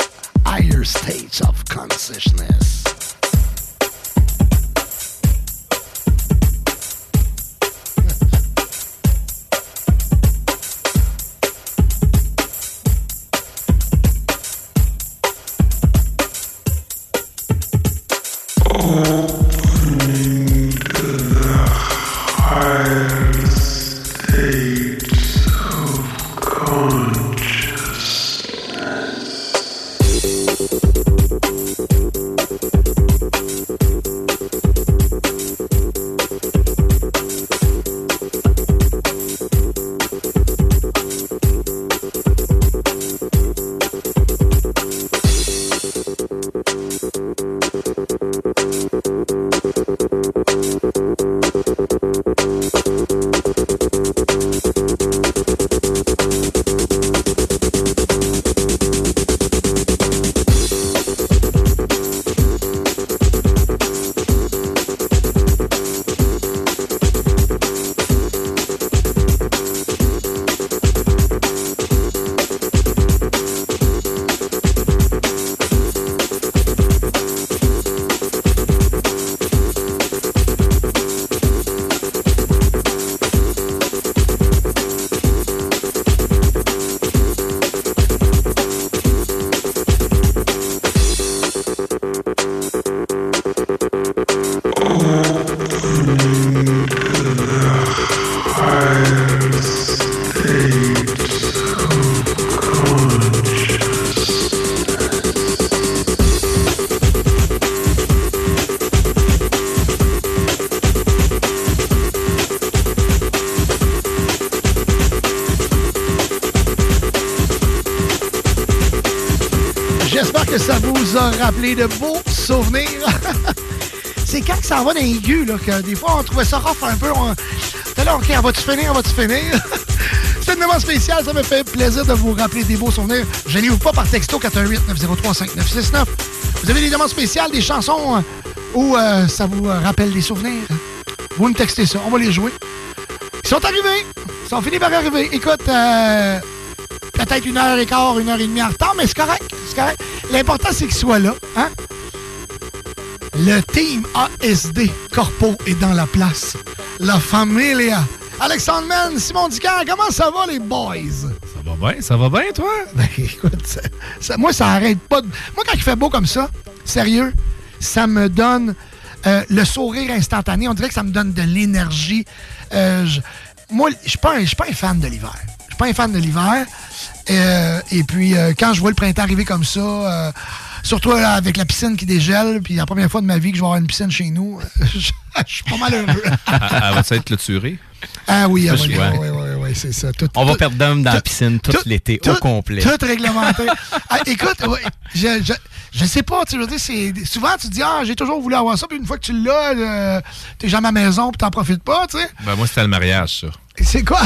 que ça vous a rappelé de beaux souvenirs. C'est quand que ça va dans l'aigu, là, que des fois, on trouvait ça rough un peu. On... T'es là, OK, on va-tu finir, on va-tu finir? C'est un moment spécial, ça me fait plaisir de vous rappeler des beaux souvenirs. Je n'ai pas par texto quatre un huit neuf zéro trois cinq neuf six neuf. Vous avez des demandes spéciales, des chansons où euh, ça vous rappelle des souvenirs. Vous nous textez ça, on va les jouer. Ils sont arrivés, ils sont finis par arriver. Écoute, euh, peut-être une heure et quart, une heure et demie en retard, mais c'est correct, c'est correct. L'important, c'est qu'ils soient là, hein? Le Team A S D Corpo est dans la place. La Familia. Alexandre Mann, Simon Ducard, comment ça va, les boys? Ça va bien, ça va bien, toi? Ben, écoute, ça, ça, moi, ça arrête pas. De... Moi, quand il fait beau comme ça, sérieux, ça me donne euh, le sourire instantané. On dirait que ça me donne de l'énergie. Euh, je... Moi, je suis pas, un... pas un fan de l'hiver. Je suis pas un fan de l'hiver. Euh, et puis, euh, quand je vois le printemps arriver comme ça... Euh, surtout là, avec la piscine qui dégèle, puis la première fois de ma vie que je vais avoir une piscine chez nous, je, je suis pas mal heureux. Elle va-tu être clôturée? Ah oui, ah, oui, ouais. oui, oui, oui, c'est ça. Tout, On tout, va perdre d'hommes dans tout, la piscine tout, tout l'été, tout, au complet. Tout réglementé. Ah, écoute, ouais, je, je, je sais pas, tu veux dire, c'est, souvent tu te dis, ah, j'ai toujours voulu avoir ça, puis une fois que tu l'as, euh, t'es jamais à la maison, puis t'en profites pas, tu sais. Ben, moi, c'était le mariage, ça. C'est quoi?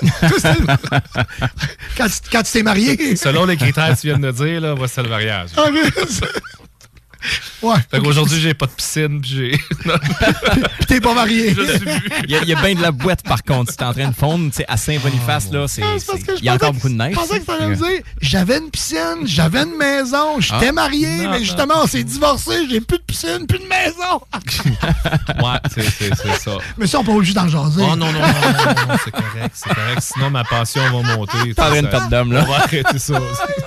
quand, tu, quand tu t'es marié? Selon les critères que tu viens de dire, là, moi, c'est le mariage. Ah, mais... Ouais. Fait qu'aujourd'hui, j'ai pas de piscine, pis j'ai. Pis t'es pas marié. Je suis bu. Il y a, il y a bien de la boîte, par contre. Si t'es en train de fondre, tu sais, à Saint-Boniface, là, c'est. Ah, c'est parce que il y a encore beaucoup de neige. Je pensais que t'allais me dire, j'avais une piscine, j'avais une maison, j'étais ah, marié, non, mais justement, non. on s'est divorcés, j'ai plus de piscine, plus de maison. Ouais, c'est, c'est, c'est ça. Mais ça, on peut juste d'en jaser. Oh non, non, non, non, non, non, c'est correct, c'est correct. Sinon, ma passion va monter. T'as une perte d'homme, là. On va arrêter ça.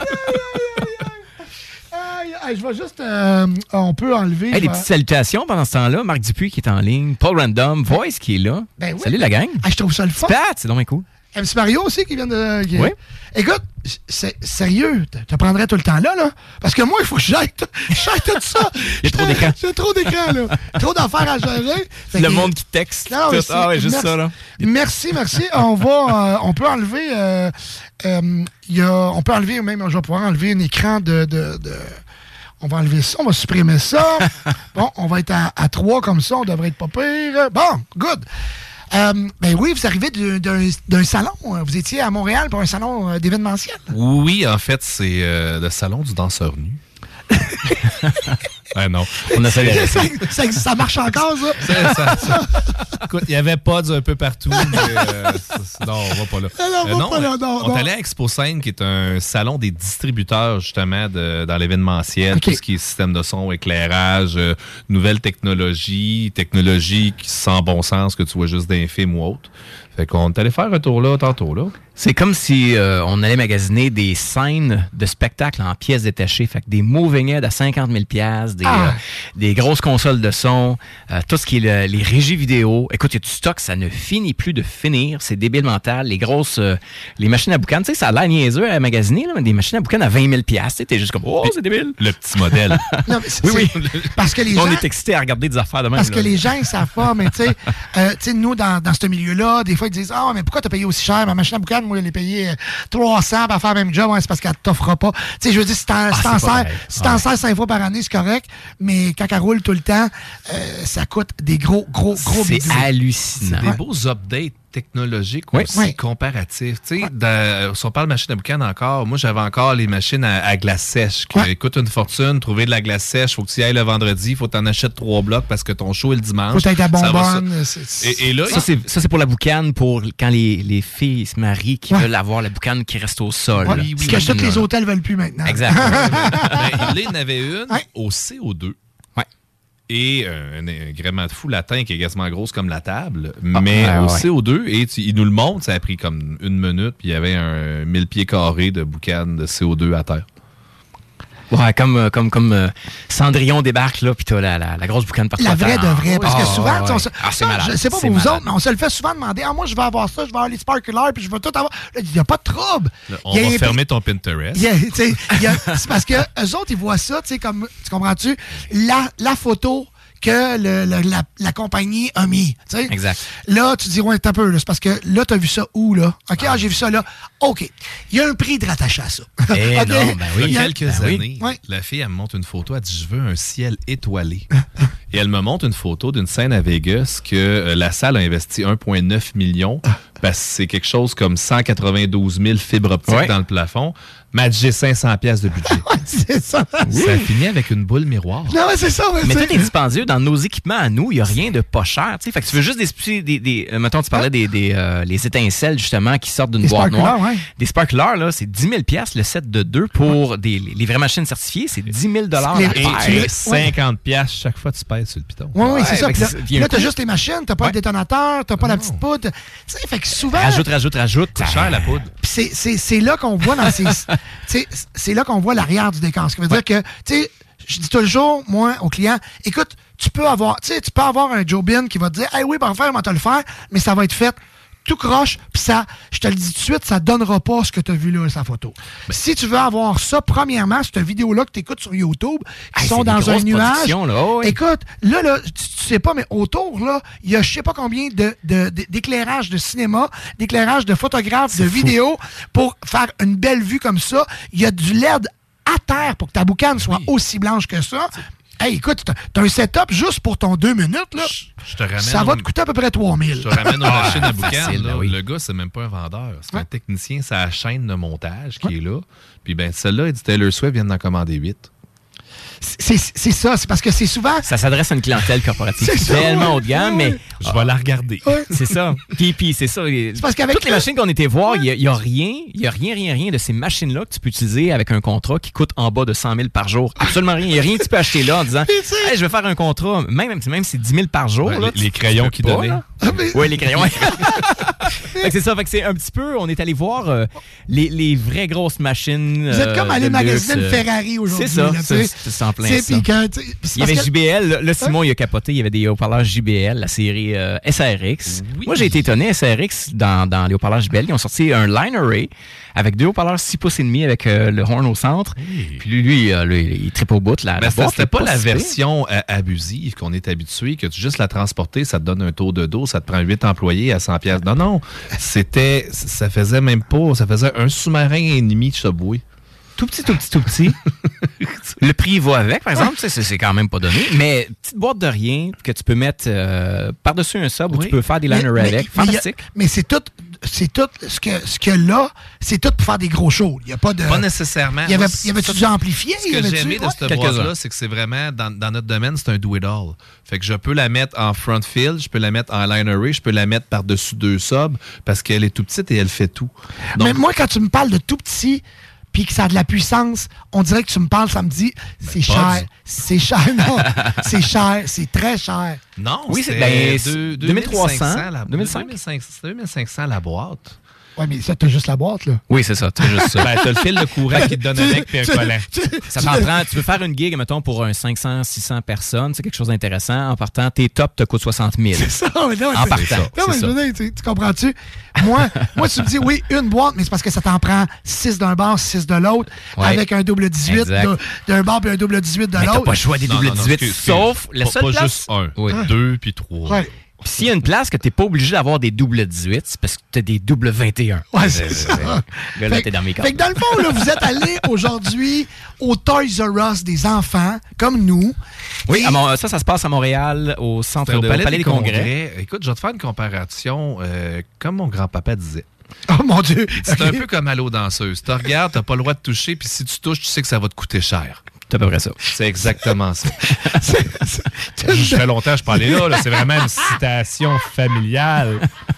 Hey, je vais juste... Euh, on peut enlever... Hey, des petites salutations pendant ce temps-là. Marc Dupuis qui est en ligne. Paul Random. Voice qui est là. Ben oui. Salut la gang. Hey, je trouve ça le fun. Pat, c'est donc cool. M C Mario aussi qui vient de... Qui... Oui. Écoute, c'est, sérieux, te prendrais tout le temps là, là? Parce que moi, il faut que j'aille tout ça. Il y a trop d'écrans. Il y a trop d'écrans, là. Trop d'affaires à gérer. Fait le que... monde qui texte. Non, tout. Ah ouais, juste merci, ça, là. Merci, merci. On va... Euh, on peut enlever... Euh, euh, y a, on peut enlever, même, je vais pouvoir enlever un écran de... de, de on va enlever ça, on va supprimer ça. Bon, on va être à, à trois comme ça, on devrait être pas pire. Bon, good. Euh, ben oui, vous arrivez d'un, d'un salon. Vous étiez à Montréal pour un salon d'événementiel. Oui, en fait, c'est euh, le salon du danseur nu. Ouais, non. On a fait ça, ça, ça marche encore, ça? ça, ça, ça. Écoute, il y avait pods un peu partout, mais euh, ça, non, on va pas là. Alors, euh, non, pas là non, on non. est allé à ExpoScène, qui est un salon des distributeurs, justement, de, dans l'événementiel, okay. Tout ce qui est système de son, éclairage, euh, nouvelles technologies, technologies qui sans bon sens, que tu vois juste dans les films ou autres. Fait qu'on est allé faire un tour là, tantôt là. C'est comme si euh, on allait magasiner des scènes de spectacle en pièces détachées. Fait que des moving heads à cinquante mille dollars, des, ah. euh, des grosses consoles de son, euh, tout ce qui est le, les régies vidéo. Écoute, il y a du stock, ça ne finit plus de finir. C'est débile mental. Les grosses, euh, les machines à boucan, tu sais, ça a l'air niaiseux à magasiner, là, mais des machines à boucan à vingt mille dollars, tu sais, t'es juste comme, oh, c'est débile. Le petit modèle. Non, mais c'est, oui, oui. Parce que les on gens, est excités à regarder des affaires de même. Parce là. que les gens, ils savent pas, mais tu sais, euh, nous, dans, dans ce milieu-là, des fois, ils disent, ah, oh, mais pourquoi t'as payé aussi cher? Ma machine à boucan, moi, je l'ai payé trois cents pour faire le même job, ouais, c'est parce qu'elle t'offre pas. Tu sais, je veux dire, si t'en, ah, si t'en sers, si t'en sers cinq fois par année, c'est correct, mais quand elle roule tout le temps, euh, ça coûte des gros, gros, gros C'est bidous. hallucinant. C'est des beaux updates technologiques oui. aussi, oui. comparatifs. Tu sais, ouais. si on parle de machine à boucan encore, moi, j'avais encore les machines à, à glace sèche qui ouais. coûtent une fortune. Trouver de la glace sèche, faut que tu y ailles le vendredi, faut que tu en achètes trois blocs parce que ton show est le dimanche. Faut être à bonbonne. Et, et là, ça, c'est, ça, c'est pour la boucane, pour quand les, les filles se marient, qui ouais. veulent avoir la boucane qui reste au sol. Ouais. Oui, oui, Parce que tous les hôtels veulent plus maintenant. Exactement. ben, là, il y en avait une ouais. au C O deux. Ouais. Et euh, un, un gréement de fou latin qui est quasiment grosse comme la table, ah, mais ouais, au ouais. C O deux, et tu, il nous le montre, ça a pris comme une minute, puis il y avait un mille pieds carrés de boucan de C O deux à terre. Ouais, comme, comme, comme euh, Cendrillon débarque, là, puis t'as la, la, la grosse boucane partout. La vraie de vraie, parce que oh, souvent, ouais. on se, ah, c'est malade. Je sais pas c'est pour vous malade. autres, mais on se le fait souvent demander, ah, moi, je veux avoir ça, je veux avoir les sparklers, puis je veux tout avoir. Il n'y a pas de trouble. Là, on va fermer ton Pinterest. Y a, y a, c'est parce que eux autres, ils voient ça, tu sais, comme, tu comprends-tu, la, la photo que le, le- la, la compagnie a mis. T'sais. Exact. Là, tu dis, ouais, t'as peu, là, c'est parce que là, t'as vu ça où, là? OK, ah, j'ai vu ça là. OK. Il y a un prix de rattaché à ça. Eh OK? non, ben oui. Il Il y y a a- quelques ben oui. années, Ouais. la fille, elle me montre une photo, elle dit « Je veux un ciel étoilé ». Et elle me montre une photo d'une scène à Vegas que euh, la salle a investi un virgule neuf million parce que c'est quelque chose comme cent quatre-vingt-douze mille fibres optiques Ouais. dans le plafond. Mais elle dit, j'ai cinq cents piastres de budget. c'est ça. Ça finit avec une boule miroir. Non, ouais, c'est ça. Ouais, Mais c'est- tout est dispendieux. Dans nos équipements à nous, il n'y a rien de pas cher. T'sais. Fait que tu veux juste des... des, des, des euh, mettons, tu parlais des, des euh, les étincelles, justement, qui sortent d'une Des boîte noire. sparklers, ouais. Des sparklers, là, c'est dix mille piastres le set de deux pour des, les vraies machines certifiées. C'est dix mille dollars Les- la et paire. tu Et Ouais. cinquante piastres chaque fois que tu pèses sur le piton. Oui, oui, c'est Ouais, ça. fait Puis que là, c'est- il y a un là, t'as coût. juste les machines, t'as pas le détonateur, t'as pas la petite poudre. Tu sais, fait que souvent. Rajoute, rajoute, rajoute. C'est cher, la poudre. Puis c'est- c'est c'est là qu'on voit dans ces. tu sais, c'est là qu'on voit l'arrière du décor. Ce qui veut dire que, tu sais, je dis toujours, moi, aux clients, écoute, tu peux avoir, tu sais, tu peux avoir un Joe Bin qui va te dire, hey, oui, ben, faire, on va te le faire, mais ça va être fait tout croche, puis ça, je te le dis tout de suite, ça donnera pas ce que tu as vu là, sa photo. Si tu veux avoir ça, premièrement, cette vidéo-là que tu écoutes sur YouTube, qui Hey, sont c'est des dans un grosses nuage. productions, là. Oh, oui. Écoute, là, là, tu, tu sais pas, mais autour, là, il y a je sais pas combien de, de- de- d'éclairage de cinéma, d'éclairage de photographes, de vidéos pour faire une belle vue comme ça. Il y a du L E D à terre pour que ta boucane soit aussi blanche que ça. Hey, écoute, t'as, t'as un setup juste pour ton deux minutes, là. Je te ramène Ça va te une- coûter à peu près trois mille. Je te ramène une machine à boucan. facile, là. ben oui. Le gars, c'est même pas un vendeur. C'est un technicien, c'est la chaîne de montage qui est là. Puis ben celle-là, il dit Taylor Swift vient d'en commander huit. C'est, c'est ça, c'est parce que c'est souvent... Ça s'adresse à une clientèle corporative C'est ça, tellement ouais. haut de gamme, mais Je vais la regarder. c'est ça. Puis, puis c'est ça. parce qu'avec Toutes les le- machines qu'on était voir, il n'y a, rien, il y a rien, rien, rien de ces machines-là que tu peux utiliser avec un contrat qui coûte en bas de cent mille par jour. Absolument rien. Il n'y a rien que tu peux acheter là en disant hey, je vais faire un contrat, même, même si c'est dix mille par jour. Ouais, là, les- les tu- crayons tu qu'ils peux pas, donnaient. là. Ah, mais- Oui, les crayons. Fait que c'est ça. Fait que c'est un petit peu, on est allé voir euh, les, les vraies grosses machines. Vous êtes comme euh, allé de magasiner luxe, une euh, Ferrari aujourd'hui. C'est ça. là, tu C'est sais. c'est en plein Tu sais, ça. puis quand, tu sais, c'est Il y avait parce que- J B L. Là, là, Simon, il a capoté. Il y avait des haut-parleurs J B L, la série euh, S R X. Moi, j'ai été étonné. S R X, dans, dans les haut-parleurs J B L, ils ont sorti un line array avec deux haut-parleurs six pouces et demi avec euh, le horn au centre. Puis lui, lui, euh, lui, il tripe au bout. La, Mais la c'était boîte, c'était est pas la si pire. version euh, abusive qu'on est habitué, que tu juste la transporter, ça te donne un tour de dos, ça te prend huit employés à cent piastres. Non, non. C'était, ça faisait même pas, ça faisait un sous-marin ennemi de Subway. Tout petit, tout petit, tout petit. Le prix va avec, par exemple. Tu sais, C'est c'est quand même pas donné. Mais petite boîte de rien que tu peux mettre euh, par-dessus un sub où Oui. tu peux faire des Mais- liners mais- avec. mais il y a- Fantastique. Mais c'est tout, c'est tout ce que ce que là, c'est tout pour faire des gros shows. Il y a pas de. Pas nécessairement. Il y avait, Moi, il y avait ça- du amplifié. Ce il y que avait-tu- j'ai aimé de ouais. cette quelques-uns. boîte-là, c'est que c'est vraiment, dans, dans notre domaine, c'est un do-it-all. Fait que je peux la mettre en front fill, je peux la mettre en line array, je peux la mettre par-dessus deux subs parce qu'elle est tout petite et elle fait tout. Donc, Mais moi, quand tu me parles de tout petit, puis que ça a de la puissance, on dirait que tu me parles, ça me dit, c'est Pods. cher. C'est cher, non. c'est cher, c'est très cher. non, Oui, c'est- c'est ben, deux- deux mille trois cents, la, deux mille cinq. deux mille cinq cents, deux mille cinq cents la boîte. Ouais, mais ça, t'as juste la boîte, là. Oui, c'est ça. T'as juste ça. Ben, t'as le fil de courant qui te donne avec puis un collant. Ça t'en prend. Tu veux faire une gig, mettons, pour un cinq cents, six cents personnes, c'est quelque chose d'intéressant. En partant, tes tops te coûtent soixante mille. C'est ça, mais non, En c'est- partant, Non, mais c'est je veux dire, tu, tu comprends-tu? Moi, moi, tu me dis, oui, une boîte, mais c'est parce que ça t'en prend six d'un bar, six de l'autre, Ouais. avec un double dix-huit Exact. d'un- d'un bar puis un double dix-huit de Mais t'as l'autre. pas le choix des Non, double non, non, dix-huit, excuse, sauf excuse. la Pas- seule pas place... juste un, Oui. deux puis trois. Ouais. Puis s'il y a une place que t'es pas obligé d'avoir des double dix-huit, c'est parce que t'as des double vingt et un. Ouais, c'est ça. Là, là, Fait, t'es dans mes fait cordes. que dans le fond, là, vous êtes allé aujourd'hui au Toys R Us des enfants, comme nous. Oui, Et- à Mon- ça, ça se passe à Montréal, au centre C'était de au Palais, des, congrès. Congrès. Écoute, je vais te faire une comparaison, euh, comme mon grand-papa disait. Oh mon Dieu! C'est Ok. un peu comme à l'eau danseuse. Tu regardes, t'as pas le droit de toucher, puis si tu touches, tu sais que ça va te coûter cher. C'est à peu près ça. C'est exactement ça. Je fais longtemps que je parlais là, là. C'est vraiment une citation familiale.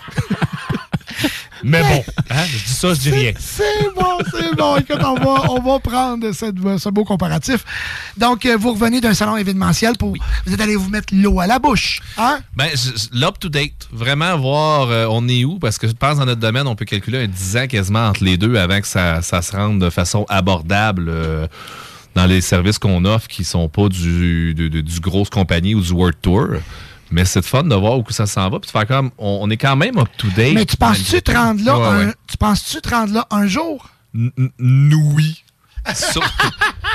Mais bon, hein, je dis ça, je dis rien. C'est bon, c'est bon. Écoute, on va, on va prendre cette, ce beau comparatif. Donc, euh, vous revenez d'un salon événementiel pour... Vous êtes allé vous mettre l'eau à la bouche, hein? Ben, l'up-to-date, vraiment voir euh, on est où, parce que je pense dans notre domaine, on peut calculer un dix ans quasiment entre les deux avant que ça, ça se rende de façon abordable euh, dans les services qu'on offre qui sont pas du, de, de, du grosse compagnie ou du World Tour. Mais c'est fun de voir où ça s'en va. Puis de faire comme, on, on est quand même up-to-date. Mais tu penses-tu te rendre là, Ouais, un, ouais. tu penses-tu te rendre là un jour? N- n- Oui. Sur-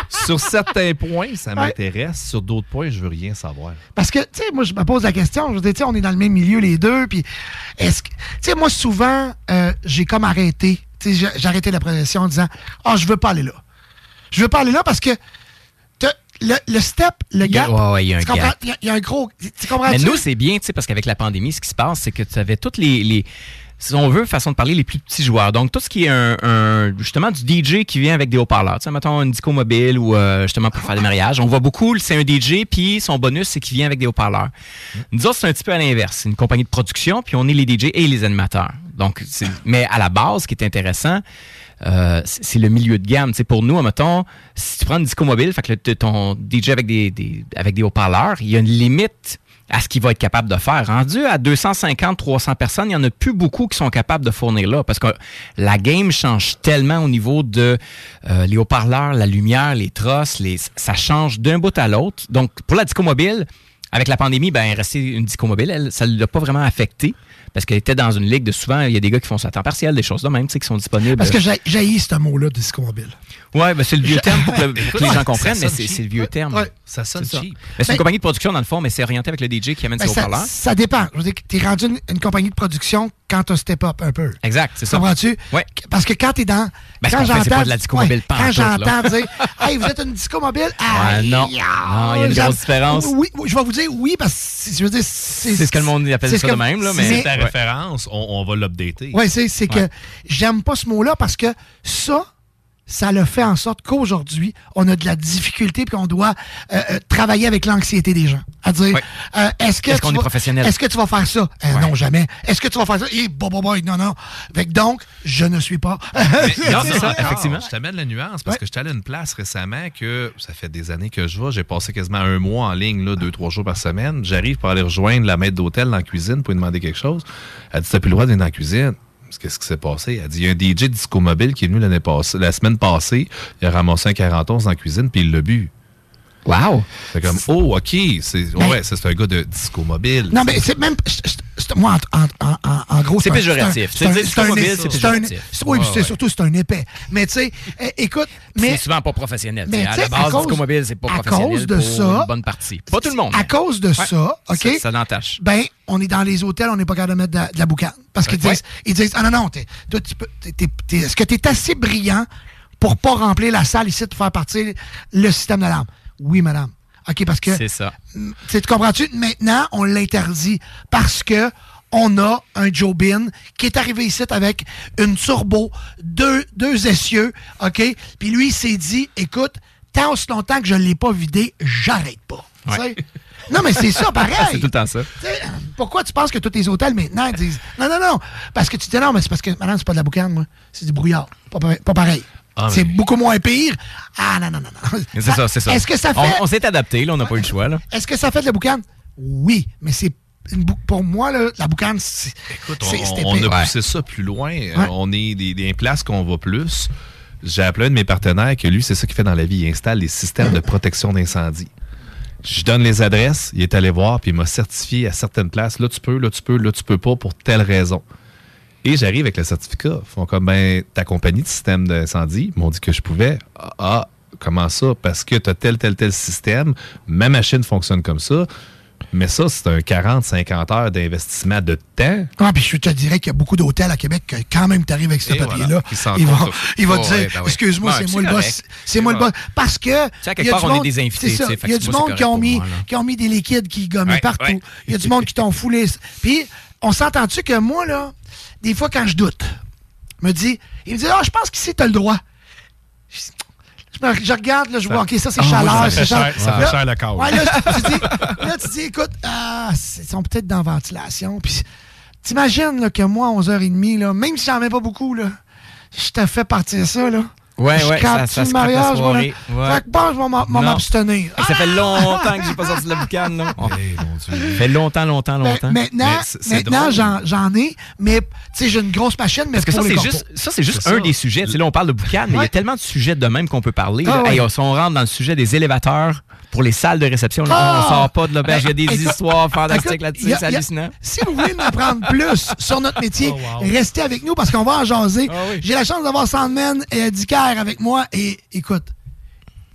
Sur certains points, ça Ouais. m'intéresse. Sur d'autres points, je veux rien savoir. Parce que, tu sais, moi, je me pose la question. Je veux dire, tu sais, on est dans le même milieu, les deux. Puis, est-ce que. Tu sais, moi, souvent, euh, j'ai comme arrêté. Tu sais, j'ai- j'ai arrêté la progression en disant Ah, je veux pas aller là. Je veux pas aller là parce que t'as le, le step, le Il y a- gap. ouais, ouais, il y a un tu comprends? gap. Il y a- il y, a un gros. Tu comprends? Mais nous, c'est bien, tu sais, parce qu'avec la pandémie, ce qui se passe, c'est que tu avais toutes les, les, si on veut, façon de parler, les plus petits joueurs. Donc, tout ce qui est un, un- justement du D J qui vient avec des haut-parleurs. Tu sais, mettons une disco mobile ou euh, justement pour faire des mariages. On voit beaucoup, c'est un D J, puis son bonus, c'est qu'il vient avec des haut-parleurs. Nous autres, c'est un petit peu à l'inverse. C'est une compagnie de production, puis on est les D J et les animateurs. Donc, c'est- mais à la base, ce qui est intéressant, Euh, c'est c'est le milieu de gamme. Tu sais, pour nous, mettons, si tu prends une disco mobile, fait que le- ton D J avec des, des, avec des haut-parleurs, il y a une limite à ce qu'il va être capable de faire. Rendu à deux cent cinquante, trois cents personnes, il n'y en a plus beaucoup qui sont capables de fournir là, parce que la game change tellement au niveau de euh, les haut-parleurs, la lumière, les trosses, les, ça change d'un bout à l'autre. Donc, pour la disco mobile, avec la pandémie, ben, rester une disco mobile, elle, ça ne l'a pas vraiment affecté. Parce qu'elle était dans une ligue de souvent, il y a des gars qui font ça à temps partiel, des choses de même, tu sais, qui sont disponibles. Parce que j'ai jailli ce mot-là, disco mobile. Ouais, ben c'est le vieux Je- terme pour que, le- pour que les gens Ouais, comprennent, ça mais sonne c'est cheap. c'est le vieux terme. Ouais. Ça sonne C'est ça. cheap. Mais c'est une Ben- compagnie de production, dans le fond, mais c'est orienté avec le D J qui amène Ben, ses ça, haut-parleurs. ça dépend. Je veux dire, t'es rendu une, une compagnie de production quand t'as step up un peu. Exact, c'est ça. Comprends-tu? Ouais. Parce que quand t'es dans. Ben, ce quand qu'on fait, c'est j'entends- pas de la disco ouais, mobile Quand pantoute, là. j'entends dire Hey, vous êtes une disco mobile? Ouais, Aïe, non. ah, Non, il y a une j'aime- grosse différence. Oui, oui, je vais vous dire oui, parce que c'est- je veux dire, c'est. C'est ce que le monde appelle c'est ça ce de que- même, là, mais- C'est ta Ouais. référence, on, on va l'updater. Oui, c'est c'est Ouais. que j'aime pas ce mot-là parce que ça, ça le fait en sorte qu'aujourd'hui, on a de la difficulté puis on doit euh, euh, travailler avec l'anxiété des gens. À dire, Ouais. euh, est-ce que Est-ce tu qu'on est vas- professionnel? Est-ce que tu vas faire ça? Euh, Ouais. Non, jamais. Est-ce que tu vas faire ça? Eh, boy, boy, boy, non, non. Fait que donc, je ne suis pas. Mais, non, c'est ça, Ah. effectivement. Je t'amène la nuance parce Ouais. que je suis allé à une place récemment que ça fait des années que je vais. J'ai passé quasiment un mois en ligne, là, deux, trois jours par semaine. J'arrive pour aller rejoindre la maître d'hôtel dans la cuisine pour lui demander quelque chose. Elle dit, t'as plus le droit d'aller dans la cuisine. Qu'est-ce qui s'est passé? Elle dit, il y a un D J disco mobile qui est venu l'année passée, la semaine passée. Il a ramassé un quarante onze dans la cuisine puis il l'a bu. Wow! C'est comme, oh, OK. C'est, ouais, ça, c'est un gars de disco mobile. Non, mais c'est même. c'est- c'est- Moi, en, en, en, en gros, C'est un- péjoratif. C'est un, C'est dire c'est un, disco c'est mobile, un- c'est c'est un- péjoratif. c'est- Oui, puis Ouais, c'est ouais. surtout, c'est un épais. Mais tu sais, eh, écoute. C'est mais souvent pas professionnel. mais t'sais. À tu sais, la à base, cause- disco mobile, c'est pas à professionnel cause de pour ça- une bonne partie. Pas tout le monde. À mais- cause de Ouais. ça, OK? Ça, ça l'entache. Ben, on est dans les hôtels, on n'est pas capable de mettre de la, de la boucane. Parce qu'ils Ouais. disent, ils disent, ah non, non, t'es- toi, tu peux, t'es- t'es- t'es- est-ce que tu es assez brillant pour pas remplir la salle ici, de faire partir le système d'alarme? Oui, madame. OK, parce que. C'est ça. Mm, tu tu comprends-tu? Maintenant, on l'interdit parce que on a un Joe Bin qui est arrivé ici avec une turbo, deux, deux essieux, OK? Puis lui, il s'est dit, écoute, tant aussi longtemps que je ne l'ai pas vidé, j'arrête pas. Tu Ouais. sais? Non, mais c'est ça, pareil. C'est tout le temps ça. Tu sais, pourquoi tu penses que tous les hôtels maintenant disent non, non, non? Parce que tu dis non, mais c'est parce que madame, c'est pas de la boucane, moi. C'est du brouillard. Pas, pareil- pas pareil. Ah, c'est mais- beaucoup moins pire. Ah non, non, non, non. Mais C'est ça, c'est ça. Est-ce que ça fait. On, on s'est adapté, là, on n'a pas eu le choix, là. Est-ce que ça fait de la boucane? Oui, mais c'est. une bou- Pour moi, là, la boucane, c'est. Écoute, c'est- c'est on, on épais. a poussé ça plus loin. Euh, On est des, des places qu'on va plus. J'ai appelé un de mes partenaires que lui, c'est ça qu'il fait dans la vie. Il installe des systèmes de protection d'incendie. Je donne les adresses, il est allé voir, puis il m'a certifié à certaines places. Là, tu peux, là, tu peux, là, tu peux pas pour telle raison. Et j'arrive avec le certificat. Ils font comme, ben, ta compagnie de système d'incendie m'ont dit que je pouvais. Ah, ah, comment ça? Parce que tu as tel, tel, tel système. Ma machine fonctionne comme ça. Mais ça, c'est un quarante à cinquante heures d'investissement de temps. Ah, puis je te dirais qu'il y a beaucoup d'hôtels à Québec que quand même tu arrives avec ce Et papier-là, voilà, qui s'en il va, compte. il va Oh, te dire ouais, ben oui. excuse-moi, Ouais, c'est c'est moi le boss. correct. C'est moi le boss. Parce que. sais, à quelque il y a part, du on est monde- des invités, c'est ça. tu sais, fait Il y a que du moi, c'est monde qui ont, correct mis, pour moi, là. qui ont mis des liquides qui gommaient Ouais, partout. ouais. Il y a du monde qui t'ont foulé. Puis, on s'entend-tu que moi, là, des fois, quand je doute, me dit, il me dit, ah, je pense qu'ici, t'as le droit. Je, je me- je regarde, là, je vois, OK, ça, c'est Ah, chaleur. ça fait c'est cher- chaleur. ça fait Là- cher le câble. Ouais, là, tu, tu dis, là, tu dis, écoute, ah, c'est- ils sont peut-être dans la ventilation. Puis, t'imagines là, que moi, à onze heures trente, là, même si j'en mets pas beaucoup, là, je te fais partir ça, là. Ouais, Je ouais, ça, scrape-tu ça le scrape la mariage, moi, là? soirée. Ouais. Fait que bon, je vais m'en- m'en Non. m'abstenir. Ça fait longtemps que j'ai pas sorti de la boucane, non? Ça fait longtemps, longtemps, Ben, longtemps. maintenant, maintenant j'en, j'en ai, mais tu sais, j'ai une grosse machine, mais Parce que pour ça, les c'est corpos. juste, ça, c'est juste C'est un ça. des sujets. Tu sais, là, on parle de boucan, mais il y a tellement de sujets de même qu'on peut parler. Ah, là. ouais. Hey, si on rentre dans le sujet des élévateurs pour les salles de réception, là, Ah! on sort pas de l'auberge. Il y a des Écoute, histoires fantastiques écoute, là-dessus, y a- c'est y a- hallucinant. Si vous voulez en apprendre plus sur notre métier, Oh, wow. restez avec nous parce qu'on va en jaser. Ah oui. J'ai la chance d'avoir Sandman et Dicker avec moi et écoute,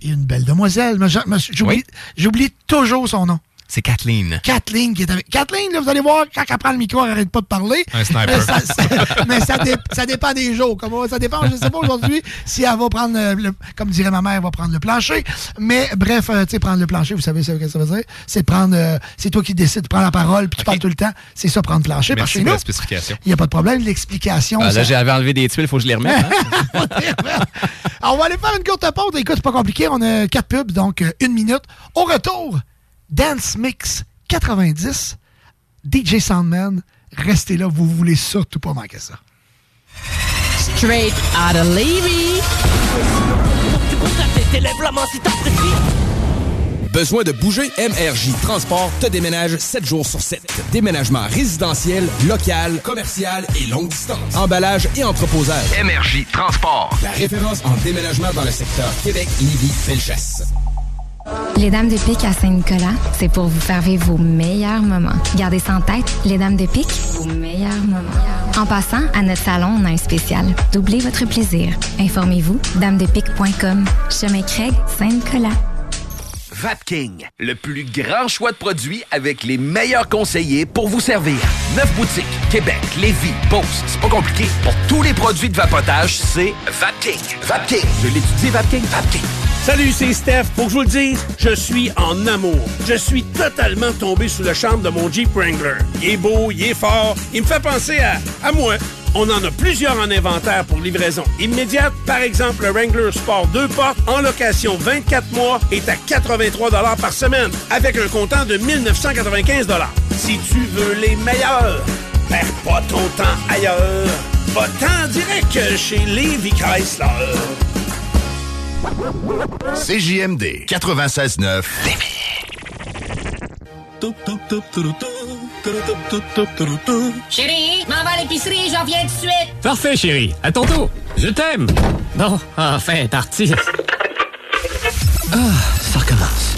il y a une belle demoiselle. Mais j'a- mais J'oublie Oui. j'oublie toujours son nom. C'est Kathleen. Kathleen qui est avec. Kathleen, là, vous allez voir, quand elle prend le micro, elle n'arrête pas de parler. Un sniper. Mais ça, ça- mais ça, dé- ça dépend des jours. Comme, ça dépend, je ne sais pas aujourd'hui si elle va prendre, le, le- comme dirait ma mère, elle va prendre le plancher. Mais bref, euh, tu sais, prendre le plancher, vous savez ce que ça veut dire? C'est prendre, euh, c'est toi qui décides de prendre la parole puis tu parles tout le temps. C'est ça, prendre le plancher. Parce que Merci chez de nous, la spécification. il n'y a pas de problème. L'explication. Ah, ça- là, j'avais enlevé des tuiles, il faut que je les remette. Hein? Alors, on va aller faire une courte pause. Écoute, c'est pas compliqué. On a quatre pubs, donc euh, une minute. Au retour, Dance Mix quatre-vingt-dix, D J Soundman. Restez là, vous voulez surtout pas manquer ça. Straight out of Levy. Besoin de bouger? M R J Transport te déménage sept jours sur sept. Déménagement résidentiel, local, commercial et longue distance. Emballage et entreposage. M R J Transport. La référence en déménagement dans le secteur Québec, Lévis, Felchasse. Les Dames de Pique à Saint-Nicolas, c'est pour vous faire vivre vos meilleurs moments. Gardez ça en tête, les Dames de Pique, vos meilleurs moments. En passant, à notre salon, on a un spécial. Doublez votre plaisir. Informez-vous, dames de pique point com. Chemin Craig, Saint-Nicolas. Vapking, le plus grand choix de produits avec les meilleurs conseillers pour vous servir. Neuf boutiques, Québec, Lévis, Beauce. C'est pas compliqué. Pour tous les produits de vapotage, c'est Vapking. Vapking. Je l'étudie, Vapking. Vapking. Salut, c'est Steph. Faut que je vous le dise, je suis en amour. Je suis totalement tombé sous le charme de mon Jeep Wrangler. Il est beau, il est fort, il me fait penser à, à moi. On en a plusieurs en inventaire pour livraison immédiate. Par exemple, le Wrangler Sport deux portes en location vingt-quatre mois est à quatre-vingt-trois dollars par semaine avec un comptant de mille neuf cent quatre-vingt-quinze dollars. Si tu veux les meilleurs, perds pas ton temps ailleurs. Va-t'en direct chez Lévis Chrysler. C J M D quatre-vingt-seize neuf. Chérie, m'en va à l'épicerie, j'en viens tout de suite. Parfait, chérie. À ton tour. Je t'aime. Bon, enfin, parti. Ah, ça recommence.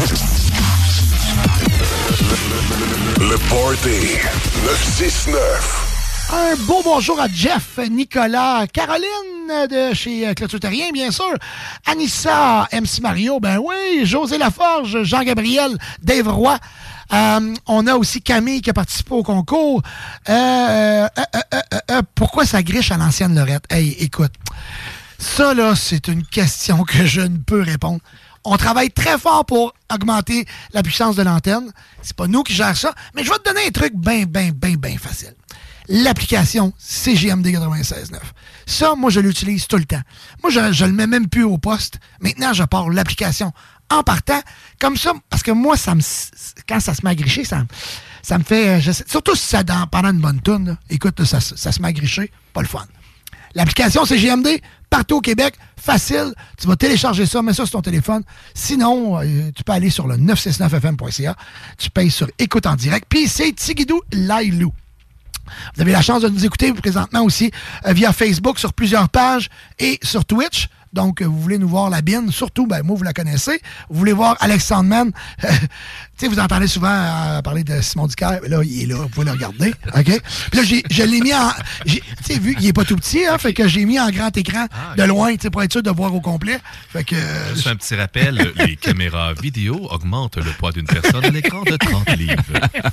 Le Party neuf six neuf. Un beau bonjour à Jeff, Nicolas, Caroline de chez Clôture Terrien, bien sûr, Anissa, M C Mario, ben oui, José Laforge, Jean-Gabriel, Dave Roy. Euh, on a aussi Camille qui a participé au concours. Euh, euh, euh, euh, euh, euh, pourquoi ça griche à l'ancienne Lorette? Hey, écoute, ça là, c'est une question que je ne peux répondre. On travaille très fort pour augmenter la puissance de l'antenne. C'est pas nous qui gèrons ça, mais je vais te donner un truc bien, bien, bien, bien facile. L'application C J M D quatre-vingt-seize neuf. Ça, moi, je l'utilise tout le temps. Moi, je ne le mets même plus au poste. Maintenant, je pars l'application en partant. Comme ça, parce que moi, ça me, quand ça se met à gricher, ça, ça me fait... Je sais, surtout si c'est dans, pendant une bonne toune. Là. Écoute, ça, ça se met à gricher. Pas le fun. L'application C J M D, partout au Québec, facile. Tu vas télécharger ça, mets ça sur ton téléphone. Sinon, euh, tu peux aller sur le neuf six neuf F M point C A. Tu payes sur Écoute en direct. Puis c'est Tigidou Lailou. Vous avez la chance de nous écouter présentement aussi euh, via Facebook sur plusieurs pages et sur Twitch. Donc, euh, vous voulez nous voir la bine, surtout, ben moi, vous la connaissez. Vous voulez voir Alex Sandman. Euh, tu sais, vous entendez souvent euh, parler de Simon Ducaire. Là, il est là, vous pouvez le regarder. OK? Puis là, j'ai, je l'ai mis en... Tu sais, vu qu'il est pas tout petit, hein, fait que j'ai mis en grand écran ah, okay. de loin, tu sais, pour être sûr de voir au complet. Fait que... Euh, Juste un petit rappel, les caméras vidéo augmentent le poids d'une personne à l'écran de trente livres.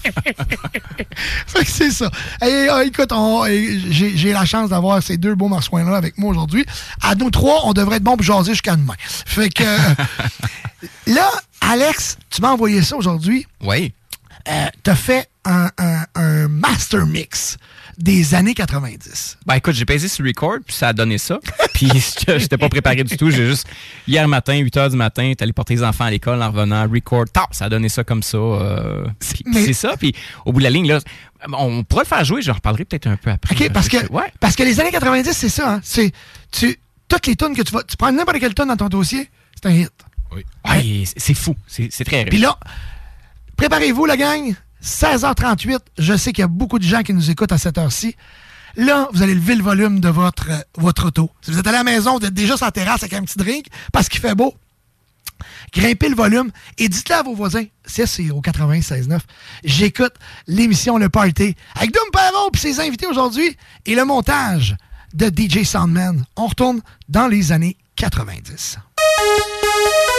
Fait que c'est ça. Et, euh, écoute, on, j'ai, j'ai la chance d'avoir ces deux beaux marsouins-là avec moi aujourd'hui. À nous trois, on devrait être bon pour jaser jusqu'à demain. Fait que là, Alex, tu m'as envoyé ça aujourd'hui. Oui. Euh, t'as fait un, un, un master mix des années quatre-vingt-dix. Ben écoute, j'ai pesé sur record, puis ça a donné ça. Puis j'étais pas préparé du tout. J'ai juste, hier matin, huit heures du matin, t'es allé porter les enfants à l'école en revenant, record, tap, ça a donné ça comme ça. Euh, puis, Mais... c'est ça. Puis au bout de la ligne, là, on pourra le faire jouer, j'en reparlerai peut-être un peu après. OK, parce que, ouais. parce que les années quatre-vingt-dix, c'est ça. Hein? C'est, tu, toutes les tunes que tu vas... Tu prends n'importe quelle tune dans ton dossier, c'est un hit. Oui. Ouais, ouais c'est fou. C'est, c'est très riche. Puis là, préparez-vous, la gang. seize heures trente-huit, je sais qu'il y a beaucoup de gens qui nous écoutent à cette heure-ci. Là, vous allez lever le volume de votre, euh, votre auto. Si vous êtes à la maison, vous êtes déjà sur la terrasse avec un petit drink parce qu'il fait beau. Grimpez le volume et dites-le à vos voisins. Ça, c'est au quatre-vingt-seize neuf. J'écoute l'émission Le Party avec Dom Perron et ses invités aujourd'hui et le montage de D J Soundman. On retourne dans les années quatre-vingt-dix.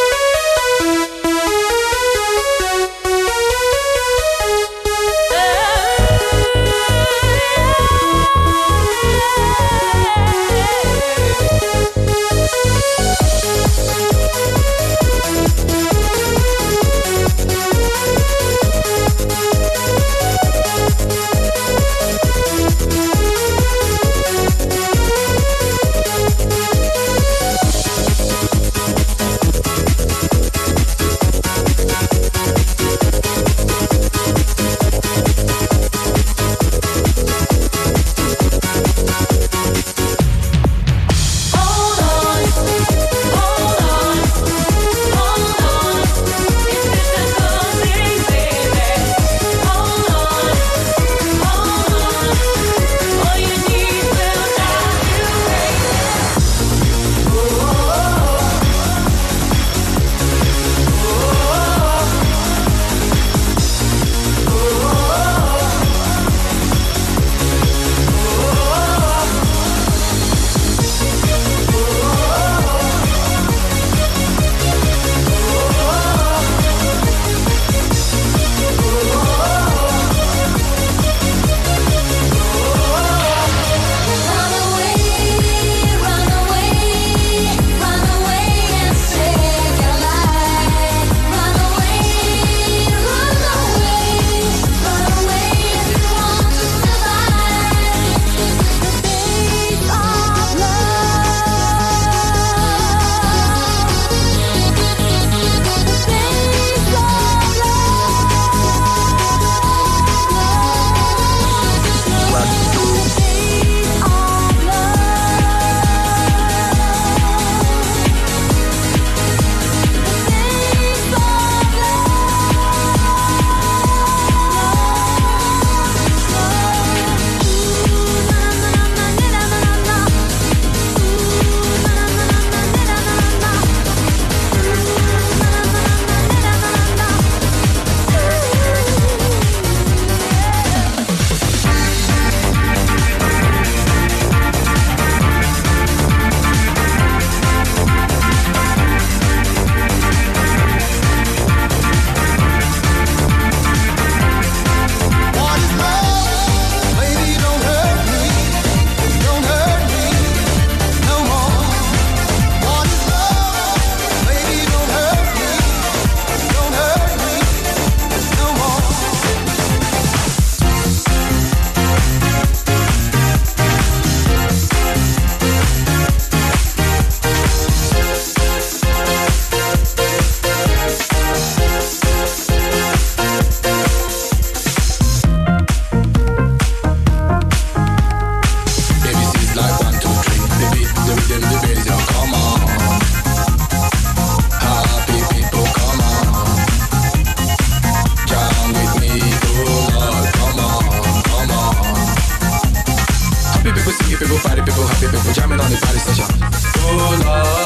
people, happy people jamming on the party station. Oh Lord.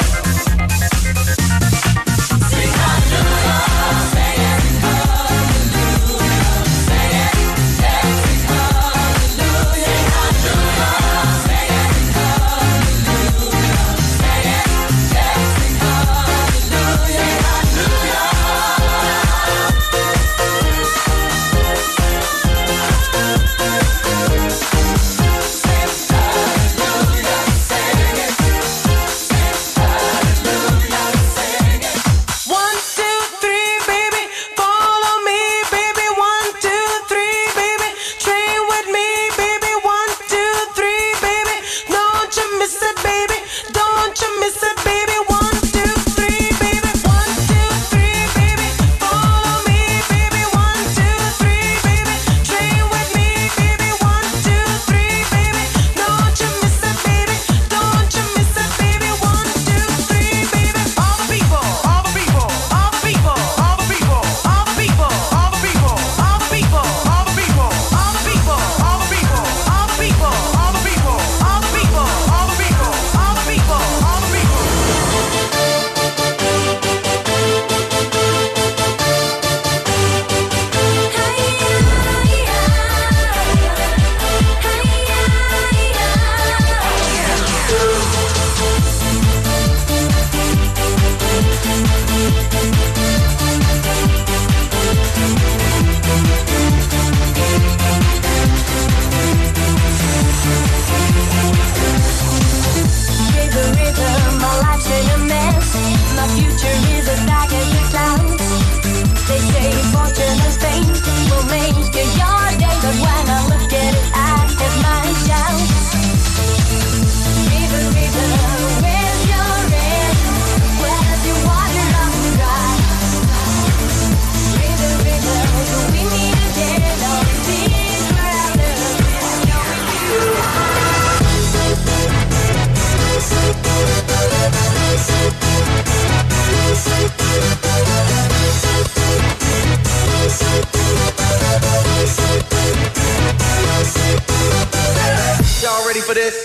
Sing hallelujah, sing it, hallelujah, sing it, dancing hallelujah, sing hallelujah, sing it, hallelujah, sing it, dancing hallelujah, sing hallelujah. Y'all ready for this?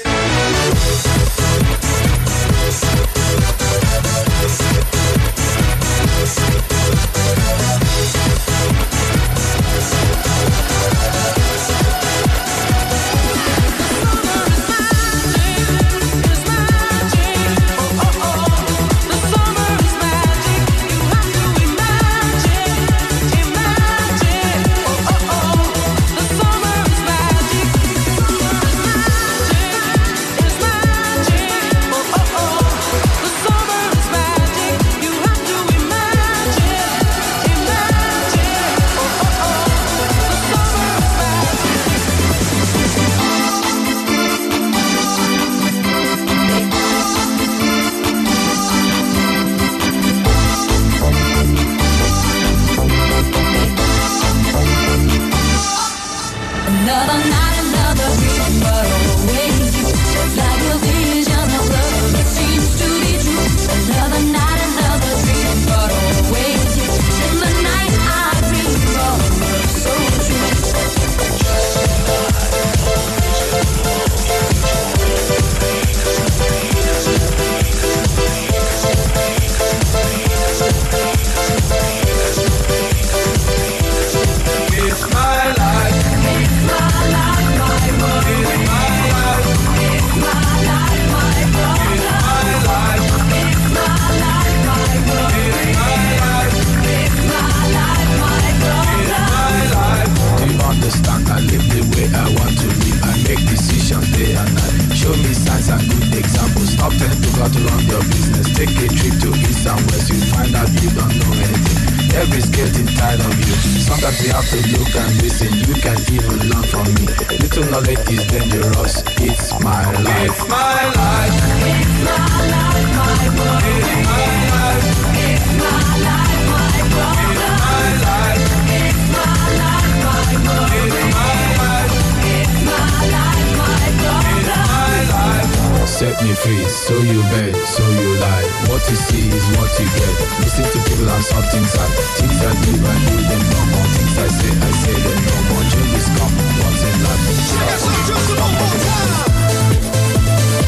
Set me free, so you bet, so you lie. What you see is what you get. Listen to people and saw things I Things I do, I do them no more. Things I say, I say them no more. Changes come once in life.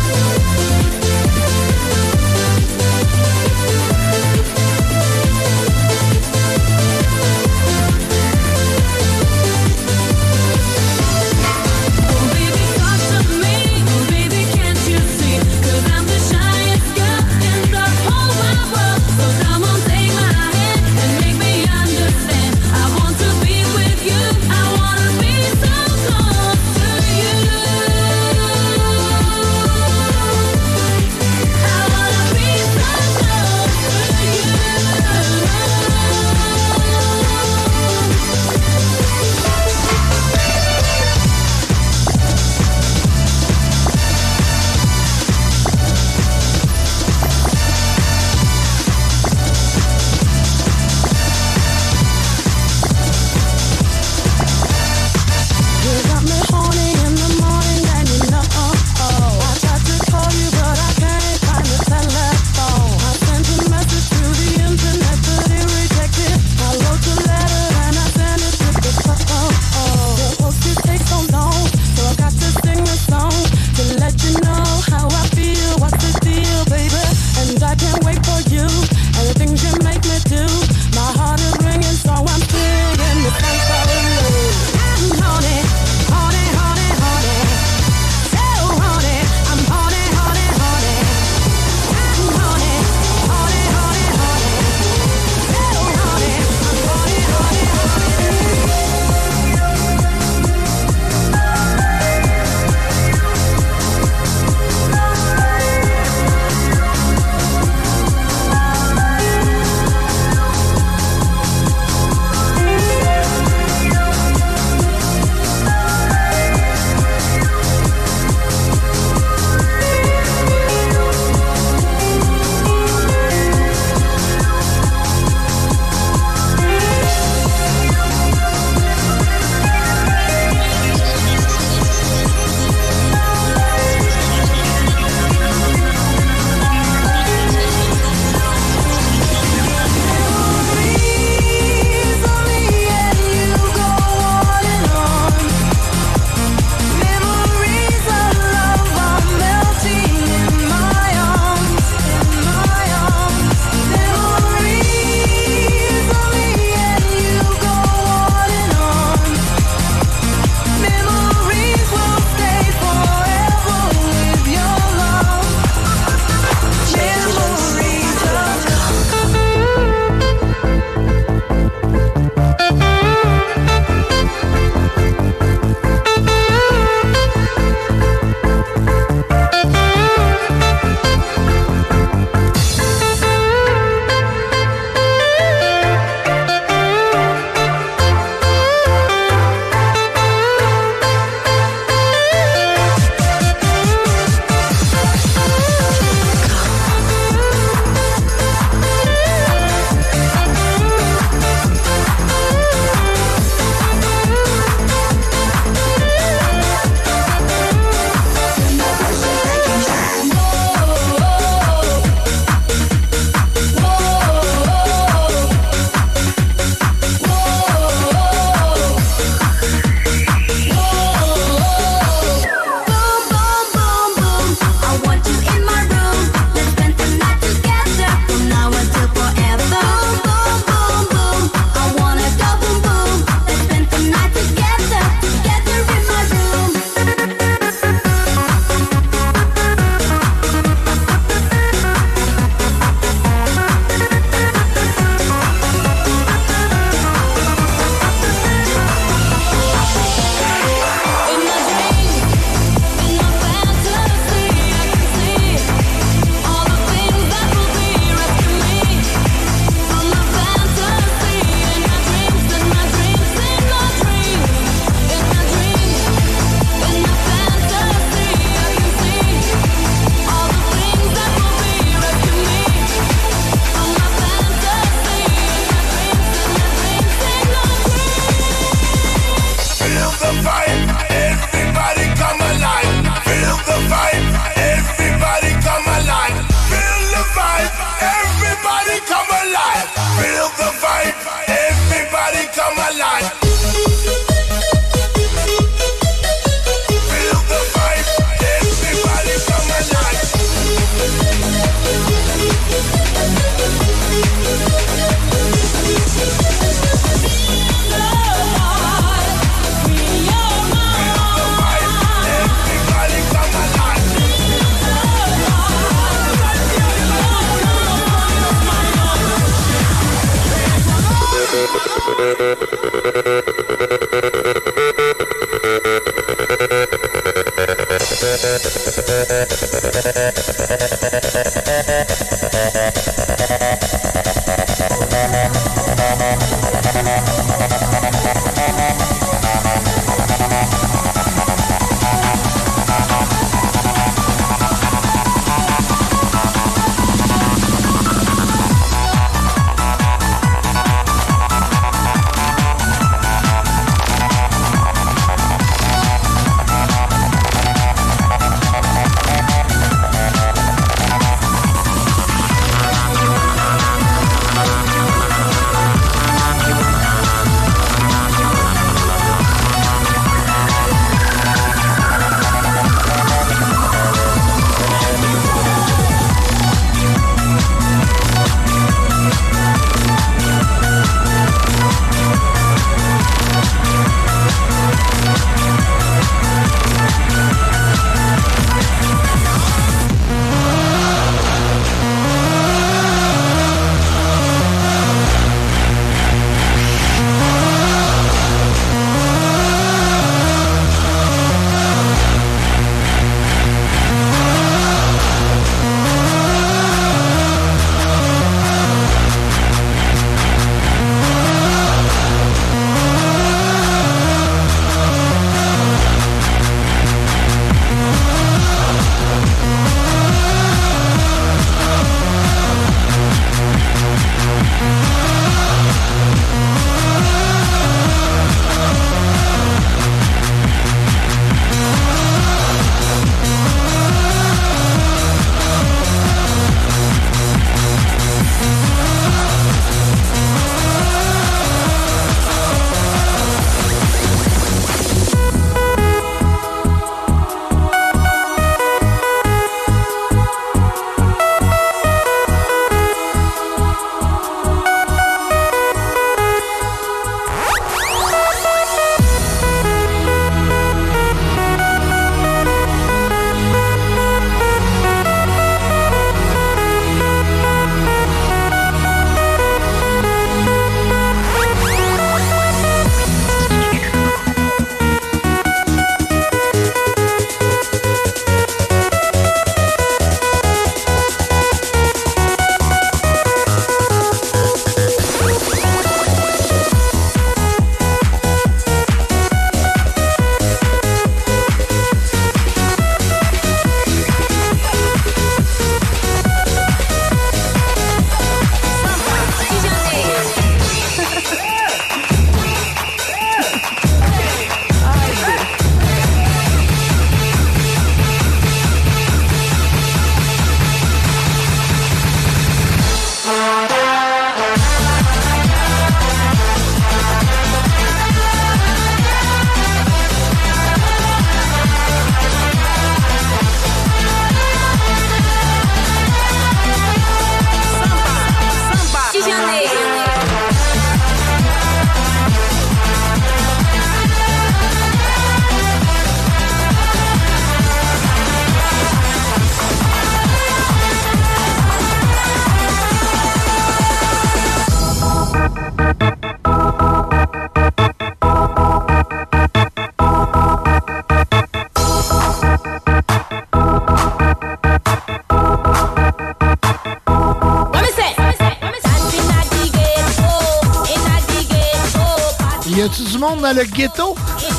Y a-tu du monde dans le ghetto?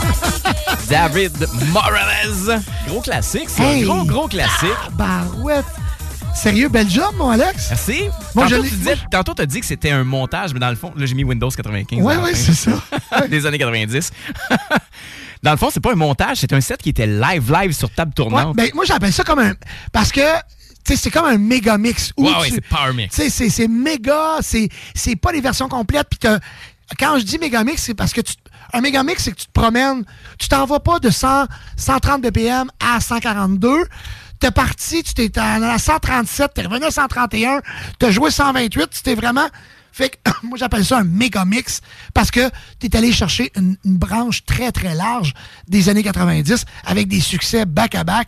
David Morales. Gros classique, ça. Hey. Gros, gros classique. Ah, barouette. Sérieux, bel job, mon Alex? Merci. Moi, tantôt, je tu disais, tantôt, t'as dit que c'était un montage, mais dans le fond, là, j'ai mis Windows quatre-vingt-quinze. Ouais, ouais, c'est ça. Des années quatre-vingt-dix. Dans le fond, c'est pas un montage, c'est un set qui était live, live sur table tournante. Ouais, ben, moi, j'appelle ça comme un... Parce que... T'sais, c'est comme un méga mix. Ouais, ouais, c'est power mix. C'est, c'est méga, c'est, c'est pas les versions complètes. Puis quand je dis méga mix, c'est parce que tu, un méga mix, c'est que tu te promènes, tu t'en vas pas de cent, cent trente B P M à cent quarante-deux. T'es parti, tu t'es à cent trente-sept, t'es revenu à cent trente et un, t'as joué cent vingt-huit, tu t'es vraiment... Fait que moi, j'appelle ça un méga mix parce que t'es allé chercher une, une branche très, très large des années quatre-vingt-dix avec des succès back-à-back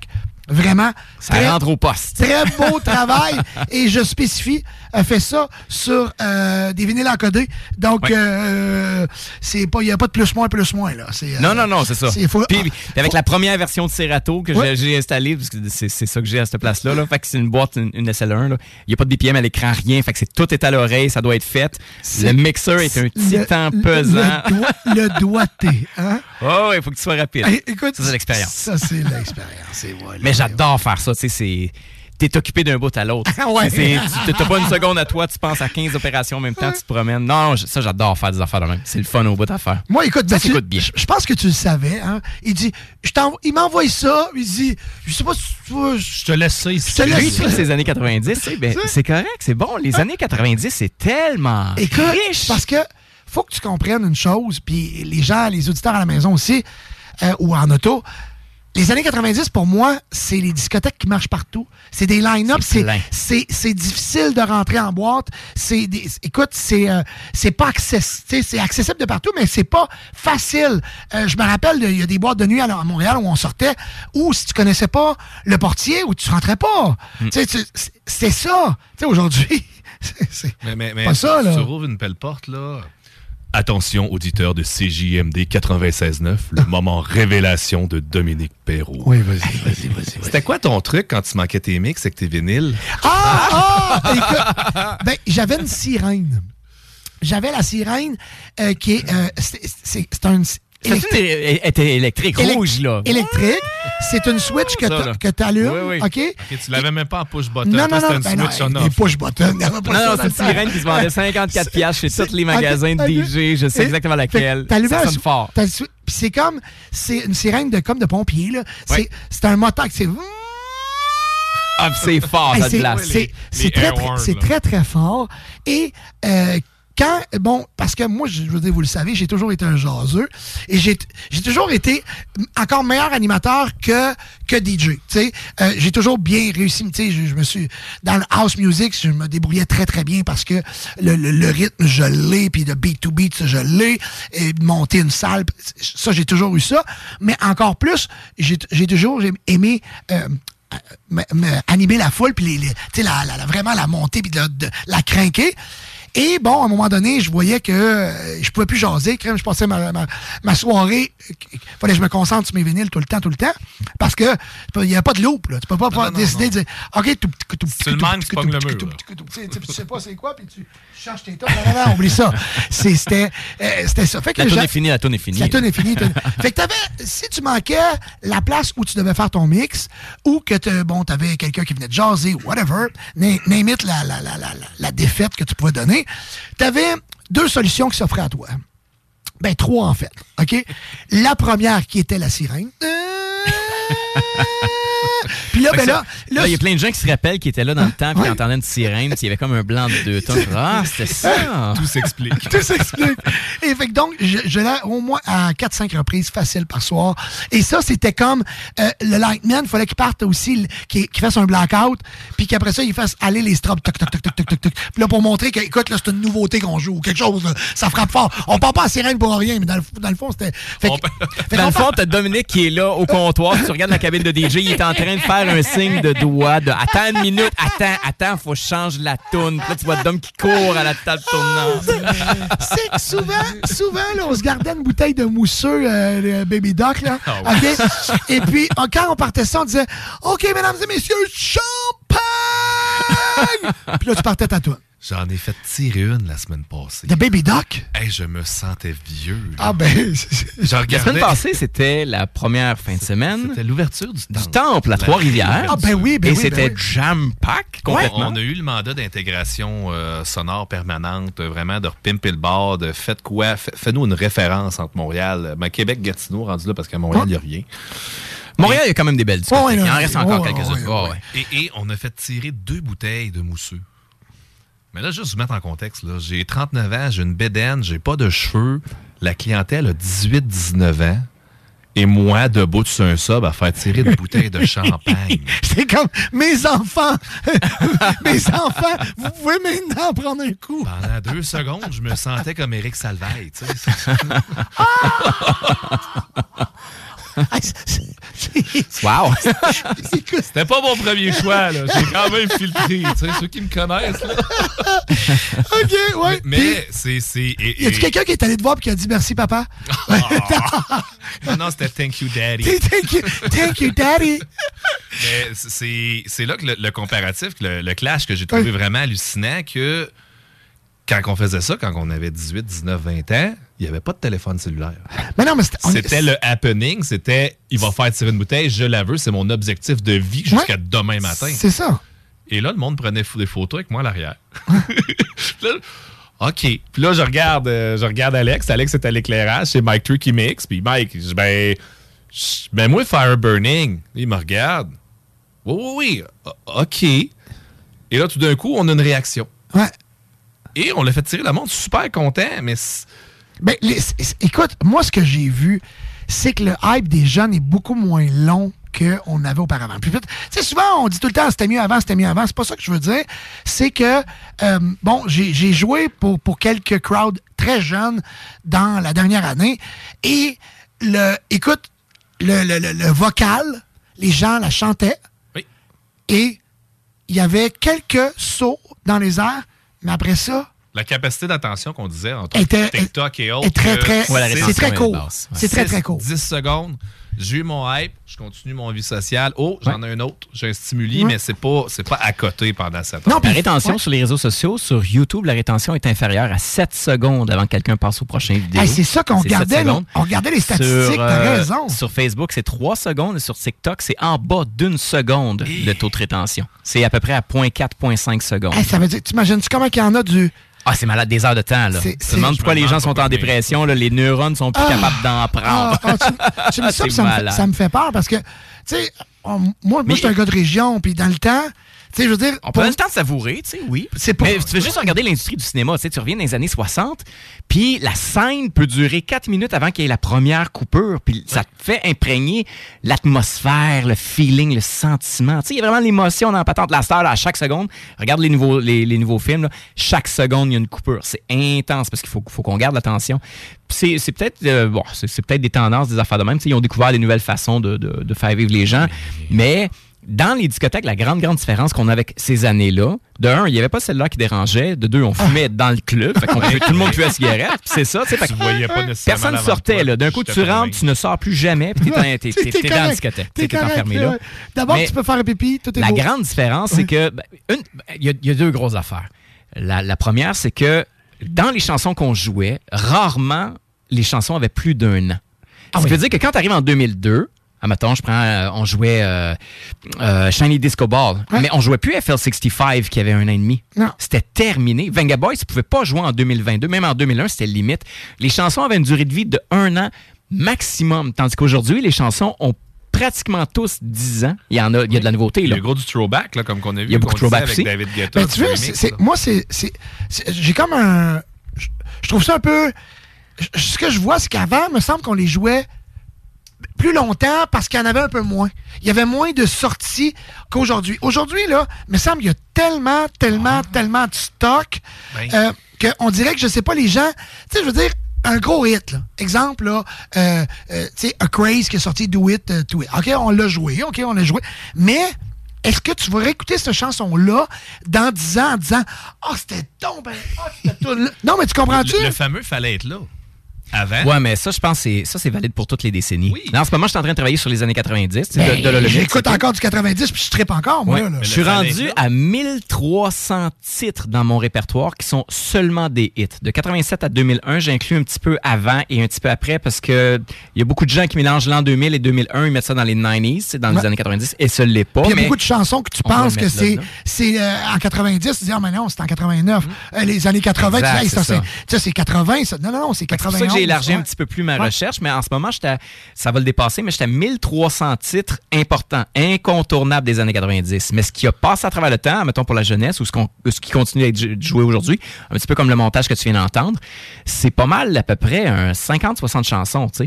Vraiment. Ça très, rentre au poste. Très beau travail. Et je spécifie, elle fait ça sur euh, des vinyles encodés. Donc, ouais. euh, c'est pas, il n'y a pas de plus-moins, plus-moins. Là. C'est, non, euh, non, non, c'est ça. C'est, faut, puis, puis avec faut... la première version de Serato que ouais. j'ai, j'ai installée, parce que c'est, c'est ça que j'ai à cette place-là, là, fait que c'est une boîte, une, une S L un. Il n'y a pas de B P M à l'écran, rien. Fait que c'est, tout est à l'oreille, ça doit être fait. C'est, le mixeur est un titan le, pesant. Le, doigt, le doigté. Hein? Oh, il faut que tu sois rapide. Hey, écoute, ça, c'est l'expérience. Ça, c'est l'expérience. C'est, voilà, mais j'adore faire ça. Tu sais, c'est... T'es occupé d'un bout à l'autre. ouais. c'est, tu t'as pas une seconde à toi, tu penses à quinze opérations en même temps, ouais. tu te promènes. Non, ça, j'adore faire des affaires de même. C'est le fun au bout à faire. Moi, écoute, ça ben, s'écoute bien. Je pense que tu le savais. Hein? Il dit, je il m'envoie ça. Il dit, je sais pas si tu veux. Je te laisse ça ici. Je te laisse Lui, ça. ces années quatre-vingt-dix, ben, c'est correct, c'est bon. Les années quatre-vingt-dix, c'est tellement écoute, riche. Parce que faut que tu comprennes une chose, puis les gens, les auditeurs à la maison aussi, euh, ou en auto. Les années quatre-vingt-dix, pour moi, c'est les discothèques qui marchent partout. C'est des line-up, c'est, c'est, c'est difficile de rentrer en boîte. C'est des, écoute, c'est, euh, c'est pas accessible, c'est accessible de partout, mais c'est pas facile. Euh, je me rappelle, il y a des boîtes de nuit à, à Montréal où on sortait, où si tu connaissais pas le portier, où tu rentrais pas. Mm. Tu sais, c'est ça. Tu sais, aujourd'hui, c'est, c'est mais, mais, mais pas ça, là. Tu rouvres une belle porte, là. Attention, auditeurs de C J M D quatre-vingt-seize neuf, le moment révélation de Dominique Perrault. Oui, vas-y, vas-y, vas-y. C'était vas-y. Quoi ton truc quand tu manquais tes mix avec tes vinyles? Ah! ah écoute, ben, j'avais une sirène. J'avais la sirène euh, qui est... Euh, c'est, c'est, c'est un... Elle était électrique, Élect- rouge, là. Électrique. C'est une switch que tu allumes. Oui, oui. OK? Okay, tu l'avais même pas en push-button. Non, non, non. C'était une ben switch non, on-off. push-button. Non, non, c'est une sirène qui se vendait cinquante-quatre piastres chez tous les magasins de D J. Je sais exactement laquelle. Ça sonne fort. Puis c'est comme... C'est une sirène de, comme de pompier, là. Ouais. C'est, c'est un moteur qui... C'est... Ah, c'est fort, ça c'est, place. C'est, c'est, très, très, c'est très, très fort. Et... Euh, Quand, bon, parce que moi, je veux dire, vous le savez, j'ai toujours été un jaseux et j'ai, j'ai toujours été encore meilleur animateur que, que D J. Tu sais, euh, j'ai toujours bien réussi. Tu sais, je, je me suis, dans le house music, je me débrouillais très, très bien parce que le, le, le rythme, je l'ai, puis le beat to beat, je l'ai, et monter une salle, ça, j'ai toujours eu ça. Mais encore plus, j'ai, j'ai toujours aimé, euh, m- m- animer la foule, puis les, les, tu sais, la, la, la, vraiment la monter, puis de, de, la crinquer. Et bon, à un moment donné, je voyais que euh, je pouvais plus jaser. Crème, je passais ma, ma, ma soirée. Il fallait que je me concentre sur mes vinyles tout le temps, tout le temps. Parce que il n'y a pas de loop. Là. Tu peux pas, pas non, non, décider non. de dire OK, tout, tout, tout, c'est le man qui pogne le mur. Tu sais pas c'est quoi, puis tu changes tes tons. Non, non, non, oublie ça. C'est, c'était, euh, c'était ça. Fait que la toune est finie, la toune est finie. La toune est finie. Fait que t'avais, si tu manquais la place où tu devais faire ton mix, ou que tu bon, avais quelqu'un qui venait de jaser, ou whatever, name it la, la, la, la, la défaite que tu pouvais donner, tu avais deux solutions qui s'offraient à toi. Ben, trois, en fait. OK? La première, qui était la sirène. Puis là, ben là... Là, il y a plein de gens qui se rappellent qui étaient là dans le temps, puis qui entendaient une sirène, puis il y avait comme un blanc de deux tonnes. Ah, c'était ça! Tout s'explique. Tout s'explique. Et fait que donc, je, je l'ai au moins à quatre cinq reprises facile par soir. Et ça, c'était comme euh, le Lightman, il fallait qu'il parte aussi, qu'il, qu'il fasse un blackout, puis qu'après ça, il fasse aller les strobes, toc, toc, toc, toc, toc, toc, toc. Puis là, pour montrer que, écoute, là, c'est une nouveauté qu'on joue, ou quelque chose, là, ça frappe fort. On part pas à sirène pour rien, mais dans le, dans le fond, c'était... Fait on, fait dans le fond, t'as Dominique qui est là au comptoir, tu regardes la cabine de D J, il est en train de faire un signe de doigt, de attends une minute, attends, attends, faut que je change la toune. Puis là, tu vois Dom qui court à la table tournante. C'est que souvent, souvent, là, on se gardait une bouteille de mousseux, euh, le Baby Doc, là. Oh, oui. OK? Et puis, quand on partait ça, on disait OK, mesdames et messieurs, champagne! Puis là, tu partais ta toune. J'en ai fait tirer une la semaine passée. De Baby Doc? Hey, je me sentais vieux. Là. Ah ben... Je regardais... La semaine passée, c'était la première fin de semaine. C'était l'ouverture du temple. Du temple à Trois-Rivières. Ah ben oui, ben Et oui, c'était ben oui. jam-pack complètement. On, on a eu le mandat d'intégration euh, sonore permanente, euh, vraiment de repimper le bar, de faites quoi, fait, fais-nous une référence entre Montréal, ben, Québec, Gatineau, rendu là, parce qu'à Montréal, il n'y a rien. Montréal, il y a quand même des belles discothèques. Oh, oui, il en reste oh, encore oh, quelques-unes. oh, oh, oh, ouais. et, et on a fait tirer deux bouteilles de mousseux. Mais là, juste vous mettre en contexte, là, j'ai trente-neuf ans, j'ai une bédaine, j'ai pas de cheveux. La clientèle a dix-huit dix-neuf ans. Et moi, debout sur un sub, à faire tirer une bouteille de champagne. C'est comme, mes enfants, mes enfants, vous pouvez maintenant prendre un coup. Pendant deux secondes, je me sentais comme Éric Salvaille, tu sais. Wow! C'était pas mon premier choix, là. J'ai quand même filtré, tu sais, ceux qui me connaissent, là. OK, ouais. Mais, mais c'est... c'est et, y a-tu et... quelqu'un qui est allé te voir et qui a dit merci, papa? Oh. non, non, c'était thank you, daddy. Thank you, thank you, daddy. Mais c'est, c'est là que le, le comparatif, le, le clash que j'ai trouvé oui. vraiment hallucinant, que quand on faisait ça, quand on avait dix-huit, dix-neuf, vingt ans, il n'y avait pas de téléphone cellulaire. Mais non, mais c'était, c'était le happening, c'était il va faire tirer une bouteille, je la veux, c'est mon objectif de vie jusqu'à ouais, demain matin. C'est ça. Et là, le monde prenait des photos avec moi à l'arrière. là, OK. Puis là, je regarde, euh, je regarde Alex. Alex est à l'éclairage, c'est Mike True qui mixe. Puis Mike, je dis, ben, ben, moi, Fire Burning. Il me regarde. Oui, oui, oui. OK. Et là, tout d'un coup, on a une réaction. Ouais. Et on l'a fait tirer la montre, super content, mais... Ben, les, écoute, moi, ce que j'ai vu, c'est que le hype des jeunes est beaucoup moins long qu'on avait auparavant. Puis, tu sais, souvent, on dit tout le temps, c'était mieux avant, c'était mieux avant. C'est pas ça que je veux dire. C'est que, euh, bon, j'ai, j'ai joué pour, pour quelques crowds très jeunes dans la dernière année. Et, le, écoute, le, le, le, le vocal, les gens la chantaient. Oui. Et il y avait quelques sauts dans les airs, mais après ça... La capacité d'attention qu'on disait entre était, TikTok et autres. Est très, très, ouais, c'est très court. Ouais. C'est très, très court. dix secondes. J'ai eu mon hype, je continue mon vie sociale. Oh, j'en ouais. ai un autre, j'ai un stimuli, ouais. mais c'est pas, c'est pas à côté pendant cette heure. La rétention ouais. sur les réseaux sociaux, sur YouTube, la rétention est inférieure à sept secondes avant que quelqu'un passe au prochain vidéo. Hey, c'est ça qu'on c'est regardait, on regardait les statistiques, sur, t'as euh, raison. Sur Facebook, c'est trois secondes et sur TikTok, c'est en bas d'une seconde et... le taux de rétention. C'est à peu près à zéro virgule quatre, zéro virgule cinq secondes. Hey, ça veut dire, t'imagines-tu comment il y en a du... Ah, c'est malade, des heures de temps, là. C'est, tu te demandes pourquoi les gens sont en dépression, là, les neurones sont plus ah, capables d'en prendre. Ah, ah, tu, tu me ça, ça, me fait, ça me fait peur parce que, tu sais, moi, moi je suis un gars de région, puis dans le temps, tu sais, je veux dire... On pour... prend le temps de savourer, tu sais, oui. C'est pas... Mais tu veux juste regarder l'industrie du cinéma, tu sais, tu reviens dans les années soixante, puis la scène peut durer quatre minutes avant qu'il y ait la première coupure, puis ça te fait imprégner l'atmosphère, le feeling, le sentiment. Tu sais, il y a vraiment l'émotion dans la patente. La star, là, à chaque seconde, regarde les nouveaux, les, les nouveaux films, là, chaque seconde, il y a une coupure. C'est intense parce qu'il faut, faut qu'on garde l'attention. C'est, c'est peut-être euh, bon, c'est, c'est peut-être des tendances, des affaires de même. Tu sais, ils ont découvert des nouvelles façons de, de, de faire vivre les gens, mais... Dans les discothèques, la grande, grande différence qu'on a avec ces années-là, de un, il n'y avait pas celle-là qui dérangeait. De deux, on fumait dans le club. Fait qu'on pouvait, tout le monde fumait la cigarette. Puis c'est ça. Tu voyais pas nécessairement personne sortait. Là. D'un coup, tu rentres, tu ne sors plus jamais. Puis t'es, t'es, t'es, t'es dans la discothèque. T'es, t'es enfermé là. D'abord, mais tu peux faire un pipi. Tout est La beau. grande différence, c'est que... Il ben, y, y a deux grosses affaires. La, la première, c'est que dans les chansons qu'on jouait, rarement les chansons avaient plus d'un an. Ah, ça oui. veut dire que quand tu arrives en deux mille deux... Ah, mettons, je prends, euh, on jouait euh, euh, Shiny Disco Ball, ouais. mais on jouait plus F L soixante-quinze qui avait un an et demi. Non. C'était terminé. Venga Boys ne pouvait pas jouer en deux mille vingt-deux, même en deux mille un, c'était limite. Les chansons avaient une durée de vie de un an maximum, tandis qu'aujourd'hui, les chansons ont pratiquement tous dix ans. Il y en a, il y a de la nouveauté. Là. Il y a gros du throwback, là, comme qu'on a vu. Il y a beaucoup de throwback aussi. David Guetta. Ben, tu vois, c'est, c'est, moi, c'est, c'est, c'est, j'ai comme un... Je, je trouve ça un peu... Je, ce que je vois, c'est qu'avant, il me semble qu'on les jouait plus longtemps parce qu'il y en avait un peu moins. Il y avait moins de sorties qu'aujourd'hui. Aujourd'hui, là, il me semble qu'il y a tellement, tellement, ah. tellement de stock ben. euh, qu'on dirait que, je sais pas, les gens... Tu sais, je veux dire, un gros hit, là. Exemple, là, euh, euh, tu sais, A Craze qui est sorti Do It, uh, To It. OK, on l'a joué, OK, on l'a joué. Mais... Est-ce que tu vas réécouter cette chanson-là dans dix ans en disant « Ah, oh, c'était donc ben... Oh, c'était tout là. » Non, mais tu comprends-tu? Le, le fameux « fallait être là ». Avant. Ouais, mais ça, je pense que c'est, ça, c'est valide pour toutes les décennies. Oui. Là, en ce moment, je suis en train de travailler sur les années quatre-vingt-dix. Ben, de, de, de j'écoute encore du quatre-vingt-dix puis je trippe encore, moi. Ouais. Là, là. Je suis rendu à mille trois cents titres dans mon répertoire qui sont seulement des hits. De quatre-vingt-sept à deux mille un, j'inclus un petit peu avant et un petit peu après parce que il y a beaucoup de gens qui mélangent l'an deux mille et deux mille un, ils mettent ça dans les quatre-vingt-dix, dans ouais. les années quatre-vingt-dix, et ça ne l'est pas. Il y a beaucoup de chansons que tu penses que c'est, c'est euh, en quatre-vingt-dix, tu dis « Ah, mais non, c'est en quatre-vingt-neuf. Mmh. » euh, Les années quatre-vingts, exact, tu dis hey, « ça, c'est, ça, c'est quatre-vingts. Ça. » Non, non, non, c'est quatre-vingt-onze. C'est pour ça que j'ai élargi ouais. un petit peu plus ma ouais. recherche, mais en ce moment, j'étais à, ça va le dépasser, mais j'étais à mille trois cents titres importants, incontournables des années quatre-vingt-dix. Mais ce qui a passé à travers le temps, mettons pour la jeunesse, ou ce, qu'on, ce qui continue à être joué aujourd'hui, un petit peu comme le montage que tu viens d'entendre, c'est pas mal à peu près un cinquante soixante chansons, tu sais.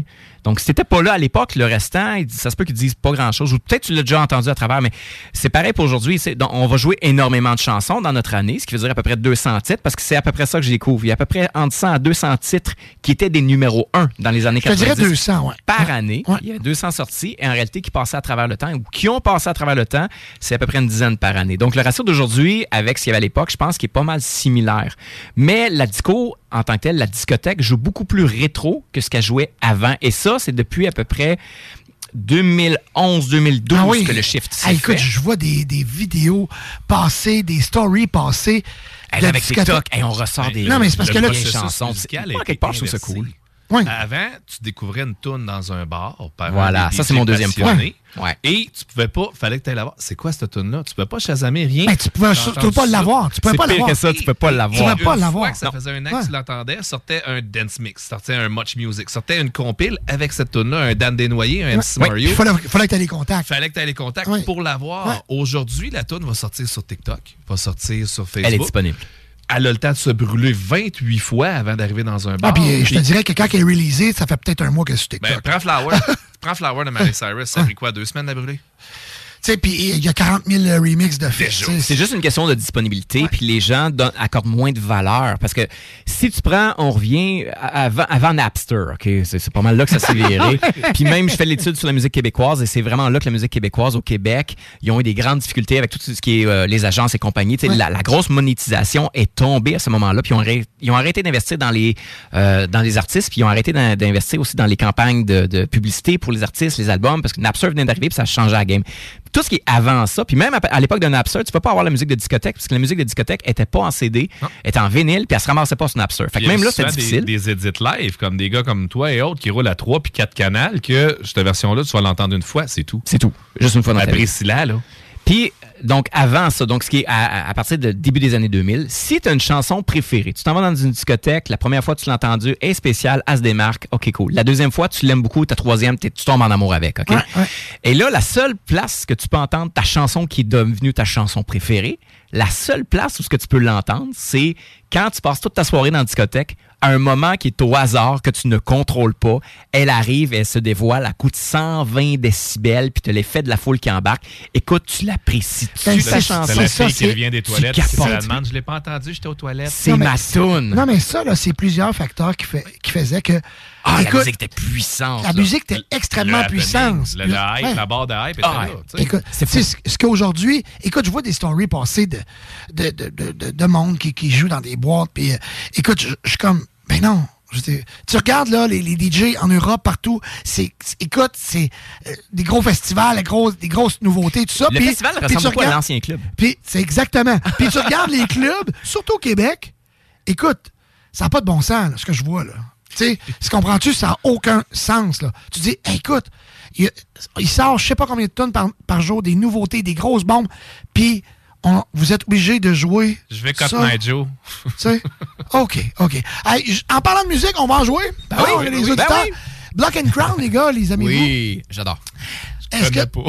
Donc, si t'étais pas là à l'époque, le restant, ça se peut qu'ils disent pas grand-chose. Ou peut-être tu l'as déjà entendu à travers, mais c'est pareil pour aujourd'hui. C'est, donc, on va jouer énormément de chansons dans notre année, ce qui veut dire à peu près deux cents titres, parce que c'est à peu près ça que je découvre. Il y a à peu près entre cent à deux cents titres qui étaient des numéros un dans les années quatre-vingt-dix. Je dirais deux cents, ouais. Par ouais. année. Ouais. Il y a deux cents sorties, et en réalité, qui passaient à travers le temps, ou qui ont passé à travers le temps, c'est à peu près une dizaine par année. Donc, le ratio d'aujourd'hui, avec ce qu'il y avait à l'époque, je pense qu'il est pas mal similaire. Mais la disco, en tant que telle, la discothèque joue beaucoup plus rétro que ce qu'elle jouait avant. Et ça, c'est depuis à peu près deux mille onze deux mille douze ah oui. que le shift s'est ah, écoute, fait. Je vois des, des vidéos passées, des stories passées. Hey, avec TikTok, hey, on ressort des, non, mais c'est parce que là, des chansons. Moi, quelque part, je trouve ça cool. Oui. Avant, tu découvrais une toune dans un bar. Par voilà, un ça, c'est mon deuxième point. Ouais. Et tu pouvais pas, fallait que tu ailles la voir. C'est quoi cette toune-là? Tu pouvais pas chasamer rien. Ben, tu pouvais surtout pas l'avoir. Tu pouvais pas l'avoir. C'est pire que ça, tu peux pas l'avoir. Tu peux pas l'avoir. Une fois que ça faisait un an que tu l'entendais, sortait un dance mix, sortait un Much Music, sortait une compile avec cette toune-là, un Dan Desnoyers, un M C ouais. Mario. Il fallait, fallait que tu aies les contacts. Fallait que tu aies les contacts ouais. pour l'avoir. Ouais. Aujourd'hui, la toune va sortir sur TikTok, va sortir sur Facebook. Elle est disponible. Elle a le temps de se brûler vingt-huit fois avant d'arriver dans un bar. Ah, puis je te dirais que quand elle est releasée, ça fait peut-être un mois que c'est sur TikTok. Ben, prends Flower. prends Flower de Miley Cyrus. Ça a pris quoi, deux semaines à brûler? Tu sais, puis il y a quarante mille remixes de fait. C'est juste une question de disponibilité, ouais. Puis les gens donnent, accordent moins de valeur. Parce que si tu prends, on revient avant, avant Napster, OK? C'est, c'est pas mal là que ça s'est viré. Puis même, je fais l'étude sur la musique québécoise et c'est vraiment là que la musique québécoise au Québec, ils ont eu des grandes difficultés avec tout ce qui est euh, les agences et compagnie. Ouais. La, la grosse monétisation est tombée à ce moment-là, puis ils ont, arrêté, ils ont arrêté d'investir dans les, euh, dans les artistes, puis ils ont arrêté d'investir aussi dans les campagnes de, de publicité pour les artistes, les albums, parce que Napster venait d'arriver, puis ça a changé la game. Tout ce qui est avant ça, puis même à l'époque de Napster, tu peux pas avoir la musique de discothèque parce que la musique de discothèque était pas en C D, non. était en vinyle, puis elle se ramassait pas sur Napster. Fait que même là, c'était difficile. Il y a des, des edits live, comme des gars comme toi et autres qui roulent à trois puis quatre canals, que cette version-là, tu vas l'entendre une fois, c'est tout. C'est tout. Juste une fois dans ta vie. Apprécie-la, là. Puis, donc, avant ça, donc ce qui est à, à partir de début des années deux mille, si tu as une chanson préférée, tu t'en vas dans une discothèque, la première fois tu l'as entendue, est spéciale, elle se démarque, OK, cool. La deuxième fois, tu l'aimes beaucoup, ta troisième, tu tombes en amour avec, OK? Ouais, ouais. Et là, la seule place que tu peux entendre ta chanson qui est devenue ta chanson préférée, la seule place où ce que tu peux l'entendre, c'est quand tu passes toute ta soirée dans la discothèque, à un moment qui est au hasard, que tu ne contrôles pas, elle arrive, elle se dévoile, elle coûte cent vingt décibels, puis tu as l'effet de la foule qui embarque. Écoute, tu l'apprécies. Tu c'est chanson. C'est la fille qui revient des toilettes, qui se la demande, je l'ai pas entendu, j'étais aux toilettes. C'est ma toune. Non, mais ça, là, c'est plusieurs facteurs qui, fait, qui faisaient que... Ah, écoute, la musique était puissante. La là. musique était extrêmement le puissante. Le, le hype, ouais. La barre de hype était ah, là. T'sais. Écoute, c'est fou. Ce qu'aujourd'hui, écoute, je vois des stories passer de, de, de, de, de, de monde qui, qui joue dans des boîtes, puis euh, écoute, je, je suis comme, ben non. Je sais, tu regardes là les, les D J en Europe partout, c'est, c'est écoute, c'est euh, des gros festivals, des grosses, des grosses nouveautés, tout ça. Le pis, festival ressemble beaucoup à l'ancien club. Puis c'est exactement. Puis tu regardes les clubs, surtout au Québec. Écoute, ça n'a pas de bon sens là, ce que je vois là. Tu sais, ce comprends-tu, ça n'a aucun sens là. Tu dis, hey, écoute, il, il sort, je sais pas combien de tonnes par, par jour, des nouveautés, des grosses bombes, puis On, vous êtes obligé de jouer. Je vais Cotton Eye Joe. Tu sais? OK, OK. Hey, j- en parlant de musique, on va en jouer. Ben oh, oui, les oui, auditeurs. ben oui. Block and Crown, les gars, les amis. Oui, j'adore. Je connais pas.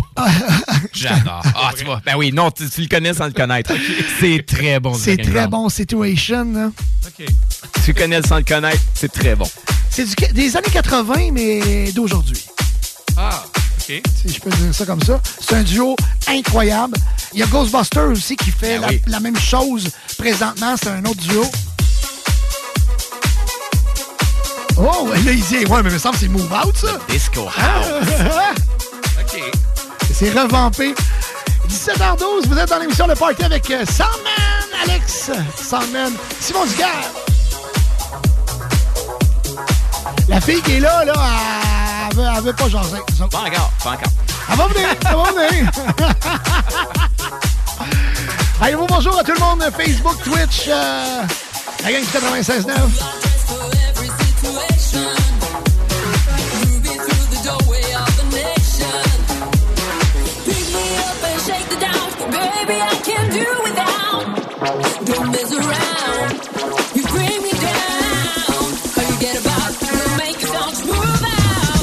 J'adore. Ah, tu vois. Ben oui, non, tu, tu le connais sans le connaître. C'est très bon. C'est très bon, Situation. Là. OK. Tu connais sans le connaître, c'est très bon. C'est du, des années quatre-vingts, mais d'aujourd'hui. Ah, OK. Si je peux dire ça comme ça. C'est un duo incroyable. Il y a Ghostbusters aussi qui fait ben la, oui. la même chose présentement. C'est un autre duo. Oh, ouais, là, il dit, ouais, mais il me semble que c'est Move Out, ça. The Disco House. OK. C'est revampé. dix-sept heures douze, vous êtes dans l'émission Le Party avec euh, Soundman, Alex, Soundman, Simon Dugas. La fille qui est là, là, elle veut, elle veut pas jaser. Pas encore, pas encore. Elle va venir, elle va venir. Allez, bon, bonjour à tout le monde, Facebook, Twitch, euh, la gang du quatre-vingt-seize neuf. Don't mess around. You bring me down. How you get about? We'll make you dance, move out.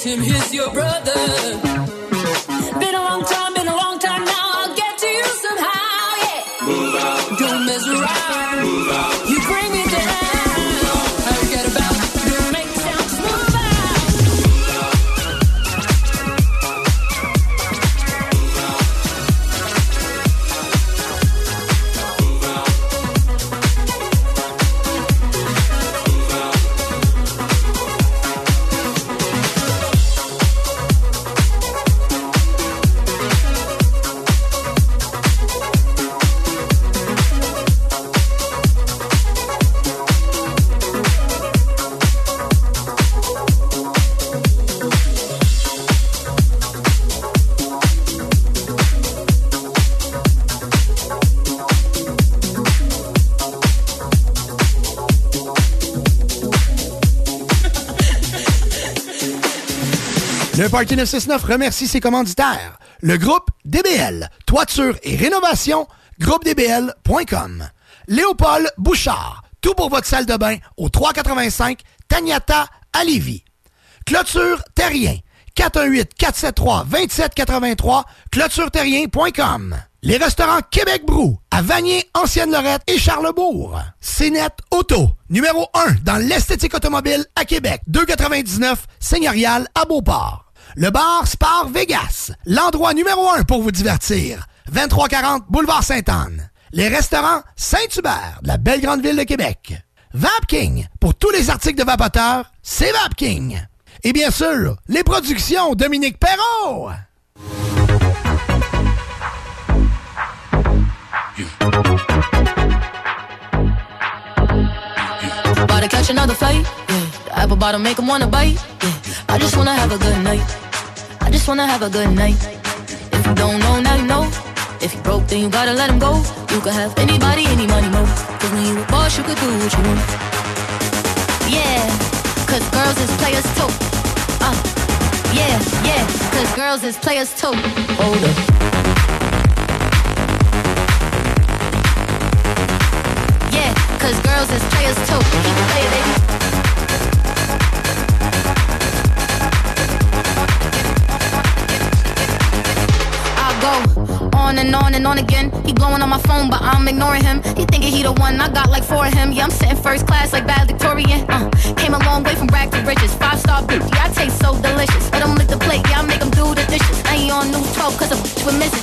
him, he's your brother. Been a long time, been a long time now. I'll get to you somehow, yeah. Move out. Don't mess around. Move out. You bring me down. I forget about you, make sounds. Move Le Party neuf cent soixante-neuf remercie ses commanditaires. Le groupe D B L, toiture et rénovation, groupe d b l point com. Léopold Bouchard, tout pour votre salle de bain au trois cent quatre-vingt-cinq Taniata à Lévis. Clôture Terrien, quatre un huit, quatre sept trois, deux sept huit trois, clôture terrien point com. Les restaurants Québec Brou à Vanier, Ancienne-Lorette et Charlebourg. Cénet Auto, numéro un dans l'esthétique automobile à Québec, deux cent quatre-vingt-dix-neuf Seigneurial à Beauport. Le bar Spar Vegas, l'endroit numéro un pour vous divertir. vingt-trois quarante Boulevard Sainte-Anne. Les restaurants Saint-Hubert, de la belle grande ville de Québec. Vapking, pour tous les articles de vapoteurs, c'est Vapking. Et bien sûr, les productions Dominique Perrault. About to catch another fight, yeah. The apple bottom make 'em wanna bite, yeah. I just wanna have a good night. I just wanna have a good night. If you don't know, now you know. If you broke, then you gotta let him go. You can have anybody, any money, mo. Cause when you a boss, you could do what you want. Yeah, cause girls is players too. Uh, yeah, yeah, cause girls is players too. Hold up. Yeah, cause girls is players too. Keep it playing, baby. Go on and on and on again. He blowing on my phone, but I'm ignoring him. He thinking he the one, I got like four of him. Yeah, I'm sitting first class like bad Victorian. Uh, came a long way from rag to riches. Five star bitch, yeah, I taste so delicious. Let him lick the plate, yeah, I make him do the dishes. Now he on news twelve cause a bitch we're missing.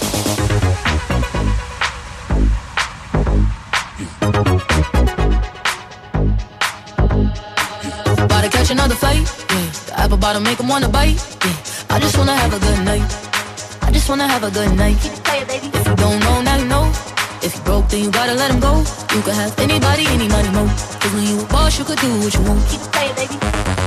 About to catch another fight, yeah. The apple bottom make him wanna bite, yeah. I just wanna have a good night. I just wanna have a good night. Keep it playing, baby. If you don't know, now you know. If you broke, then you gotta let him go. You can have anybody, any money, mo. Cause when you a boss, you could do what you want. Keep it playing, baby.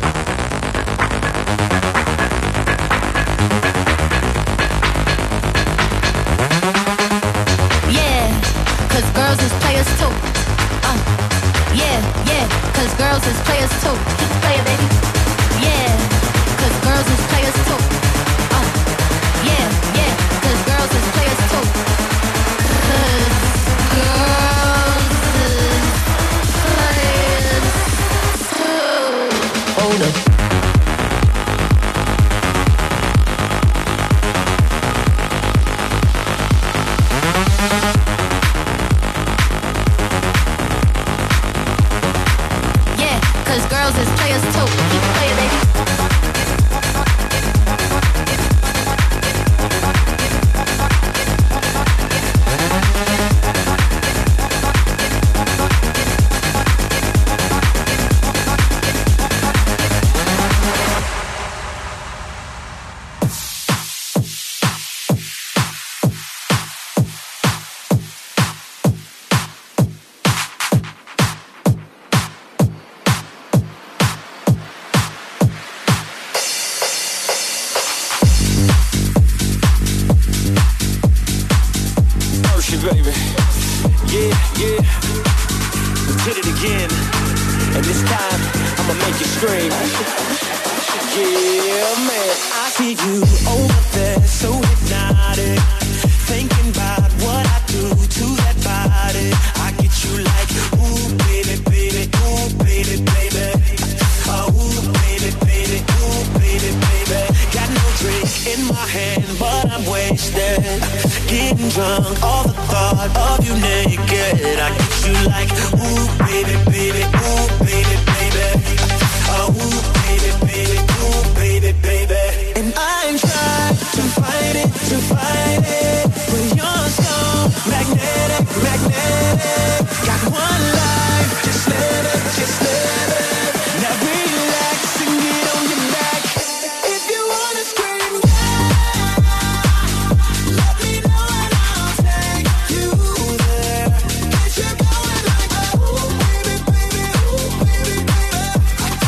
Yeah, cause girls is players too. Uh, yeah, yeah, cause girls is players too. Keep it playing, baby. Yeah, cause girls is players too. Yeah, yeah, cause girls is players too. Cause girls is players too. Hold up. Yeah, cause girls is players too. Keep it playing, baby. Baby, bed, getting drunk, all the thought of you naked. I get you like, ooh, baby, baby, ooh, baby, baby. Oh, ooh, baby, baby, ooh, baby, baby. And I ain't tried to fight it, to fight it, but you're so magnetic, magnetic. Got one life, just let it, just let it. Now relax and get on your back. If you wanna scream, let me know and I'll take you there. Get you going like, ooh, baby, baby, ooh, baby, baby.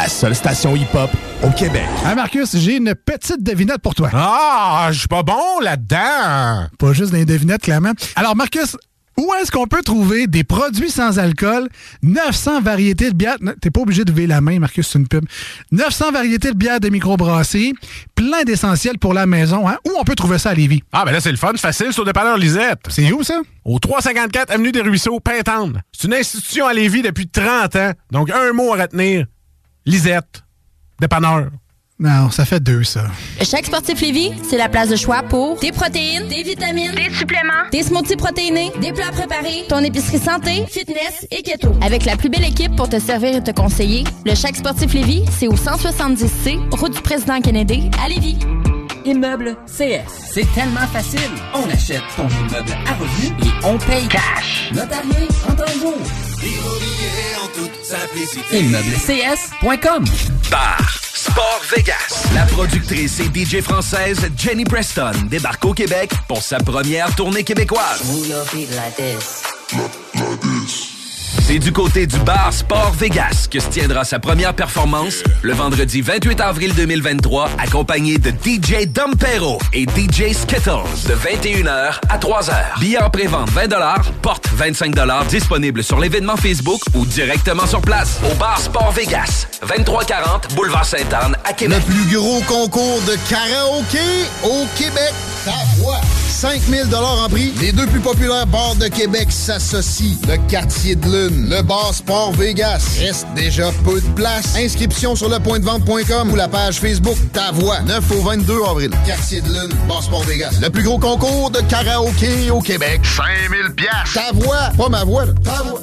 seule station hip-hop au Québec. Hey Marcus, j'ai une petite devinette pour toi. Ah, je suis pas bon là-dedans. Pas juste des devinettes, clairement. Alors Marcus, où est-ce qu'on peut trouver des produits sans alcool, neuf cents variétés de bières... T'es pas obligé de lever la main, Marcus, c'est une pub. neuf cents variétés de bières de microbrasserie, plein d'essentiels pour la maison. Hein? Où on peut trouver ça à Lévis? Ah, ben là, c'est le fun, facile, c'est au dépanneur Lisette. C'est où, ça? Au trois cent cinquante-quatre Avenue des Ruisseaux, Pintendre. C'est une institution à Lévis depuis trente ans. Donc, un mot à retenir. Lisette. Dépanneur. Non, ça fait deux, ça. Le Chèque Sportif Lévis, c'est la place de choix pour des protéines, des vitamines, des suppléments, des smoothies protéinés, des plats préparés, ton épicerie santé, fitness et keto. Avec la plus belle équipe pour te servir et te conseiller, le Chèque Sportif Lévis, c'est au cent soixante-dix C, route du président Kennedy, à Lévis. Immeuble C S. C'est tellement facile. On achète ton immeuble à revenu et on paye cash. Notarié en temps jour. Immobilier en toute simplicité. Immeuble C S point com. Bar Sport Vegas. La productrice et D J française Jenny Preston débarque au Québec pour sa première tournée québécoise. Move your feet like this. Like this. C'est du côté du bar Sport Vegas que se tiendra sa première performance le vendredi vingt-huit avril deux mille vingt-trois, accompagné de D J Dompero et D J Skittles de vingt et une heures à trois heures. Billets en pré-vente vingt dollars, porte vingt-cinq dollars, disponible sur l'événement Facebook ou directement sur place au bar Sport Vegas, vingt-trois quarante Boulevard Sainte-Anne à Québec. Le plus gros concours de karaoké au Québec. Ta voix. cinq mille dollars en prix. Les deux plus populaires bars de Québec s'associent. Le Quartier de Lune, le bar Sport Vegas. Reste déjà peu de place. Inscription sur le point de vente point com ou la page Facebook Ta Voix. neuf au vingt-deux avril. Quartier de Lune, bar Sport Vegas. Le plus gros concours de karaoké au Québec. cinq mille piastres. Ta voix. Pas ma voix, là. Ta voix.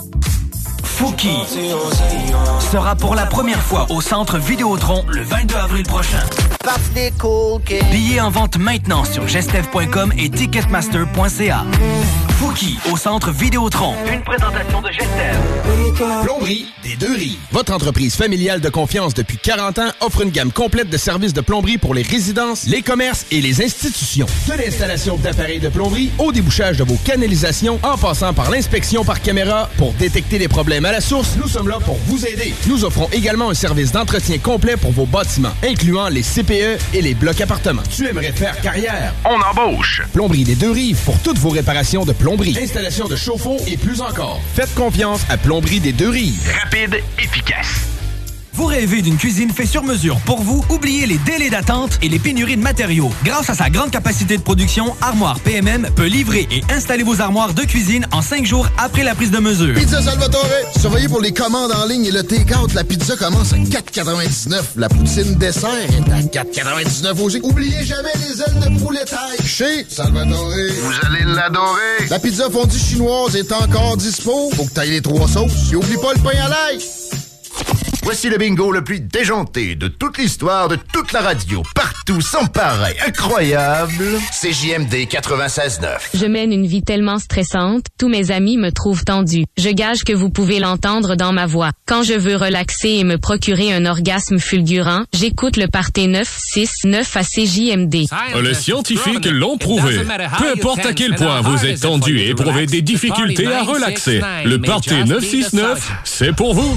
Fouki sera pour la première fois au Centre Vidéotron le vingt-deux avril prochain. Billets en vente maintenant sur gestev point com et ticketmaster point c a. Fouki au Centre Vidéotron. Une présentation de Gestev. Plomberie des Deux-Rives. Votre entreprise familiale de confiance depuis quarante ans offre une gamme complète de services de plomberie pour les résidences, les commerces et les institutions. De l'installation d'appareils de plomberie au débouchage de vos canalisations, en passant par l'inspection par caméra pour détecter les problèmes à la source, nous sommes là pour vous aider. Nous offrons également un service d'entretien complet pour vos bâtiments, incluant les C P E et les blocs appartements. Tu aimerais faire carrière? On embauche. Plomberie des Deux-Rives pour toutes vos réparations de plomberie, installation de chauffe-eau et plus encore. Faites confiance à Plomberie des Deux-Rives. Rapide, efficace. Vous rêvez d'une cuisine faite sur mesure pour vous? Oubliez les délais d'attente et les pénuries de matériaux. Grâce à sa grande capacité de production, Armoire P M M peut livrer et installer vos armoires de cuisine en cinq jours après la prise de mesure. Pizza Salvatore. Surveillez pour les commandes en ligne et le take-out. La pizza commence à quatre quatre-vingt-dix-neuf. La poutine dessert est à quatre quatre-vingt-dix-neuf aussi. Oubliez jamais les ailes de poulet taille. Chez Salvatore. Vous allez l'adorer. La pizza fondue chinoise est encore dispo. Faut que t'ailles les trois sauces. Et oublie pas le pain à l'ail. Voici le bingo le plus déjanté de toute l'histoire de toute la radio. Partout, sans pareil, incroyable. C J M D quatre-vingt-seize neuf. Je mène une vie tellement stressante, tous mes amis me trouvent tendue. Je gage que vous pouvez l'entendre dans ma voix. Quand je veux relaxer et me procurer un orgasme fulgurant, j'écoute le Party neuf six neuf à C J M D. Les scientifiques l'ont prouvé. Peu importe à quel point vous êtes tendu et éprouvez des difficultés à relaxer, le Party neuf six neuf, c'est pour vous.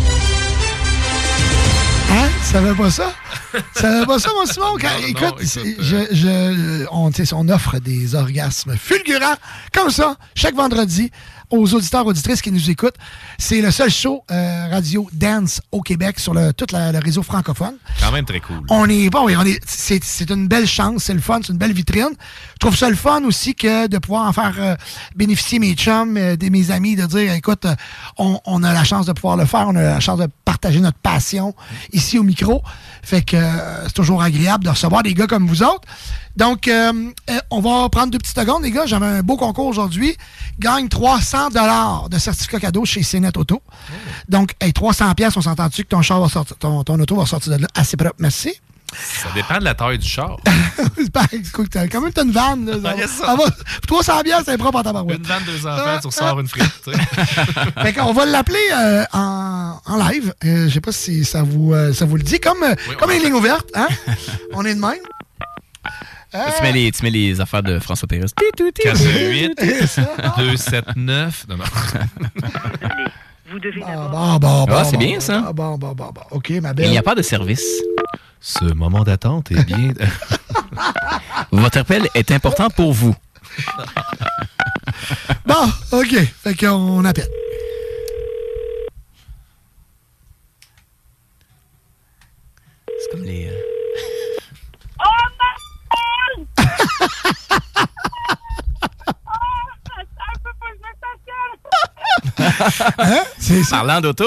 Hein? Tu savais pas ça? Tu savais pas ça, mon Simon? Quand, non, écoute, non, écoute je, je, on, on offre des orgasmes fulgurants comme ça, chaque vendredi, aux auditeurs, auditrices qui nous écoutent. C'est le seul show euh, radio dance au Québec sur le, tout la, le réseau francophone. Quand même très cool. On est bon, oui, on est, c'est, c'est une belle chance, c'est le fun, c'est une belle vitrine. Je trouve ça le fun aussi que de pouvoir en faire euh, bénéficier mes chums, euh, des, mes amis, de dire, écoute, euh, on, on a la chance de pouvoir le faire, on a la chance de partager notre passion ici au micro. Fait que euh, c'est toujours agréable de recevoir des gars comme vous autres. Donc, euh, euh, on va prendre deux petites secondes, les gars. J'avais un beau concours aujourd'hui. Gagne trois cents dollars de certificat cadeau chez C Net Auto. Oh. Donc, hey, trois cents piastres, on s'entend-tu que ton char va sortir, ton, ton auto va sortir de là assez propre? Merci. Ça dépend de la taille du char. Écoute, quand même, t'as une vanne. Là, ça va, ça va. trois cents piastres, c'est propre en tabarouette. Une vanne, deux enfants, tu ressors une frite. Fait qu'on va l'appeler euh, en, en live. Euh, je sais pas si ça vous, euh, ça vous le dit. Comme, oui, comme les lignes ouvertes. Hein? On est de même. Euh... Tu, mets les, tu mets les affaires de François Pérusse. quatre huit deux sept neuf Non, non. vous devez Ah, d'abord... bon, bon, bon, Ah, c'est bon, bien, ça. Bon, bon, bon, bon, bon. OK, ma belle. Il n'y a pas de service. Ce moment d'attente est bien... Votre appel est important pour vous. Bon, OK. Fait qu'on appelle. C'est comme les... euh, Oh, ma Hein? C'est Parlant d'auto? Oh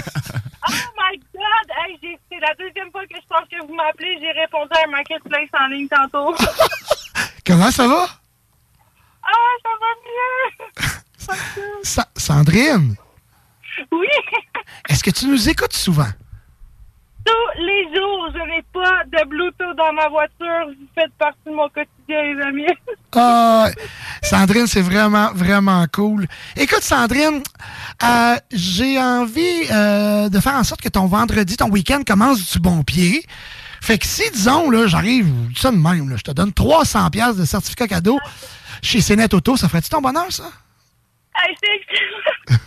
my God! Hey, j'ai- c'est la deuxième fois que je pense que vous m'appelez. J'ai répondu à un marketplace en ligne tantôt. Comment ça va? Ah, ça va mieux! Ça va mieux. Sa- Sandrine, Oui! est-ce que tu nous écoutes souvent? Tous les jours, je n'ai pas de Bluetooth dans ma voiture. Vous faites partie de mon quotidien, les amis. Ah, Sandrine, c'est vraiment, vraiment cool. Écoute, Sandrine, euh, j'ai envie euh, de faire en sorte que ton vendredi, ton week-end commence du bon pied. Fait que si, disons, là, j'arrive, je dis ça de même, là, je te donne trois cents dollars de certificat cadeau chez Cénet Auto, ça ferait-tu ton bonheur, ça? Hey, c'est excellent!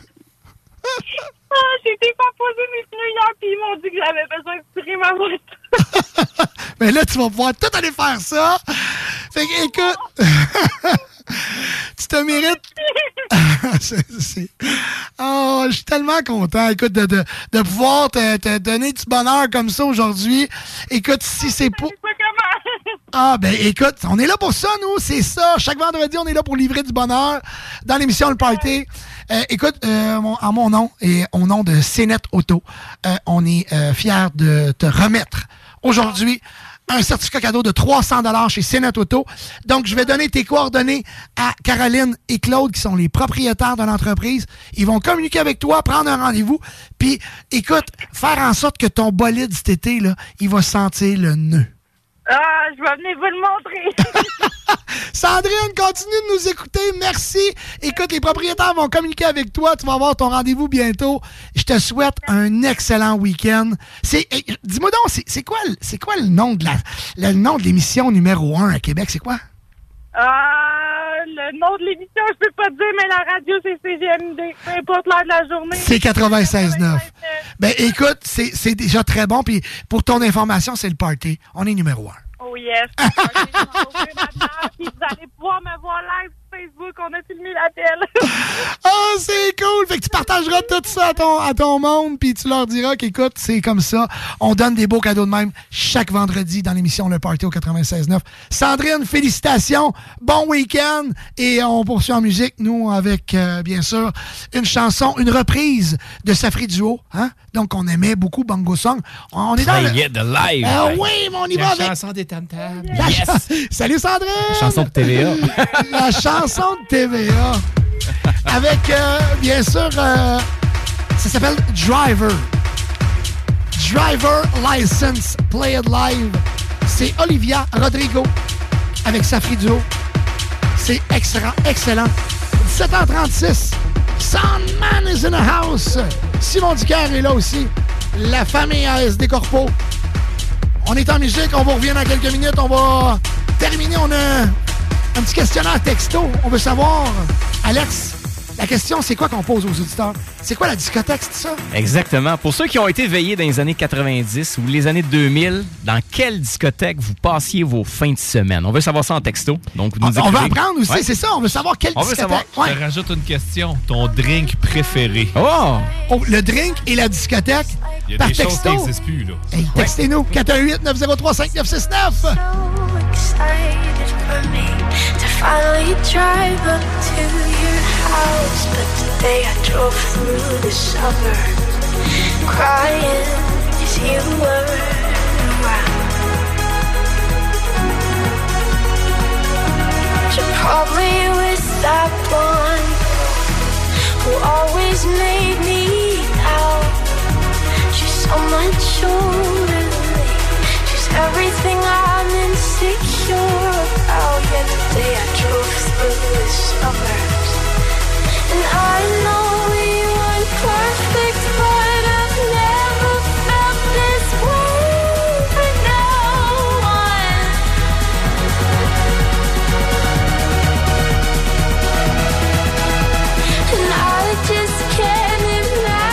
Ah, j'ai été pas poser mes pneus hier, puis ils m'ont dit que j'avais besoin de tirer ma voiture. Mais là, tu vas pouvoir tout aller faire ça. Fait que, écoute, tu te mérites. c'est, c'est... Oh, je suis tellement content, écoute, de, de, de pouvoir te, te donner du bonheur comme ça aujourd'hui. Écoute, si c'est pour... Ah, ben écoute, on est là pour ça, nous, c'est ça. Chaque vendredi, on est là pour livrer du bonheur dans l'émission Le Party. Euh, écoute, euh, mon, en mon nom et au nom de Cénet Auto, euh, on est euh, fiers de te remettre aujourd'hui un certificat cadeau de trois cents dollars chez Cénet Auto. Donc, je vais donner tes coordonnées à Caroline et Claude, qui sont les propriétaires de l'entreprise. Ils vont communiquer avec toi, prendre un rendez-vous, puis, écoute, faire en sorte que ton bolide cet été, là, il va sentir le nœud. Ah, je vais venir vous le montrer. Sandrine, continue de nous écouter. Merci. Écoute, les propriétaires vont communiquer avec toi. Tu vas avoir ton rendez-vous bientôt. Je te souhaite un excellent week-end. C'est, eh, dis-moi donc, c'est, c'est quoi, le- c'est quoi le nom de la, le nom de l'émission numéro un à Québec? C'est quoi? Ah, le nom de l'émission, je peux pas te dire, mais la radio, c'est C G M D. Peu importe l'heure de la journée. C'est quatre-vingt-seize neuf. Ben, écoute, c'est, c'est déjà très bon. Puis, pour ton information, c'est le party. On est numéro un. Oh yes. Puis vous allez pouvoir me voir live sur Facebook. On a filmé la télé. Oh, c'est cool! Fait que tu partageras tout ça à ton, à ton monde, puis tu leur diras qu'écoute, c'est comme ça. On donne des beaux cadeaux de même chaque vendredi dans l'émission Le Party au quatre-vingt-seize neuf. Sandrine, félicitations! Bon week-end! Et on poursuit en musique, nous, avec, euh, bien sûr, une chanson, une reprise de Safri Duo. Hein? Donc, on aimait beaucoup Bongo Song. On est dans le... Play it live. Ah oui, mais on y La va avec... chanson des tam-tams. La cha- Salut Sandrine! La chanson de T V A. La chanson de T V A. Avec, euh, bien sûr, euh, ça s'appelle Driver. Driver License, Play It Live. C'est Olivia Rodrigo avec Safri Duo. C'est excellent, excellent. dix-sept heures trente-six. Soundman is in the house. Simon Ducaire est là aussi. La famille A S D Corpo. On est en musique, on va revenir dans quelques minutes. On va terminer, on a un petit questionnaire texto. On veut savoir, Alex, la question, c'est quoi qu'on pose aux auditeurs? C'est quoi la discothèque, c'est ça? Exactement. Pour ceux qui ont été veillés dans les années quatre-vingt-dix ou les années deux mille, dans quelle discothèque vous passiez vos fins de semaine? On veut savoir ça en texto. Donc, vous nous On, on veut écrivez. apprendre aussi, Ouais. c'est ça. On veut savoir quelle On veut discothèque. savoir. Je te rajoute une question. Ton drink préféré? Oh! Oh, le drink et la discothèque. Il y a par des choses texto. qui n'existent plus, là. Hey, textez-nous, quatre un huit, neuf zéro trois, cinq neuf six neuf. Excited for me to finally drive up to your house, but today I drove through the suburbs crying as you were around. You're probably with that one who always made me out. She's so much older than me. She's everything I'm insecure about. Yet today I drove through the suburbs, and I know we weren't perfect, but I've never felt this way for no one. And I just can't imagine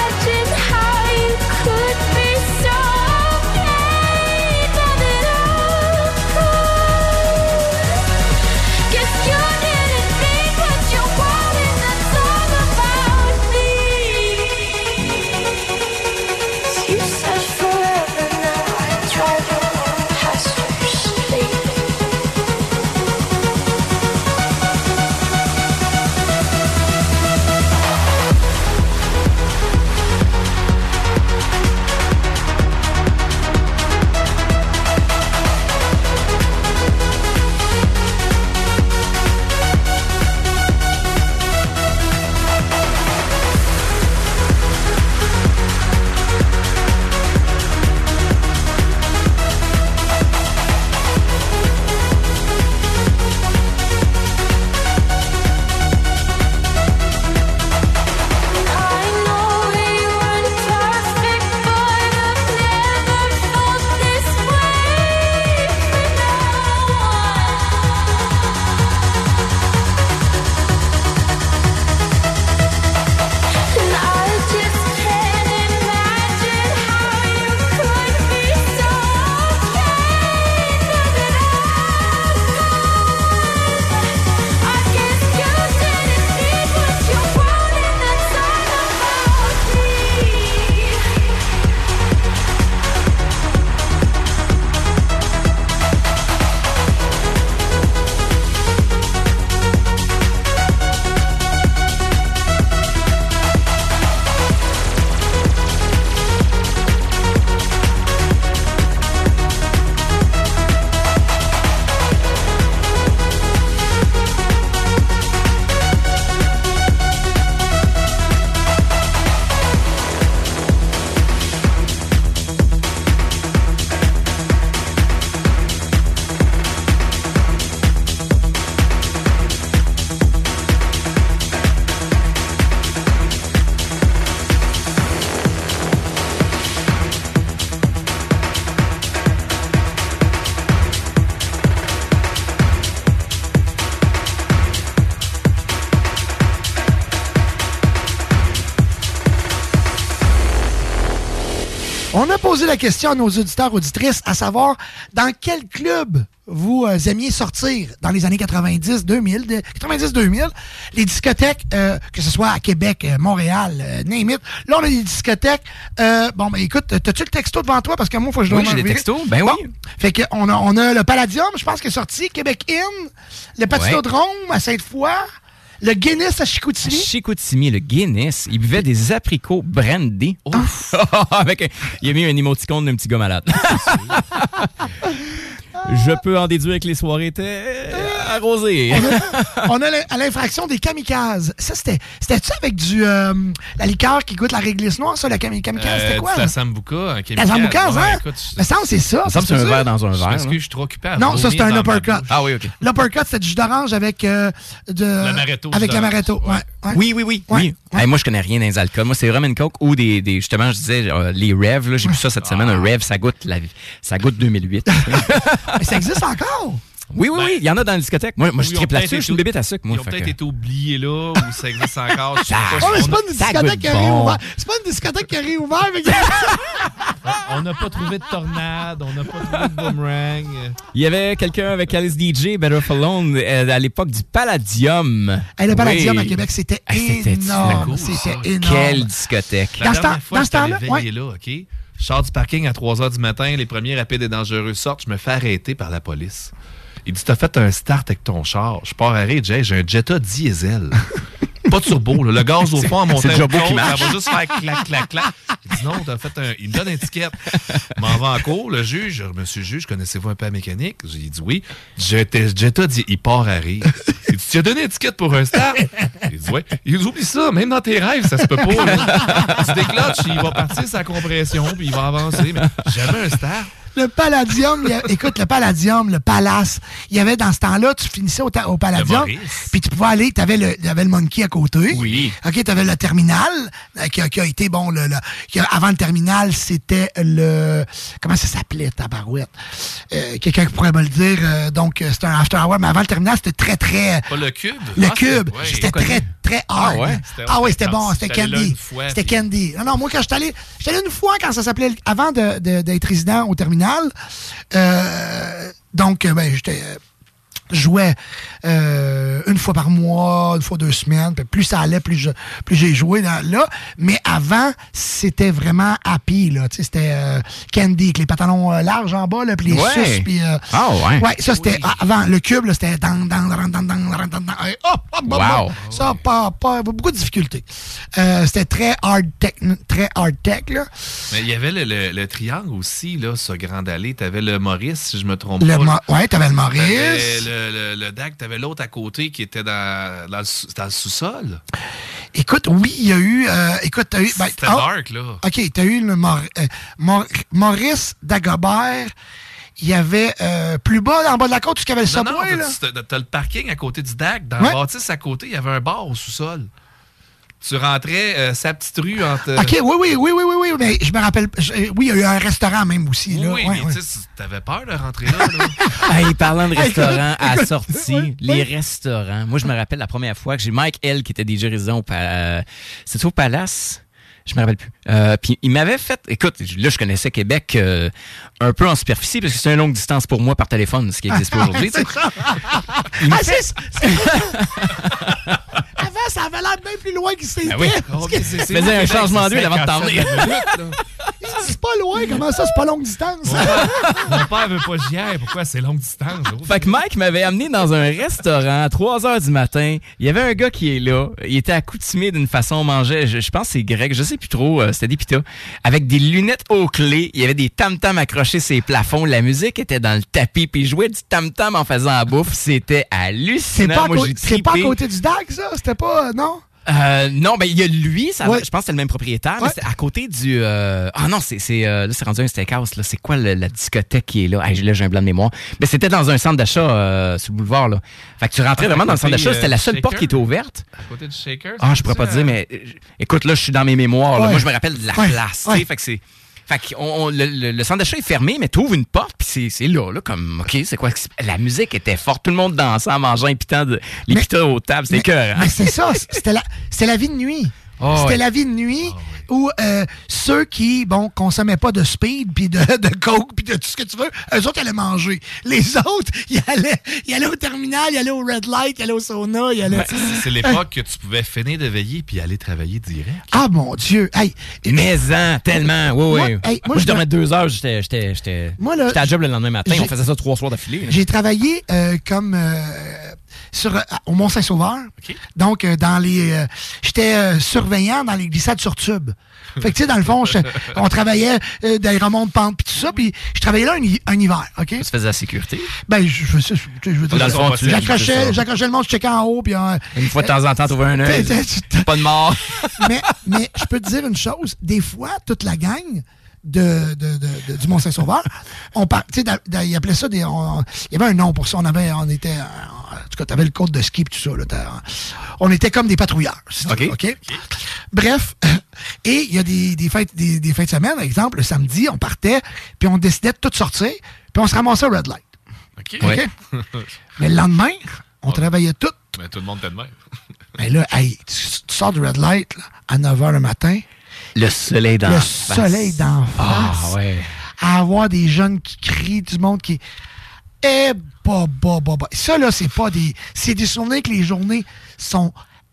On a posé la question à nos auditeurs, auditrices, à savoir dans quel club vous euh, aimiez sortir dans les années quatre-vingt-dix deux mille, de, quatre-vingt-dix deux mille, les discothèques, euh, que ce soit à Québec, euh, Montréal, euh, name it. Là, on a des discothèques. Euh, bon, ben écoute, t'as-tu le texto devant toi? Parce que moi, il faut que je dois Oui, j'ai des textos. Ben bon. oui. Fait qu'on a, on a le Palladium, je pense, qui est sorti, Québec In, le Patinodrome à Sainte-Foy, le Guinness à Chicoutimi. À Chicoutimi, le Guinness. Il buvait des apricots brandy. Ouf! Avec un, il a mis un émoticône d'un petit gars malade. Je peux en déduire que les soirées étaient arrosées. On a, on a à l'infraction des kamikazes. Ça, c'était, c'était-tu avec du euh, la liqueur qui goûte la réglisse noire, ça, la kami- kamikaze? C'était quoi? La là? Sambuca. Un La Sambuca, ouais, hein? écoute, Mais ça, c'est ça. Ça, c'est un verre dans un verre. Est-ce que je suis trop occupé à Non, ça, c'est un vomir dans ma uppercut. bouche? Ah oui, OK. L'uppercut, c'était du jus d'orange avec euh, de... L'amaretto, Avec jus l'amaretto, ouais. ouais. Oui, oui, oui. Ouais. oui. Hey, moi, je connais rien dans les alcools. Moi, c'est rum and coke ou des, des justement, je disais, euh, les Rev. Là, j'ai vu ça cette semaine. Un Rev, ça goûte, la, ça goûte deux mille huit. Mais ça existe encore? Oui, oui, oui. Il y en a dans la discothèque. Moi, moi je Ils tripe ont là-dessus. peut-être Je suis une été- bébête à sucre, moi. Ils ont fait peut-être que- été oubliés là, ou ça existe encore. Je sais Ça- pas. Ouais, mais c'est On pas a- une ça discothèque goûte qui a bon. réouvert. C'est pas une discothèque qui a réouvert, mais... On n'a pas trouvé de tornade, on n'a pas trouvé de boomerang. Il y avait quelqu'un avec Alice D J, Better for Alone, euh, à l'époque du Palladium. Hey, le Palladium Oui. à Québec, c'était Hey, c'était énorme. cool, C'était ça. énorme. Quelle discothèque. La Dans ce dernière temps- fois, dans ce j'étais allé temps-là, veiller là, OK? Je sors du parking à trois heures du matin, les premiers rapides et dangereux sortent, je me fais arrêter par la police. Il dit, t'as fait un start avec ton char. Je pars arrêter, j'ai j'ai un Jetta diesel. Pas de turbo, là. Le gaz au fond à monter c'est le jumbo qui marche. ça va juste faire clac, clac, clac. Il dit non, t'as fait un. Il me donne une étiquette. Je m'en vais en cours, le juge, monsieur le juge, connaissez-vous un peu la mécanique? J'ai dit oui. Jetta, Jetta dit, il part à rire. Il dit, tu as donné une étiquette pour un start? Il dit, ouais. Il dit, oublie ça, même dans tes rêves, ça se peut pas, là. Tu déclenches, il va partir sa compression, puis il va avancer. Mais jamais un start. Le Palladium, il y a- écoute, le Palladium, le Palace, il y avait dans ce temps-là, tu finissais au, ta- au Palladium, Le Maurice. puis tu pouvais aller, tu avais le, il y avait le Monkey à côté. Oui. OK, tu avais le terminal, euh, qui, a, qui a été, bon, le, le- qui a- avant le terminal, c'était le... Comment ça s'appelait, tabarouette? Euh, quelqu'un qui pourrait me le dire. euh, donc, euh, c'était un after hour, mais avant le terminal, c'était très, très... Pas le cube? Le Ah, cube, ouais, c'était pas très, connu. très hard. Ah ouais? C'était- Ah oui, c'était quand bon, c'était j'étais allé là Candy. une fois, C'était puis- Candy. Non, non, moi, quand j'étais allé, j'étais allé une fois quand ça s'appelait, avant de, de- d'être résident au terminal, euh, donc, euh, ben, j'étais... euh, je jouais euh, une fois par mois, une fois deux semaines. Puis plus ça allait, plus je, plus j'ai joué dans- là. Mais avant, c'était vraiment happy, là. Tu sais, c'était euh, Candy, avec les pantalons euh, larges en bas, là, puis les Ouais. suces, puis... euh, Ah ouais. Ouais, ça, c'était ah, avant. Le cube, là, c'était... Dan, dan, dan, dan, dan, dan, dan, dan, hey, hop, hop, hop, Wow. hop. Ça, pas, pas, beaucoup de difficultés. Euh, c'était très hard tech, très hard tech, là. Mais il y avait le, le- le triangle aussi, là, sur Grande Allée. T'avais le Maurice, si je me trompe Le pas. Mo- ouais, t'avais le Maurice. T'avais le, le, le D A C, t'avais l'autre à côté qui était dans, dans le, sous- dans le sous-sol. Écoute, oui, il y a eu... euh, écoute, t'as eu... ben, C'était ah, dark, là. OK, t'as eu le Maur- euh, Maur- Maurice Dagobert. Il y avait euh, plus bas, en bas de la côte, tout ce qu'il y avait le Non, non, Subway, là. t'as, t'as- t'as le parking à côté du D A C. Dans Ouais. la bâtisse à côté, il y avait un bar au sous-sol. Tu rentrais euh, sa petite rue entre... OK, oui, oui, oui, oui, oui, oui, mais je me rappelle... je- oui, il y a eu un restaurant même aussi, là. Oui, Ouais, mais ouais. tu sais, t'avais peur de rentrer là, là. Hey, parlant de Hey, restaurants écoute, à écoute, sortie, ouais, les ouais. restaurants. Moi, je me rappelle la première fois que j'ai Mike L qui était D J résident au pa- c'était au Palace. Je me rappelle plus. Euh, puis il m'avait fait... Écoute, là, je connaissais Québec euh, un peu en superficie parce que c'est une longue distance pour moi par téléphone, ce qui n'existe pas aujourd'hui. tu sais. C'est ça. Il me Ah, fait- c'est- c'est- Avant, ça avait l'air bien plus loin qu'il s'était. Ben oui. Ok, c'est- c'est Faisais moi, un Québec, changement c'est d'huile avant de cinquante t'emmener. minutes, là. C'est pas loin, comment ça, c'est pas longue distance? Mon père veut pas que j'y aille. Pourquoi c'est longue distance? là? Fait que Mike m'avait amené dans un restaurant à trois heures du matin. Il y avait un gars qui est là. Il était accoutumé d'une façon, on mangeait, je, je pense que c'est grec, je sais plus trop, euh, c'était des pitas. Avec des lunettes aux clés. Il y avait des tam-tams accrochés sur les plafonds. La musique était dans le tapis. Puis il jouait du tam-tam en faisant la bouffe. C'était C'est hallucinant. pas, à Moi, cô- j'ai c'est pas à trippé. côté du D A C, ça? C'était pas... euh, non? Euh, non, ben il y a lui, ça, Ouais. je pense que c'était le même propriétaire, Ouais. mais c'était à côté du... euh, Ah non, c'est c'est euh, là c'est rendu un steakhouse, là. C'est quoi le- la discothèque qui est là? Hey, là, j'ai un blanc de mémoire. Mais c'était dans un centre d'achat euh, sur le boulevard, là. Fait que tu rentrais Ah, vraiment à dans le centre côté, d'achat, c'était la euh, seule Shaker? porte qui était ouverte. À côté du Shaker? Ah, je pourrais pas te dire, mais euh, écoute, là, je suis dans mes mémoires. là. Ouais. Moi, je me rappelle de la Ouais. place, tu Ouais. sais. Fait que c'est... Fait que on- on- le, le- le centre d'achat est fermé, mais tu ouvres une porte, puis c'est, c'est là, là, comme, OK, c'est quoi? La musique était forte, tout le monde dansait en mangeant les pitons de, les Mais- pitons aux tables, c'était Mais, cœur, hein? mais c'est ça, c'était la, c'était la vie de nuit. Oh, C'était ouais. la vie de nuit oh, oui. où euh, ceux qui, bon, consommaient pas de speed, puis de, de coke, puis de tout ce que tu veux, eux autres allaient manger. Les autres, ils allaient, ils allaient au terminal, ils allaient au red light, ils allaient au sauna, ils allaient... Ouais, c'est l'époque que tu pouvais finir de veiller puis aller travailler direct. Ah, mon Dieu! Hey, mais-en, tellement! Oui, moi, oui. Hey, moi, moi, je dormais deux heures, j'étais, j'étais, j'étais, j'étais à job le lendemain matin. On faisait ça trois soirs d'affilée. J'ai travaillé euh, comme... Euh, Sur, euh, au Mont-Saint-Sauveur. Okay. Donc, euh, dans les. Euh, j'étais euh, surveillant dans les glissades sur tube. Fait que, tu sais, dans le fond, je, on travaillait euh, dans les remontes-pentes, puis tout ça, puis je travaillais là un, un hiver, OK? Tu faisais la sécurité? Ben, je, je, je, je, je veux dire, fond, j'accrochais, j'accrochais le monde, je checkais en haut, puis... Euh, une fois de temps en temps, t'ouvrais un œil. Pas de mort. mais, mais je peux te dire une chose, des fois, toute la gang... De, de, de, de, du Mont-Saint-Sauveur. On par, tu sais, ils appelaient ça des. On, il y avait un nom pour ça. On avait, on était. En tout cas, t'avais le code de ski et tout ça. Là, on était comme des patrouilleurs. OK. OK. Bref. Et il y a des, des fêtes, des, des fêtes de semaine, par exemple, le samedi, on partait, puis on décidait de tout sortir, puis on se ramassait au red light. OK. OK. Mais le lendemain, on ouais. travaillait tout. Mais tout le monde était de même. Mais là, hey, tu, tu sors du red light là, à neuf heures le matin. Le soleil d'en le face. Le soleil d'en face. Ah, ouais. À avoir des jeunes qui crient, du monde qui... Eh, bah, bah, bah, bah. Ça, là, c'est pas des... C'est des souvenirs que les journées sont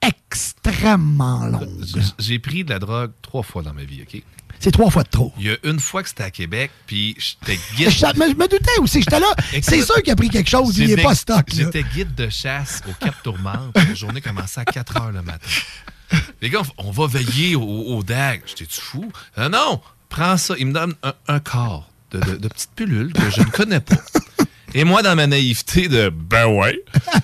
extrêmement longues. J'ai pris de la drogue trois fois dans ma vie, OK? C'est trois fois de trop. Il y a une fois que c'était à Québec, puis j'étais guide... Je, je me doutais aussi, j'étais là. C'est sûr qu'il a pris quelque chose, il n'est pas stock. J'étais guide de chasse au Cap Tourmente. La journée commençait à quatre heures le matin. Les gars, on va veiller au, au D A G. J'étais-tu fou? Euh, non, prends ça. Il me donne un, un quart de, de, de petites pilules que je ne connais pas. Et moi, dans ma naïveté de « ben ouais »,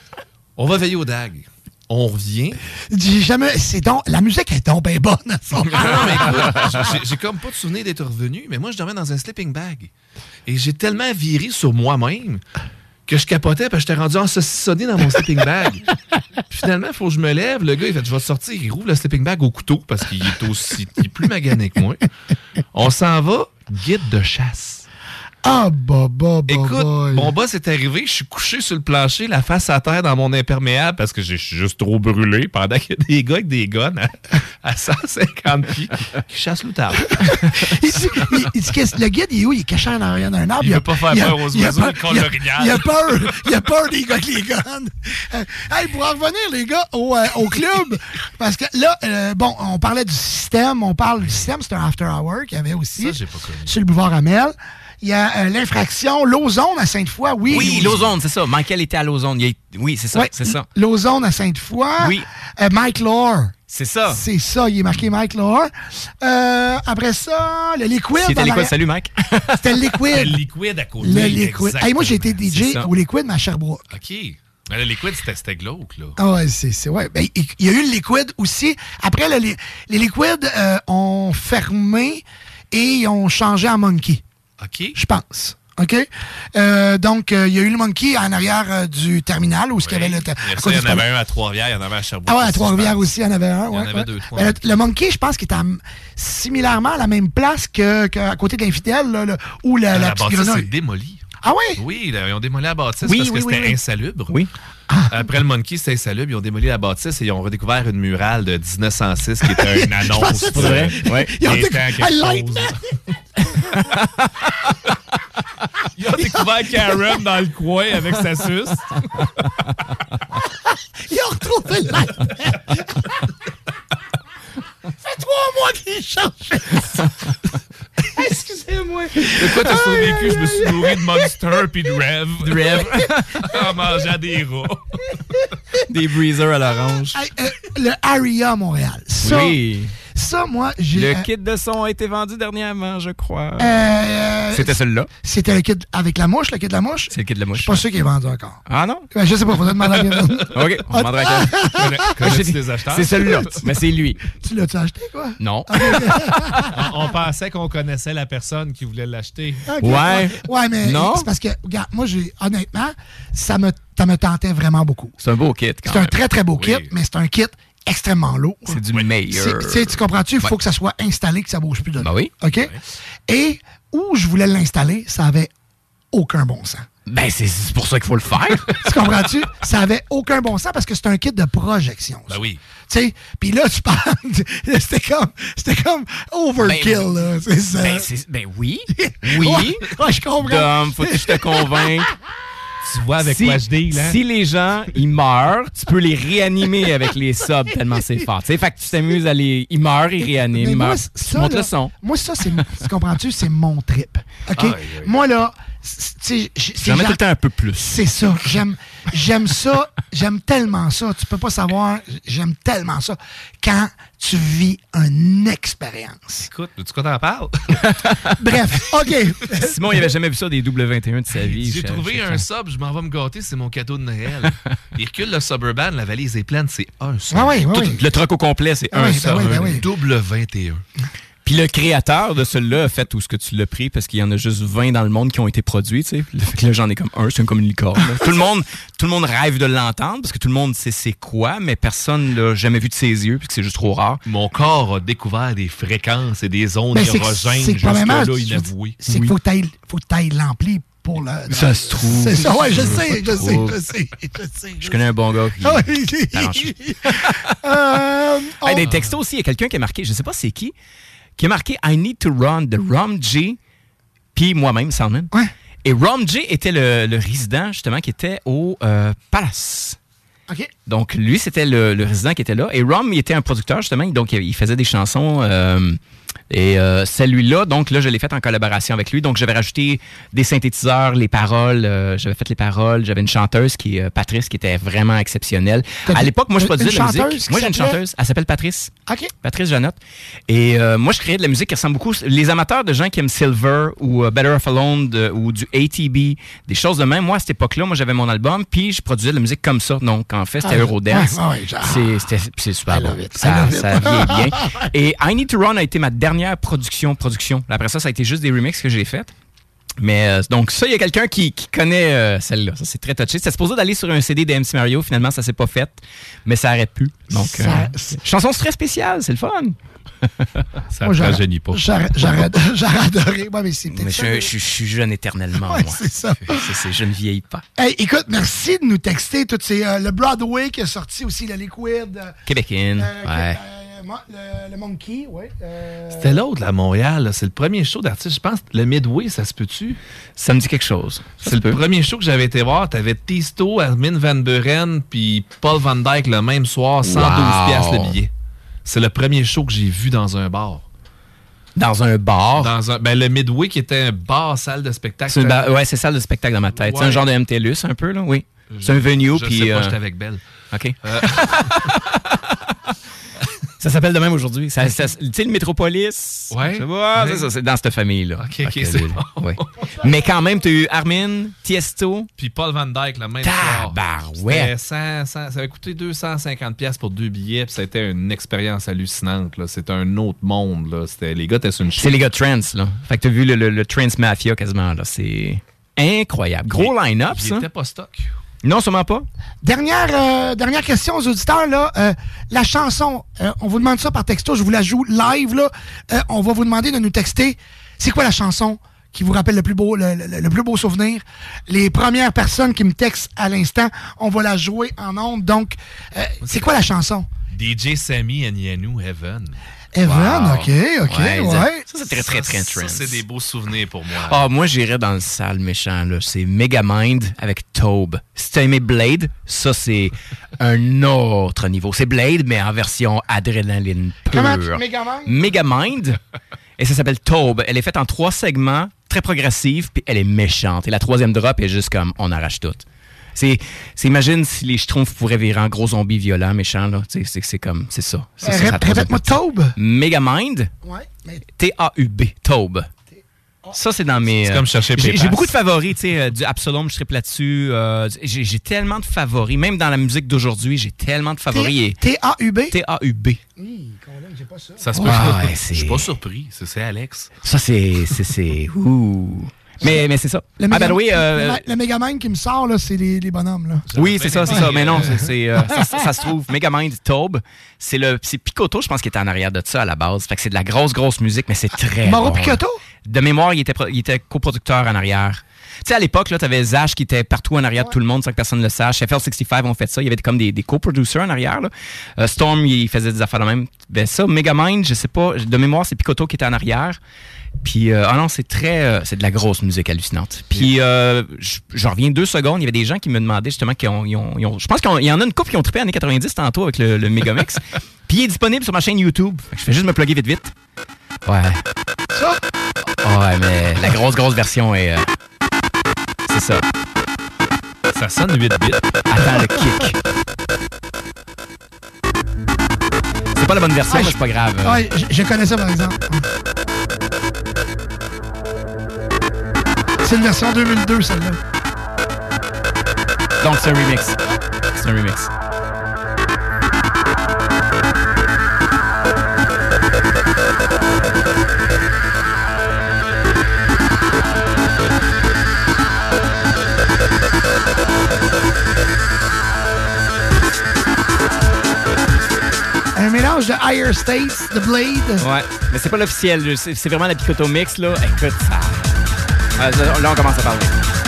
on va veiller au D A G. On revient. J'ai jamais... C'est donc... La musique est donc bien bonne. Ah non, mais écoute, j'ai, j'ai comme pas de souvenir d'être revenu, mais moi, je dormais dans un sleeping bag. Et j'ai tellement viré sur moi-même que je capotais parce que j'étais rendu ensaucissonné dans mon sleeping bag. Puis finalement, il faut que je me lève. Le gars, il fait « je vais sortir ». Il rouvre le sleeping bag au couteau parce qu'il est aussi il est plus magané que moi. On s'en va, guide de chasse. Ah, bah, bah, bah, écoute, boy. Mon boss est arrivé, je suis couché sur le plancher, la face à terre dans mon imperméable parce que je suis juste trop brûlé pendant qu'il y a des gars avec des guns à, à cent cinquante pieds qui chassent l'outarde. il dit, il, il dit que le guide, il est où? Il est caché en arrière d'un arbre. Il ne veut pas faire peur aux oiseaux, il colle l'orignal. Il a peur, il a peur des gars avec les guns. Euh, hey, pour en revenir, les gars, au, euh, au club, parce que là, euh, bon, on parlait du système, on parle du système, c'est un after hour qu'il y avait aussi. Ça, j'ai pas connu. Sur le boulevard Amel. Il y a euh, l'infraction l'Ozone à Sainte-Foy, oui. Oui, l'Ozone, c'est ça. Michael était à l'Ozone. A... Oui, c'est ça, ouais, c'est ça. L'Ozone à Sainte-Foy. Oui. Euh, Mike Lore. C'est ça. C'est ça, il est marqué Mike Lore. Euh, après ça, le Liquid. C'était Liquid, salut Mike. C'était le Liquid. Le Liquid à côté. Le Liquid. Hey, moi, j'ai été D J au Liquid, mais à Sherbrooke. OK. Mais le Liquid, c'était, c'était glauque, là. Ah ouais, c'est, c'est ouais. Ben, il y a eu le Liquid aussi. Après, le, les, les Liquids euh, ont fermé et ils ont changé en Monkey. OK. Je pense. OK? Euh, donc, il euh, y a eu le Monkey en arrière euh, du terminal où oui. il y avait le. Ter- il y en avait un à Trois-Rivières, il y en avait à Sherbrooke. Ah ouais, à Trois-Rivières aussi, il y en avait un. Il y ouais, en avait ouais. deux, trois. Ben, le, le Monkey, je pense qu'il était à, similairement à la même place que, que à côté de l'Infidèle, là, là, où la, ah, la, la petite bâtisse grenouille. est démolie. Ah oui? Oui, là, ils ont démoli la bâtisse oui, parce oui, que oui, c'était oui. insalubre. Oui. Ah. Après le Monkey, c'était insalubre. Ils ont démoli la bâtisse et ils ont redécouvert une murale de dix-neuf cent six qui était une annonce. C'est vrai? Ouais. Ils ont découvert Ils ont découvert Karen dans le coin avec sa suce. Ils ont retrouvé le light. Ça fait trois mois qu'ils cherchaient. Excusez-moi. De quoi t'as survécu? Je me suis nourri de Monster puis de Rev. De Rev. En mangeant des rats. Des breezers à l'orange. Hey, euh, le Aria à Montréal. Ça, oui. Ça, moi, j'ai... Le euh, kit de son a été vendu dernièrement, je crois. Euh, C'était celui-là. C'était le kit avec la mouche, le kit de la mouche? C'est le kit de la mouche. Je suis pas sûr qu'il est vendu encore. Ah non? Ben, je sais pas, faudrait demander à Kevin. OK, on demandera à Kevin. Connais-tu les acheteurs? C'est celui-là, mais c'est lui. Tu l'as-tu acheté, quoi? Non. Okay. on, on pensait qu'on connaissait la personne qui voulait l'acheter. Okay. Ouais. ouais. Ouais, mais non? c'est parce que, regarde, moi, j'ai honnêtement, ça me, ça me tentait vraiment beaucoup. C'est un beau kit, quand C'est même. un très, très beau oui. kit, mais c'est un kit extrêmement lourd. C'est du oui. meilleur. C'est, tu comprends-tu? Il faut ouais. que ça soit installé, que ça bouge plus de là. Ben oui. OK? Oui. Et où je voulais l'installer, ça avait aucun bon sens. Ben, c'est, c'est pour ça qu'il faut le faire. Tu comprends-tu? Ça avait aucun bon sens parce que c'est un kit de projection. Ben oui. Tu sais, puis là, tu parles... C'était comme, c'était comme overkill, ben, là. C'est ça. Ben, c'est, ben oui. Oui. Ouais, ouais, je comprends. Dom, faut que je te convainque. Tu vois avec si, quoi je deal, hein? Si les gens, ils meurent, tu peux les réanimer avec les subs tellement c'est fort. Tu sais, fait que tu t'amuses à les... Ils meurent, ils réaniment, ils meurent. Tu montes le son. Moi, ça, c'est... Tu comprends-tu? C'est mon trip. OK? Ah, oui, oui. Moi, là... J'en mets tout le temps un peu plus. C'est ça. J'aime, j'aime ça. J'aime tellement ça. Tu peux pas savoir. J'aime tellement ça. Quand tu vis une expérience. Écoute, tu quoi t'en parles? Bref, OK. Simon, il avait jamais vu ça des double vingt et un de sa vie. J'ai trouvé un sub, je m'en vais me gâter, c'est mon cadeau de Noël. Il recule le Suburban, la valise est pleine, c'est un sub. Ah oui, oui, Tout, oui. Le truck au complet, c'est ah un oui, sub. Ben oui, ben oui. Double vingt et un. Puis le créateur de celui-là a fait tout ce que tu l'as pris parce qu'il y en a juste vingt dans le monde qui ont été produits, tu sais. Fait que là, j'en ai comme un, c'est comme une licorne. tout le monde, tout le monde rêve de l'entendre parce que tout le monde sait c'est quoi, mais personne l'a jamais vu de ses yeux puisque c'est juste trop rare. Mon corps a découvert des fréquences et des ondes ben, érogènes jusque-là inavouées. C'est qu'il faut que tu faut que t'ailles l'ampli pour le... Ça se trouve. C'est ça, ouais, je sais, je sais, je sais, je sais. Je connais un bon gars qui... Ah oui. euh, on... hey, des textos aussi, il y a quelqu'un qui a marqué, je sais pas c'est qui, qui a marqué « I need to run » de Rom G, puis moi-même, Salman. Ouais. Et Rom G était le, le résident, justement, qui était au euh, Palace. OK. Donc, lui, c'était le, le résident qui était là. Et Rom, il était un producteur, justement, donc il faisait des chansons... Euh, Et euh, celui-là, donc là, je l'ai fait en collaboration avec lui. Donc, j'avais rajouté des synthétiseurs, les paroles. Euh, j'avais fait les paroles. J'avais une chanteuse, qui est euh, Patrice, qui était vraiment exceptionnelle. À l'époque, moi, je produisais de la musique. Moi, j'ai une chanteuse. Elle s'appelle Patrice. OK. Patrice Janotte. Et euh, moi, je créais de la musique qui ressemble beaucoup. Les amateurs de gens qui aiment Silver ou uh, Better Off Alone de, ou du A T B, des choses de même. Moi, à cette époque-là, moi, j'avais mon album, puis je produisais de la musique comme ça. Donc, en fait, c'était ah, Eurodance. Ouais, ouais, genre... c'est, c'était, c'est super beau. Ça, ça vieillit bien. Et I Need to Run a été ma dernière production, production. Après ça, ça a été juste des remixes que j'ai faites. Mais euh, donc ça, il y a quelqu'un qui, qui connaît euh, celle-là. Ça, c'est très touché. C'était supposé d'aller sur un C D de M C Mario. Finalement, ça s'est pas fait. Mais ça aurait pu. Donc, ça, euh, chanson très spéciale. C'est le fun. Ça ne rajeunit pas. J'aurais adoré. Ouais, mais c'est mais je, je, je suis jeune éternellement. Ouais, moi. C'est ça. C'est, c'est, je ne vieillis pas. Hey, écoute, merci de nous texter. Toutes ces, euh, le Broadway qui a sorti aussi, le Liquid. Euh, Québécois. Euh, ouais. Le, le Monkey, oui. Euh... C'était l'autre, là, à Montréal. Là. C'est le premier show d'artiste. Je pense le Midway, ça se peut-tu? Ça me dit quelque chose. Ça c'est le peut. premier show que j'avais été voir. T'avais Tisto, Armin van Buren, puis Paul Van Dyke le même soir, cent douze wow. piastres le billet. C'est le premier show que j'ai vu dans un bar. Dans un bar? Dans un, ben, le Midway, qui était un bar, salle de spectacle. C'est bar, ouais, c'est salle de spectacle dans ma tête. Ouais. C'est un genre de M T L U S un peu, là, oui. Je, c'est un venue, je puis... Je sais pas, euh... j'étais avec Belle. OK. Euh... Ça s'appelle de même aujourd'hui. Ça, ça, tu sais, le Métropolis. Ouais. Ça va, ouais. c'est ça, c'est dans cette famille-là. OK, OK, c'est bon. Ouais. Mais quand même, tu as eu Armin, Tiesto. Puis Paul Van Dyke, le même soir. Ouais. Ça avait coûté deux cent cinquante piastres pour deux billets, puis ça a été une expérience hallucinante. Là. C'était un autre monde. Là. C'était, les gars étaient sur une chute. C'est les gars de Trance, là. Fait que tu as vu le, le, le Trance Mafia quasiment, là. C'est incroyable. Gros il, line-up, il ça. Il était pas stock. Non, sûrement pas. Dernière, euh, dernière question aux auditeurs, là. Euh, la chanson, euh, on vous demande ça par texto, je vous la joue live, là. Euh, on va vous demander de nous texter. C'est quoi la chanson qui vous rappelle le plus beau, le, le, le plus beau souvenir? Les premières personnes qui me textent à l'instant, on va la jouer en ondes. Donc, euh, c'est quoi la chanson? D J Sammy and Yanou, Heaven. Evan, wow. OK, OK, ouais. ouais. Ça, c'est très, très, très trans. Ça, c'est des beaux souvenirs pour moi. Ah, oh, moi, j'irais dans le sale méchant, là. C'est Megamind avec Taube. Si t'as aimé Blade, ça, c'est un autre niveau. C'est Blade, mais en version adrénaline pure. Comment tu Megamind? Megamind. Et ça s'appelle Taube. Elle est faite en trois segments, très progressive, puis elle est méchante. Et la troisième drop est juste comme, on arrache tout. C'est, c'est, imagine si les Schtroumpfs pourraient virer en gros zombies violents, méchants, là. C'est, c'est, c'est comme, c'est ça. C'est euh, ça répète-moi Taube. Megamind. Ouais. Mais... T A U B. Taube. Ça, c'est dans mes... C'est comme chercher j'ai, j'ai beaucoup de favoris, tu sais, euh, du Absalom, je triple là-dessus. Euh, j'ai, j'ai tellement de favoris. Même dans la musique d'aujourd'hui, j'ai tellement de favoris. T A U B? T A U B. Hum, Colin, j'ai pas ça. Ça se peut. Ah, ouais, je suis pas surpris. C'est, c'est Alex. Ça, c'est... c'est, c'est ouh... Mais, mais c'est ça. Le ah, méga, ben oui, euh, le, le Megamind qui me sort, là, c'est les, les bonhommes. Là. Oui, c'est ça, c'est ça. Mais non, c'est, c'est, euh, ça, ça, ça se trouve. Megamind Taube, c'est le c'est Picotto, je pense, qui était en arrière de ça à la base. Fait que c'est de la grosse, grosse musique, mais c'est très Mauro bon. Picotto? De mémoire, il était, il était coproducteur en arrière. sais, à l'époque, tu avais Zash qui était partout en arrière de tout le monde sans que personne ne le sache. F L soixante-cinq ont fait ça. Il y avait comme des, des co-producers en arrière. Là. Euh, Storm, il faisait des affaires de même. Ben ça, Megamind, je sais pas, de mémoire, c'est Picoto qui était en arrière. Puis, euh, ah non, c'est très... Euh, c'est de la grosse musique hallucinante. Puis, euh, je reviens deux secondes. Il y avait des gens qui me demandaient justement qu'ils ont... Ils ont, ils ont je pense qu'il y en a une couple qui ont trippé années quatre-vingt-dix tantôt avec le, le Megamix. Puis, il est disponible sur ma chaîne YouTube. Fait que je fais juste me plugger vite, vite. Ouais. Ça? Ouais, mais la grosse, grosse version est... Euh, c'est ça. Ça sonne huit bits. Attends, le kick. C'est pas la bonne version, ah, mais c'est pas grave. Ouais, je, je connais ça, par exemple. C'est une version deux mille deux, celle-là. Donc, c'est un remix. C'est un remix. Un mélange de Higher States, de Blade. Ouais, mais c'est pas l'officiel. C'est, c'est vraiment la Picoto Mix, là. Écoute, ça... Là, on commence à parler.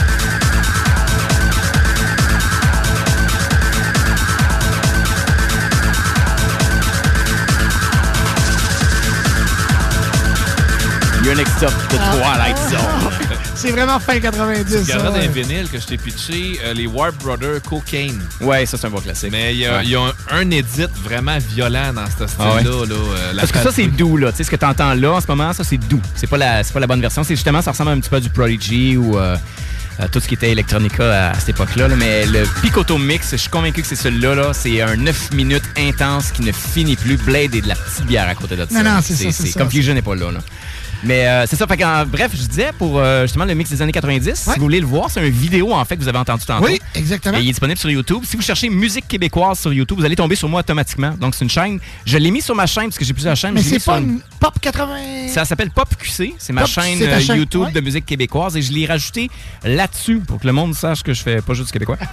You're next up the Twilight Zone. C'est vraiment fin quatre-vingt-dix. Tu regarderas dans les vinyles que je t'ai pitché, euh, les Warp Brothers Cocaine. Ouais, ça, c'est un bon classique. Mais il y a, ouais. y a un, un edit vraiment violent dans ce style-là. Ah ouais. là, euh, Parce que ça, c'est doux, là. Tu sais, ce que tu entends là, en ce moment, ça, c'est doux. C'est pas la, c'est pas la bonne version. C'est justement, ça ressemble un petit peu à du Prodigy ou euh, à tout ce qui était Electronica à, à cette époque-là. Là. Mais le Picoto Mix, je suis convaincu que c'est celui-là. Là. C'est un neuf minutes intense qui ne finit plus. Blade et de la petite bière à côté de ça. Non, non, c'est, c'est ça. C'est, c'est ça. Confusion n'est pas là. là. Mais euh, c'est ça. Fait qu'en bref, je disais pour euh, justement le mix des années quatre-vingt-dix, ouais. Si vous voulez le voir, c'est une vidéo en fait que vous avez entendu tantôt. Oui, exactement. Et il est disponible sur YouTube. Si vous cherchez musique québécoise sur YouTube, vous allez tomber sur moi automatiquement. Donc c'est une chaîne. Je l'ai mis sur ma chaîne parce que j'ai plusieurs chaînes. Mais je l'ai c'est pas une... une Pop quatre-vingts. Ça s'appelle Pop Q C. C'est ma Pop, chaîne, c'est ta chaîne YouTube ouais. de musique québécoise et je l'ai rajouté là-dessus pour que le monde sache que je fais pas juste du québécois.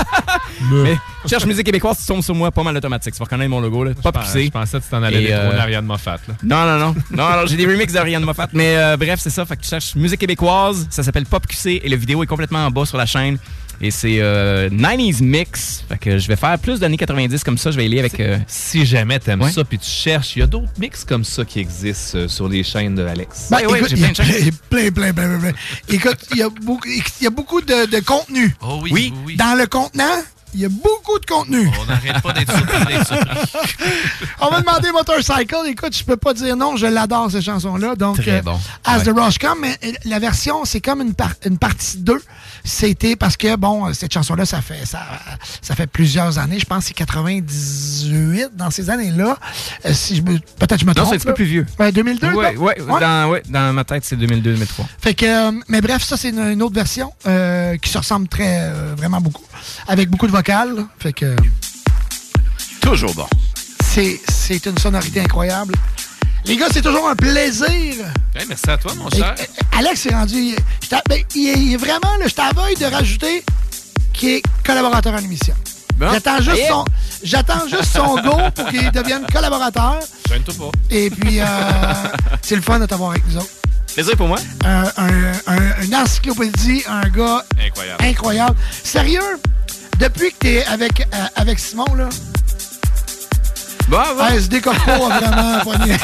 Mais cherche musique québécoise, tu tombes sur moi pas mal automatique. Tu vas reconnaître mon logo là. Pop Q C. Je pensais que tu t'en allais détrôner euh... Ariane Moffat. Là. Non, non, non. Non, alors j'ai des remixes d'Ariane Moffat. Mais euh, bref, c'est ça. Fait que tu cherches musique québécoise. Ça s'appelle Pop Q C et la vidéo est complètement en bas sur la chaîne. Et c'est euh, nineties mix. Fait que je vais faire plus d'années quatre-vingt-dix comme ça. Je vais y aller avec... Euh... Si jamais t'aimes ouais. ça puis tu cherches, il y a d'autres mix comme ça qui existent euh, sur les chaînes de Alex. Ben, ouais, écoute, ouais, j'ai plein de chaînes. Plein, plein, plein, plein, plein. Écoute, il y a beaucoup, il y a beaucoup de, de contenu. Oh oui, oui. oui. Dans le contenant, il y a beaucoup de contenu. On n'arrête pas d'être surpris, d'être surpris. On m'a demandé Motorcycle. Écoute, je peux pas dire non, je l'adore, cette chanson-là. Donc, très bon. Euh, As ouais. the Rush Come, mais la version, c'est comme une, par- une partie deux. C'était parce que, bon, cette chanson-là, ça fait ça, ça fait plusieurs années. Je pense que c'est quatre-vingt-dix-huit dans ces années-là. Euh, si je me, peut-être je me trompe. Non, c'est un petit peu plus vieux. Ouais, deux mille deux? Ouais, ouais, ouais. Dans, ouais, dans ma tête, c'est deux mille deux deux mille trois. Fait que, euh, mais bref, ça, c'est une, une autre version euh, qui se ressemble très, euh, vraiment beaucoup. Avec beaucoup de vocales. Fait que... Toujours bon. C'est, c'est une sonorité incroyable. Les gars, c'est toujours un plaisir. Hey, merci à toi, mon cher. Et, et, Alex est rendu... Ben, il, est, il est vraiment, là, je t'aveuille de rajouter qu'il est collaborateur en émission. Bon. J'attends juste yeah. son, j'attends juste son go pour qu'il devienne collaborateur. Gêne-toi pas. Et puis, euh, c'est le fun de t'avoir avec nous autres. Plaisir pour moi. Un, un, un, une encyclopédie, un gars incroyable. incroyable. Sérieux, depuis que t'es avec, euh, avec Simon, là, bon, bon. S D Corpo a vraiment poigné.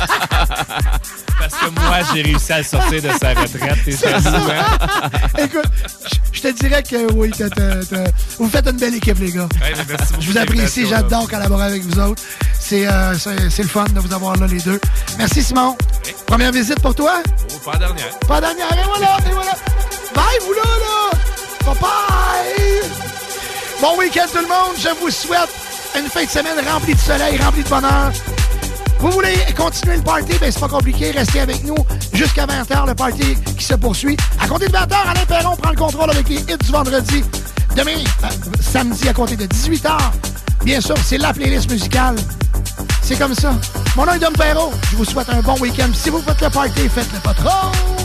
Parce que moi, j'ai réussi à le sortir de sa retraite. Et c'est ça. Hein? Écoute, je te dirais que oui, t'as, t'as, t'as... vous faites une belle équipe, les gars. Hey, merci beaucoup. Je vous apprécie, j'adore collaborer avec vous autres. C'est, euh, c'est, c'est le fun de vous avoir là, les deux. Merci, Simon. Okay. Première visite pour toi? Oh, pas la dernière. Pas la dernière, et voilà, et voilà. Bye, vous là, là. Bye bye. Bon week-end, tout le monde. Je vous souhaite une fin de semaine remplie de soleil, remplie de bonheur. Vous voulez continuer le party? Ben, c'est pas compliqué. Restez avec nous jusqu'à vingt heures, le party qui se poursuit. À compter de vingt heures, Alain Perron prend le contrôle avec les hits du vendredi. Demain, euh, samedi, à compter de dix-huit heures. Bien sûr, c'est la playlist musicale. C'est comme ça. Mon nom est Dom Perron. Je vous souhaite un bon week-end. Si vous faites le party, faites-le pas trop.